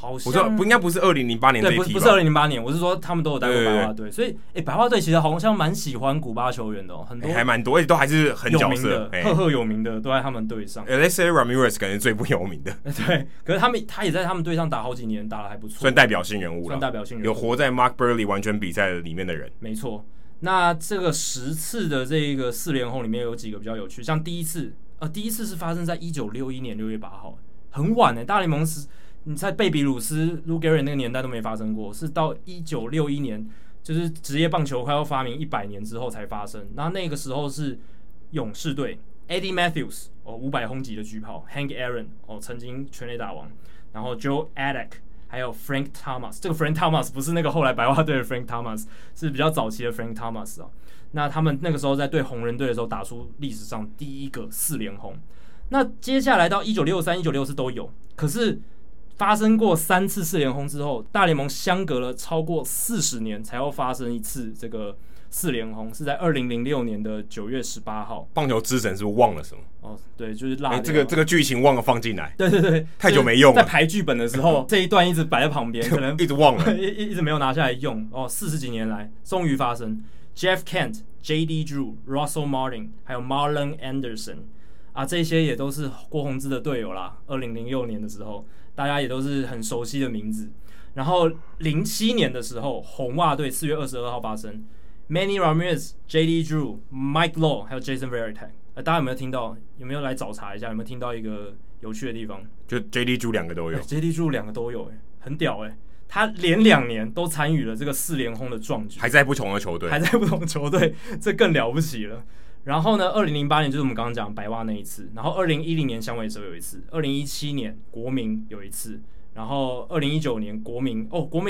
好像我说应该不是2008年这一批吧？ 对，不是2008年，我是说他们都有带过白袜队，所以白袜队其实好像蛮喜欢古巴球员的很多还蛮多，而且都还是很角色， 赫赫有名的都在他们队上。 Alexei Ramirez 可能是最不有名的， 对，可是他也在他们队上打好几年，打得还不错， 算代表性人物了， 算代表性人物， 有活在 Mark Burley 完全比赛的里面的人， 没错。那这个10次的这个4连轰里面有几个比较有趣，像第一次是发生在1961年6月8号，很晚大联盟你在贝比鲁斯、Lou Gehrig 那个年代都没发生过，是到1961年，就是职业棒球快要发明100年之后才发生。那个时候是勇士队 Eddie Matthews 500轰级的巨炮 ，Hank Aaron 曾经全垒打王，然后 Joe Adek 还有 Frank Thomas， 这个 Frank Thomas 不是那个后来白袜队的 Frank Thomas， 是比较早期的 Frank Thomas 那他们那个时候在对红人队的时候打出历史上第一个4连轰。那接下来到1963、1964都有，可是发生过3次4连轰之后，大联盟相隔了超过40年才要发生一次这个4连轰，是在2006年的9月18号。 棒球之神是不是忘了什么？ 对，就是落掉这个剧情忘了放进来。 对， 太久没用了。 在排剧本的时候，这一段一直摆在旁边，可能一直忘了， 一直没有拿下来用。40几年来终于发生。Jeff Kent、J.D. Drew、Russell Martin， 还有 Marlon Anderson 这些也都是郭宏志的队友啦。2006年的时候，大家也都是很熟悉的名字。然后07年的时候，红袜队4月22号发生 ，Manny Ramirez、J.D. Drew、Mike Lowe 还有 Jason Varitek。大家有没有听到？有没有来找查一下？有没有听到一个有趣的地方？ 就 J.D. Drew 2个都有 ，J.D. Drew 2个都有，很屌他连2年都参与了这个4连轰的壮举， 还在不同的球队， 这更了不起了。然后呢，2008年就是我们刚刚讲白袜那一次，然后2010年响尾蛇有一次，2017年国民有一次，然后2019年国民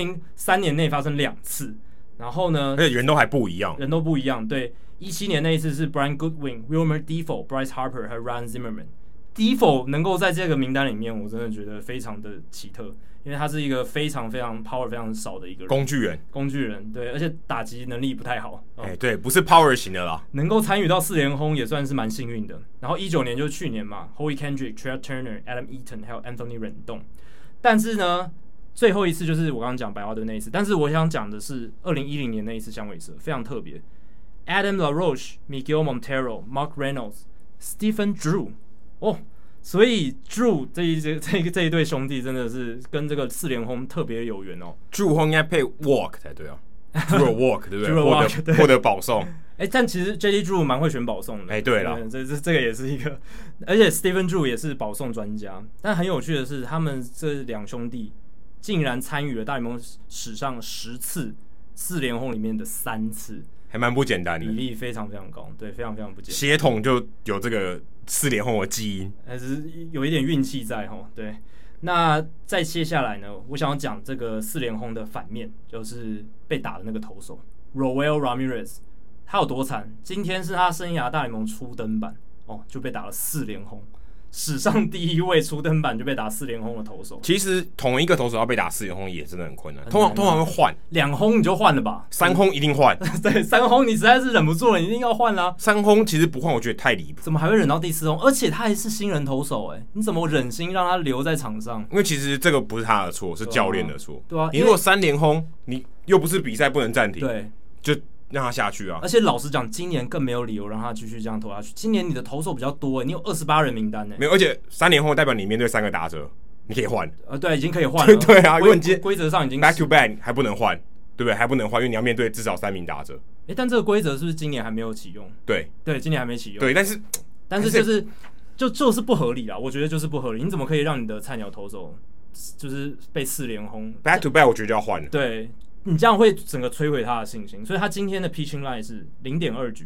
3年内发生2次，然后呢， 而且人都还不一样， 人都不一样。对，17年那一次是 Brian Goodwin、Wilmer Difo、Bryce Harper 和 Ryan Zimmerman。Difo 能够在这个名单里面，我真的觉得非常的奇特。因为他是一个非常非常 power 非常少的一个人，工具人，对，而且打击能力不太好， 对，不是 power 型的啦。 能够参与到4连轰也算是蛮幸运的。然后19年就是去年嘛 ，Howie Kendrick、Trey Turner、Adam Eaton 还有 Anthony Rendon。但是呢，最后一次就是我刚刚讲白袜队那一次，但是我想讲的是2010年那一次响尾蛇非常特别 ，Adam LaRoche、Miguel Montero、Mark Reynolds、Stephen Drew，所以 Drew 这一对兄弟真的是跟这个4连轰特别有缘 Drew 应该配 Walk 才对Drew Walk 对不对？ Walk 获得保送。 但其实 J.D. Drew 蛮会选保送的。 对了， 这个也是一个，而且 Stephen Drew 也是保送专家。但很有趣的是，他们这2兄弟竟然参与了大联盟史上10次4连轰里面的3次。 还蛮不简单的， 比例非常非常高，对，非常非常不简单。 血统就有这个4连轰的基因， 还是有一点运气在对。那再接下来呢，我想要讲这个4连轰的反面，就是被打的那个投手 Roel Ramirez， 他有多惨？今天是他生涯大联盟初登板就被打了4连轰。史上第一位初登板就被打4连轰的投手。 其实同一个投手要被打4连轰也真的很困难，通常会换 ，2轰你就换了吧 ，3轰一定换。 对，3轰你实在是忍不住了，你一定要换啦。 3轰其实不换，我觉得太离谱。 怎么还会忍到第4轰？而且他还是新人投手你怎么忍心让他留在场上？ 因为其实这个不是他的错，是教练的错。 对啊， 你如果3连轰，你又不是比赛不能暂停， 对， 就让他下去啊！ 而且老实讲，今年更没有理由让他继续这样投下去。今年你的投手比较多，你有28人名单没有，而且3连轰代表你面对3个打者，你可以换。 对，已经可以换了。 对啊，因为你规则上已经 back to back 还不能换，对不对？还不能换，因为你要面对至少3名打者。 但这个规则是不是今年还没有启用？ 对， 今年还没启用。 对，但是就是不合理啦，我觉得就是不合理。你怎么可以让你的菜鸟投手就是被4连轰 back to back？ 我觉得就要换了。 对。你这样会整个摧毁他的信心，所以他今天的 pitching line 是 0.2 局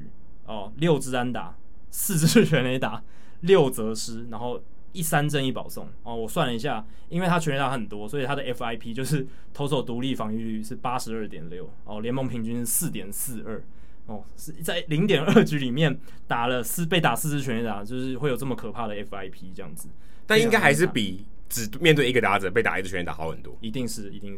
6支安打，4支全垒打，6责失，然后1-3振1保送我算了一下，因为他全垒打很多，所以他的 FIP 就是投手独立防御率是 82.6 联盟平均是 4.42是在 0.2 局里面被打4支全垒打，就是会有这么可怕的 FIP 这样子。 但应该还是比只面对1个打者被打1支全垒打好很多。 一定是，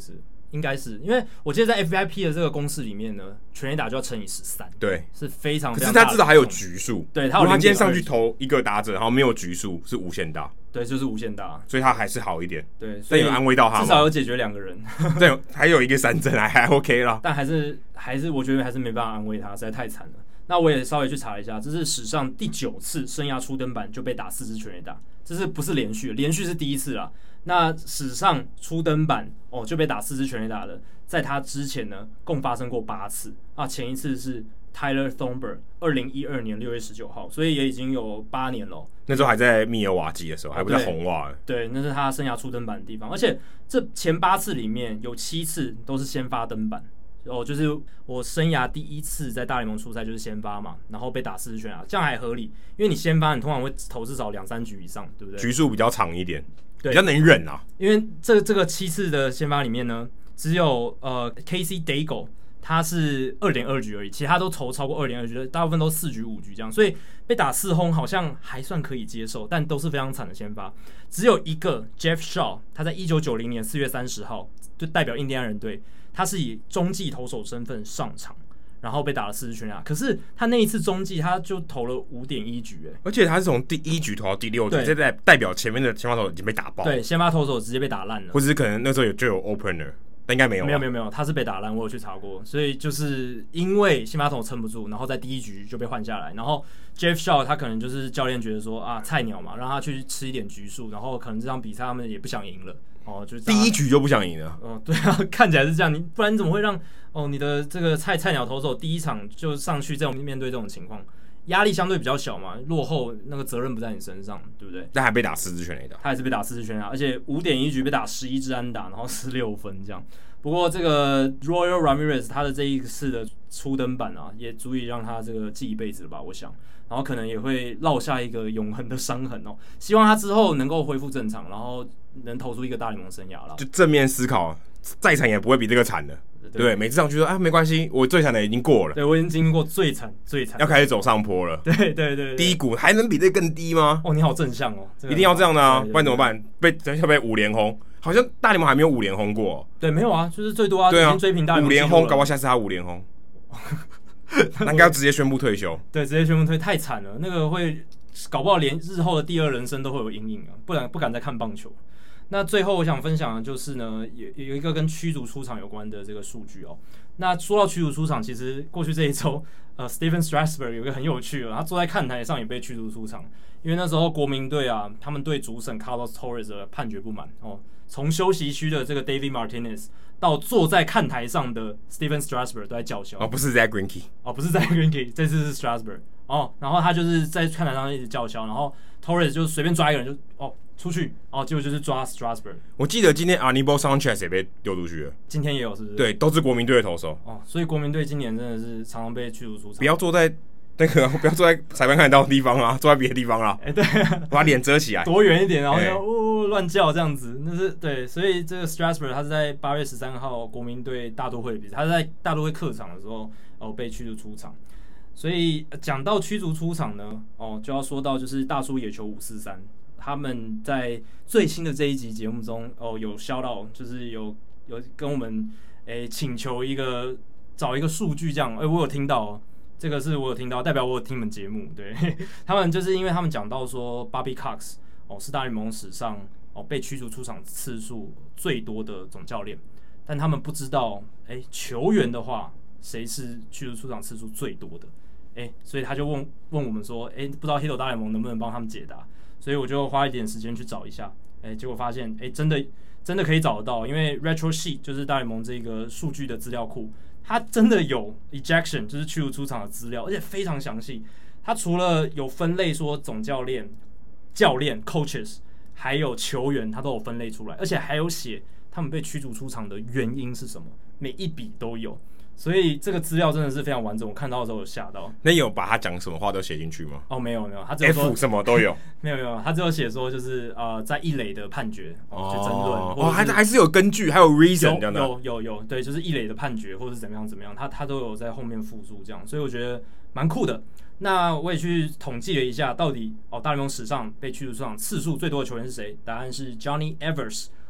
应该是因为我记得在 FIP 的这个公式里面呢，全垒打就要乘以13， 对， 是非常非可是常大的。 他至少还有局数， 对，他有如果他今天上 0.2 去投一个打者，然后没有局数，是无限大， 对，就是无限大， 所以他还是好一点。 对，所但以有安慰到他吗？ 至少有解决2个人。 对，还有一个3振还 OK 啦， 但还是我觉得还是没办法安慰他，实在太惨了。那我也稍微去查了一下，这是史上第9次生涯初登板就被打4支全垒打，这是不是连续？连续是第1次啦。那史上初登板就被打4支全垒打的，在他之前呢，共发生过8次啊。前一次是 Tyler Thornburg 2012年6月19号，所以也已经有8年了。 那时候还在密尔瓦基的时候，还不在红袜。 对，那是他生涯初登板的地方。而且这前8次里面有7次都是先发登板。就是我生涯第1次在大联盟出赛就是先发嘛，然后被打4支全垒打，这样还合理，因为你先发你通常会投至少2-3局以上，对不对？ 局数比较长一点， 对， 比较能忍啊。 因为这个7次的先发里面呢，只有KC Dago 他是2.2局而已，其他都投超过2.2局，大部分都4局5局这样，所以被打4轰好像还算可以接受，但都是非常惨的先发。只有一个 Jeff Shaw， 他在1990年4月30号就代表印第安人队。他是以中继投手身份上场，然后被打了4支全垒打。可是他那一次中继，他就投了5.1局， 而且他是从第1局投到第6局，这代表前面的先发投手已经被打爆。 对，先发投手直接被打烂了， 或者是可能那时候就有 opener， 但应该没有。 没有，他是被打烂，我有去查过。所以就是因为先发投手撑不住，然后在第1局就被换下来。然后 Jeff Shaw 他可能就是教练觉得说啊菜鸟嘛，让他去吃一点局数，然后可能这场比赛他们也不想赢了。就是第1局就不想赢了。 对啊，看起来是这样，不然你怎么会让你的这个菜鸟投手第1场就上去这种面对这种情况，压力相对比较小嘛，落后那个责任不在你身上，对不对？ 但还被打4支全垒打， 他还是被打4支全垒打，而且5.1局被打11支安打，然后16分这样。不过这个 Royal Ramirez 他的这一次的初登板啊，也足以让他这个记一辈子了吧，我想。然后可能也会落下一个永恒的伤痕哦。希望他之后能够恢复正常，然后能投出一个大联盟生涯了。 就正面思考，再惨也不会比这个惨的，对不对？每次上去说啊，没关系，我最惨的已经过了。 对，我已经经历过最惨， 要开始走上坡了。 对， 低谷还能比这更低吗？ 你好正向哦， 一定要这样的啊，不然怎么办？会被5连轰，好像大联盟还没有5连轰过。 对，没有啊，就是最多啊， 对啊， 已经追平大联盟 5连轰，搞不好下次他5连轰。那应该要直接宣布退休。 对，直接宣布退，太惨了。那个会搞不好连日后的第2人生都会有阴影啊，不敢再看棒球。那最后我想分享的就是呢，有一个跟驱逐出场有关的这个数据哦。那说到驱逐出场，其实过去这一周，Steven Strasburg 有一个很有趣的，他坐在看台上也被驱逐出场，因为那时候国民队啊，他们对主审 Carlos Torres 的判决不满哦。从休息区的这个 David Martinez 到坐在看台上的 Steven Strasburg 都在叫嚣。 不是 Zach Greinke， 不是 Zach Greinke， 这次是 Strasburg。然后他就是在看台上一直叫嚣，然后 Torres 就随便抓一个人就出去，结果就是抓 Strasburg。我记得今天 Anibal Sanchez 也被丢出去了， 今天也有是不是？ 对，都是国民队的投手。 所以国民队今年真的是常常被驱逐出场。 不要坐在裁判看得到的地方啊，坐在别的地方啊。 对， 把脸遮起来， 躲远一点，然后就乱叫这样子，那是对。所以这个 Strasburg 他是在8月13号国民队大都会的比赛，他是在大都会客场的时候被驱逐出场。所以讲到驱逐出场呢，就要说到就是大叔野球543，他们在最新的这一集节目中有shout out，就是有跟我们请求找一个数据这样，我有听到这个是我有听到，代表我有听你们节目，对他们就是因为他们讲到说 Bobby Cox 是大联盟史上被驱逐出场次数最多的总教练，但他们不知道球员的话谁是驱逐出场次数最多的。所以他就问我们说，不知道 Hito 大联盟能不能帮他们解答？所以我就花一点时间去找一下，结果发现，真的可以找得到，因为 Retro Sheet 就是大联盟这个数据的资料库，它真的有 ejection 就是驱逐出场的资料，而且非常详细。它除了有分类说总教练、教练 coaches， 还有球员，它都有分类出来，而且还有写他们被驱逐出场的原因是什么，每一笔都有。所以这个资料真的是非常完整，我看到的时候有吓到。 那有把他讲什么话都写进去吗？ 没有，他只有说 F 什么都有。 没有，他只有写说就是在一垒的判决去争论， 还是有根据，还有 reason 这样的。 有，对，就是一垒的判决或者是怎么样，他都有在后面附注这样，所以我觉得蛮酷的。那我也去统计了一下，到底大联盟史上被驱逐出场次数最多的球员是谁？答案是 Johnny Evers。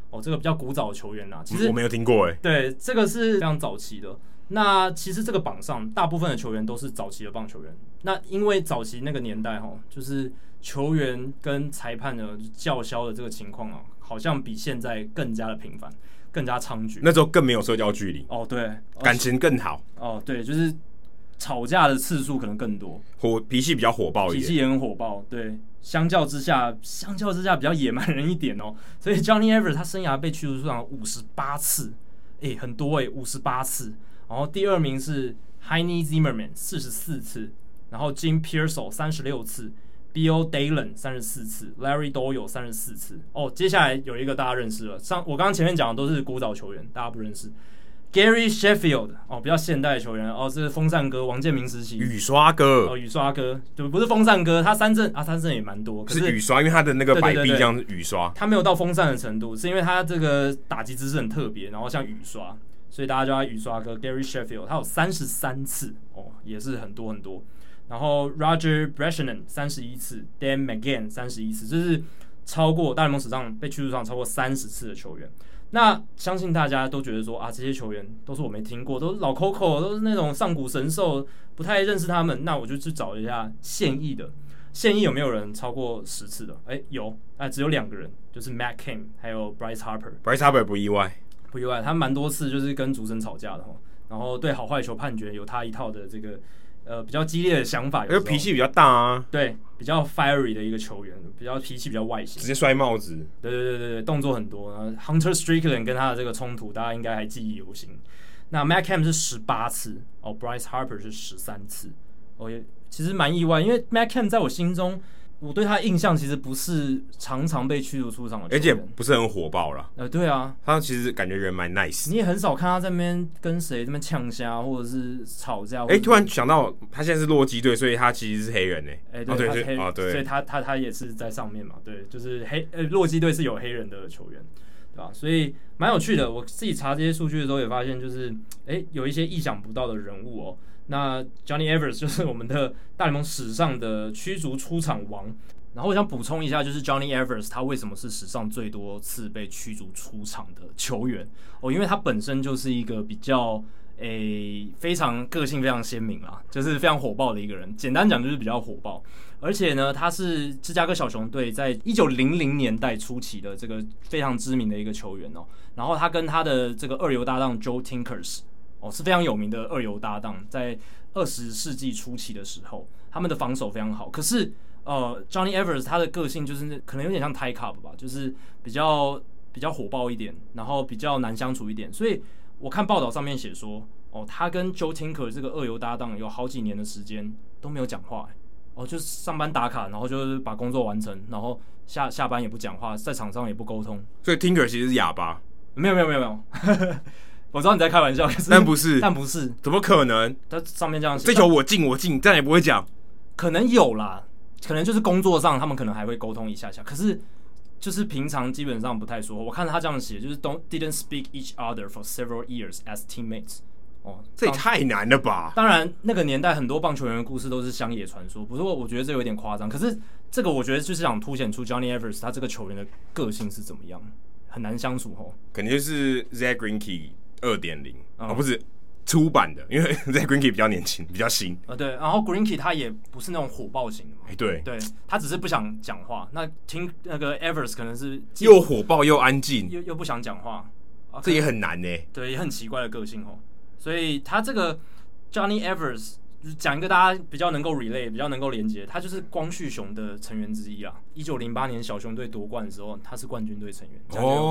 这个比较古早的球员其实我没有听过对，这个是非常早期的。那其实这个榜上大部分的球员都是早期的棒球员。那因为早期那个年代就是球员跟裁判的叫嚣的这个情况好像比现在更加的频繁，更加猖獗。 那时候更没有社交距离对， 感情更好对，就是吵架的次数可能更多， 脾气比较火爆一点， 脾气也很火爆。对，相较之下比较野蛮人一点所以 Johnny Evers 他生涯被驱逐出场58次，很多58次。然后第二名是 Heine Zimmerman 44次，然后 Jim Piersall 36次，Bill Dalen 34次，Larry Doyle 34次。接下来有一个大家认识了，我刚刚前面讲的都是古早球员，大家不认识。Gary Sheffield 比较现代的球员这是风扇哥王建民时期雨刷哥雨刷哥就不是风扇哥，他三振也蛮多，可是雨刷，因为他的那个摆臂这样是雨刷， 他没有到风扇的程度，是因为他这个打击姿势很特别，然后像雨刷，所以大家叫他雨刷哥 Gary Sheffield， 他有33次也是很多很多。然后 Roger Bresnahan 31次 ，Dan McGann 31次，这是超过大联盟史上被驱逐上超过30次的球员。那相信大家都觉得说这些球员都是我没听过，都是老 Coco， 都是那种上古神兽，不太认识他们。那我就去找一下现役的，现役有没有人超过10次的？有，只有2个人，就是 Matt Cain 还有 Bryce Harper。Bryce Harper 不意外， 他蛮多次就是跟主审吵架的然后对好坏球判决有他一套的这个比较激烈的想法，因为脾气比较大对，比较 fiery 的一个球员，比较脾气比较外显， 直接摔帽子， 对，动作很多。Hunter Strickland 跟他的这个冲突，大家应该还记忆犹新。那 Matt Cain 是18次，Bryce Harper 是13次，也其实蛮意外，因为 Matt Cain 在我心中，我对他的印象其实不是常常被驱逐出场的球员， 而且不是很火爆啦。 对啊， 他其实感觉人蛮 nice， 你也很少看他在那边跟谁这边呛虾或者是吵架。 突然想到他现在是洛基队，所以他其实是黑人对，所以他也是在上面嘛，对，就是洛基队是有黑人的球员，对吧？所以蛮有趣的。我自己查这些数据的时候也发现，就是有一些意想不到的人物那 Johnny Evers 就是我们的大联盟史上的驱逐出场王。然后我想补充一下，就是 Johnny Evers 他为什么是史上最多次被驱逐出场的球员因为他本身就是一个比较非常个性非常鲜明啦，就是非常火爆的一个人。简单讲就是比较火爆，而且呢，他是芝加哥小熊队在1900年代初期的这个非常知名的一个球员然后他跟他的这个二游搭档 Joe Tinkers是非常有名的二游搭档，在20世纪初期的时候，他们的防守非常好。可是Johnny Evers 他的个性就是可能有点像 Ty Cobb 吧，就是比较火爆一点，然后比较难相处一点。所以我看报道上面写说，他跟 Joe Tinker 这个二游搭档有好几年的时间都没有讲话，就是上班打卡，然后就是把工作完成，然后下班也不讲话，在场上也不沟通。 所以 Tinker 其实是哑巴？ 没有我知道你在开玩笑， 但不是，怎么可能？ 他上面这样写， 这球我进，这样也不会讲。 可能有啦，可能就是工作上他们可能还会沟通一下，可是就是平常基本上不太说。我看他这样写，就是 didn't speak each other for several years as teammates。 这也太难了吧！ 当然，那个年代很多棒球员的故事都是乡野传说，不过我觉得这有点夸张。可是这个我觉得就是想凸显出 Johnny Evers 他这个球员的个性是怎么样，很难相处肯定就是 Zach Greinke 2.0不是初版的，因为 Zach Greinke 比较年轻，比较新对，然后 Greinke 他也不是那种火爆型的嘛， 对， 他只是不想讲话。那听那个 Evers 可能是又火爆又安静， 又不想讲话， 这也很难对，也很奇怪的个性所以他这个 Johnny Evers 讲一个大家比较能够 relate、比较能够连接，他就是光绪熊的成员之一啊。1908年小熊队夺冠的时候，他是冠军队成员。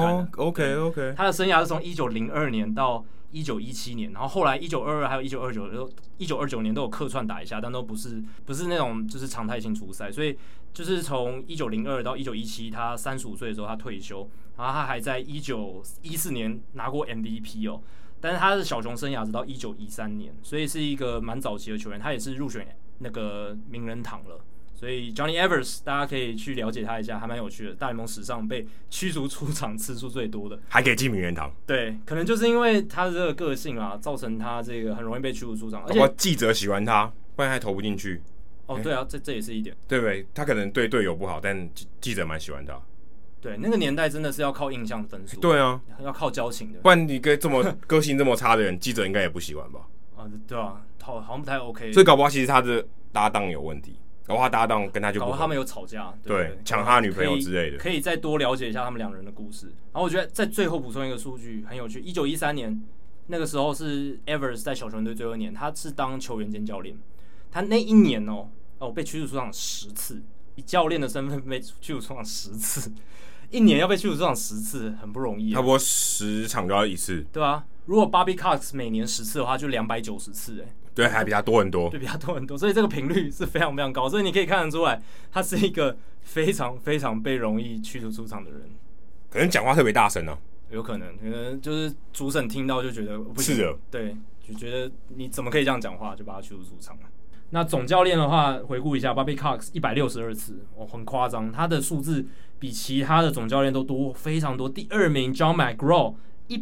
OK， 他的生涯是从1902年到1917年，然后后来1922还有1929年都有客串打一下，但都不是那种就是常态性出赛，所以就是从1902到1917，他35岁的时候他退休，然后他还在1914年拿过 MVP 但是他的小熊生涯直到1913年，所以是一个蛮早期的球员，他也是入选那个名人堂了。所以 Johnny Evers 大家可以去了解他一下，还蛮有趣的。大联盟史上被驱逐出场次数最多的， 还可以进名人堂。 对，可能就是因为他的这个个性啊，造成他这个很容易被驱逐出场。而且记者喜欢他，不然还投不进去。 对啊，这也是一点， 对不对？他可能对队友不好，但记者蛮喜欢他。 对，那个年代真的是要靠印象分数， 对啊， 要靠交情的， 不然你跟这么个性这么差的人，记者应该也不喜欢吧？ 对啊，好像不太 OK。 所以搞不好其实他的搭档有问题，搞不好他搭档跟他就不合， 搞不好他们有吵架， 对，抢他女朋友之类的， 可以再多了解一下他们两人的故事。然后我觉得在最后补充一个数据很有趣，1913年那个时候是 Evers 在小球队最后一年，他是当球员兼教练，他那一年被驱逐出场10次，以教练的身份被驱逐出场10次。一年要被驱逐出场10次，很不容易。 差不多10场就要一次， 对啊。如果 Bobby Cox 每年10次的话，就290次对，还比他多很多， 对，比他多很多。所以这个频率是非常非常高，所以你可以看得出来，他是一个非常非常被容易驱逐出场的人。 可能讲话特别大声啊， 有可能就是主审听到就觉得不行， 是的， 对，就觉得你怎么可以这样讲话，就把他驱逐出场了。那总教练的话，回顾一下 ，Bobby Cox 162次，很夸张，他的数字比其他的总教练都多非常多。第2名 John McGraw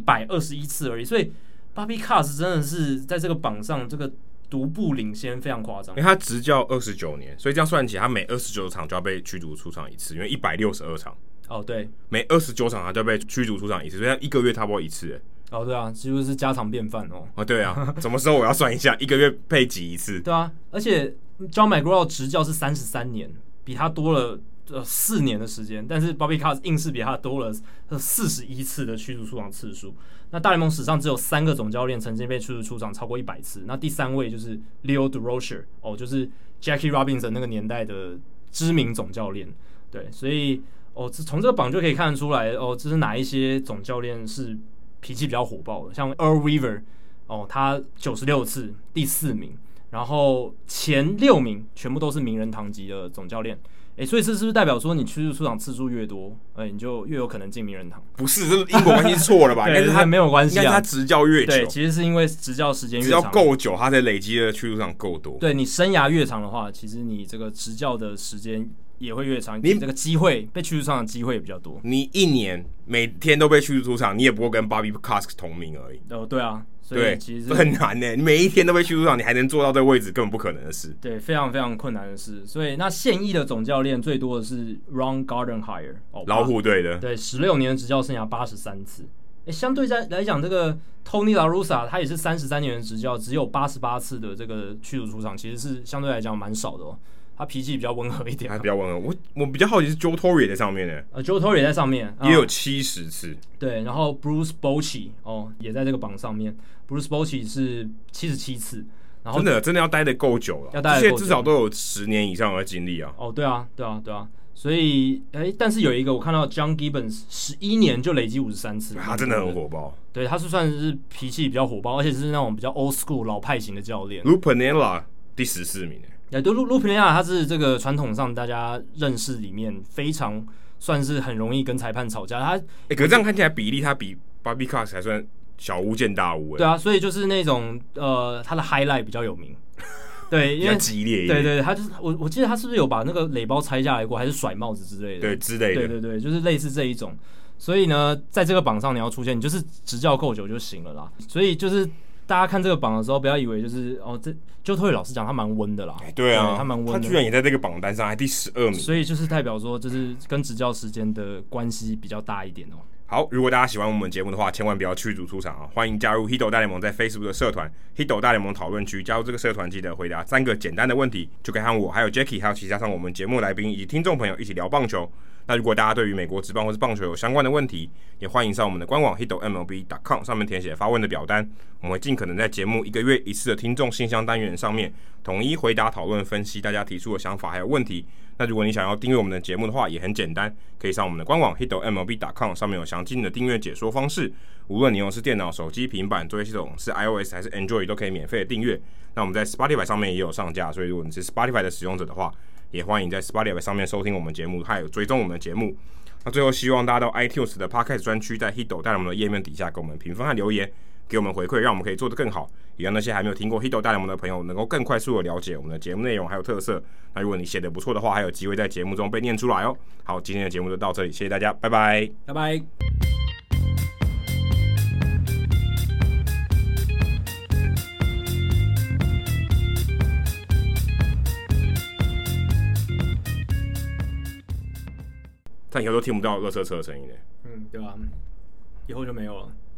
121次而已，所以 Bobby Cox 真的是在这个榜上这个独步领先，非常夸张。 因为他执教29年，所以这样算起来，他每29场就要被驱逐出场一次，因为162场。 对， 每29场他就要被驱逐出场一次，所以他一个月差不多一次。 对啊，几乎是家常便饭对啊，什么时候我要算一下，一个月配几一次？ 对啊，而且 John McGraw 执教是33年，比他多了4年的时间，但是 Bobby Cox 硬是比他多了41次的驱逐出场次数。那大联盟史上只有3个总教练曾经被驱逐出场超过100次，那第3位就是 Leo Durocher，就是 Jackie Robinson 那个年代的知名总教练。对，所以从这个榜就可以看得出来，这是哪一些总教练是脾气比较火爆的，像 Earl Weaver，他96次，第4名，然后前6名全部都是名人堂级的总教练。所以这是不是代表说你驱逐出场次数越多，你就越有可能进名人堂？ 不是，这因果关系错了吧？应该是他没有关系啊， 应该他执教越久， 对，其实是因为执教时间越长， 只要够久，他才累积的驱逐场够多。 对，你生涯越长的话，其实你这个执教的时间也会越长，你这个机会被驱逐出场的机会也比较多。 你一年每天都被驱逐出场，你也不过跟 Bobby Cox 同名而已。 对啊，所以其实很难你每一天都被驱逐出场，你还能做到这个位置，根本不可能的事。 对，非常非常困难的事。所以那现役的总教练最多的是 Ron Gardenhire， 老虎队的， 对，16年的执教生涯83次。相对来讲，这个 Tony La Russa 他也是33年的执教，只有88次的这个驱逐出场，其实是相对来讲蛮少的他脾气比较温和一点， 他比较温和。我比较好奇是 Joe Torre 在上面呢 ，Joe Torre 在上面也有70次， 对，然后 Bruce Bochy 也在这个榜上面 ，Bruce Bochy 是77次，然后真的要待得够久了，这些至少都有10年以上的经历啊。 对啊，所以但是有一个我看到 John Gibbons 11年就累积53次， 他真的很火爆， 对，他是算是脾气比较火爆，而且是那种比较 old school 老派型的教练。 Lou Piniella 第14名。 对，Lou Piniella 他是这个传统上大家认识里面非常算是很容易跟裁判吵架。 可是这样看起来比例他比 Bobby Cox 还算小巫见大巫。 对啊，所以就是那种他的 highlight 比较有名。对，因为比较激烈一点。 对，他就是我记得他是不是有把那个垒包拆下来过，还是甩帽子之类的？ 对，之类的。 对，就是类似这一种。所以呢，在这个榜上你要出现，你就是执教够久就行了啦。所以就是大家看这个榜的时候，不要以为就是Joe Torre老实讲，他蛮温的啦。 对啊， 他蛮温的。 他居然也在这个榜单上，还第12名。 所以就是代表说，就是跟执教时间的关系比较大一点好，如果大家喜欢我们节目的话，千万不要驱逐出场欢迎加入 Hito 大联盟在 Facebook 的社团 Hito 大联盟讨论区，加入这个社团记得回答3个简单的问题，就可以和我还有 Jackie 还有其他上我们节目来宾以及听众朋友一起聊棒球。那如果大家对于美国职棒或是棒球有相关的问题，也欢迎上我们的官网 hitomlb.com 上面填写发问的表单，我们会尽可能在节目1个月1次的听众信箱单元上面统一回答、讨论、分析大家提出的想法还有问题。那如果你想要订阅我们的节目的话，也很简单，可以上我们的官网 hitomlb.com 上面有详尽的订阅解说方式，无论你用的是电脑、手机、平板作业系统是 iOS 还是 Android 都可以免费的订阅。那我们在 Spotify 上面也有上架，所以如果你是 Spotify 的使用者的话，也欢迎在 Spotify 上面收听我们节目，还有追踪我们的节目。那最后希望大家到 iTunes 的 Podcast 专区，在 Hito 大联盟的页面底下给我们评分和留言，给我们回馈，让我们可以做得更好，也让那些还没有听过 Hito 大联盟的朋友能够更快速的了解我们的节目内容还有特色。那如果你写得不错的话，还有机会在节目中被念出来哦。好，今天的节目就到这里，谢谢大家，拜拜， 拜拜。 看以后都听不到垃圾车的声音了。 对啊，以后就没有了。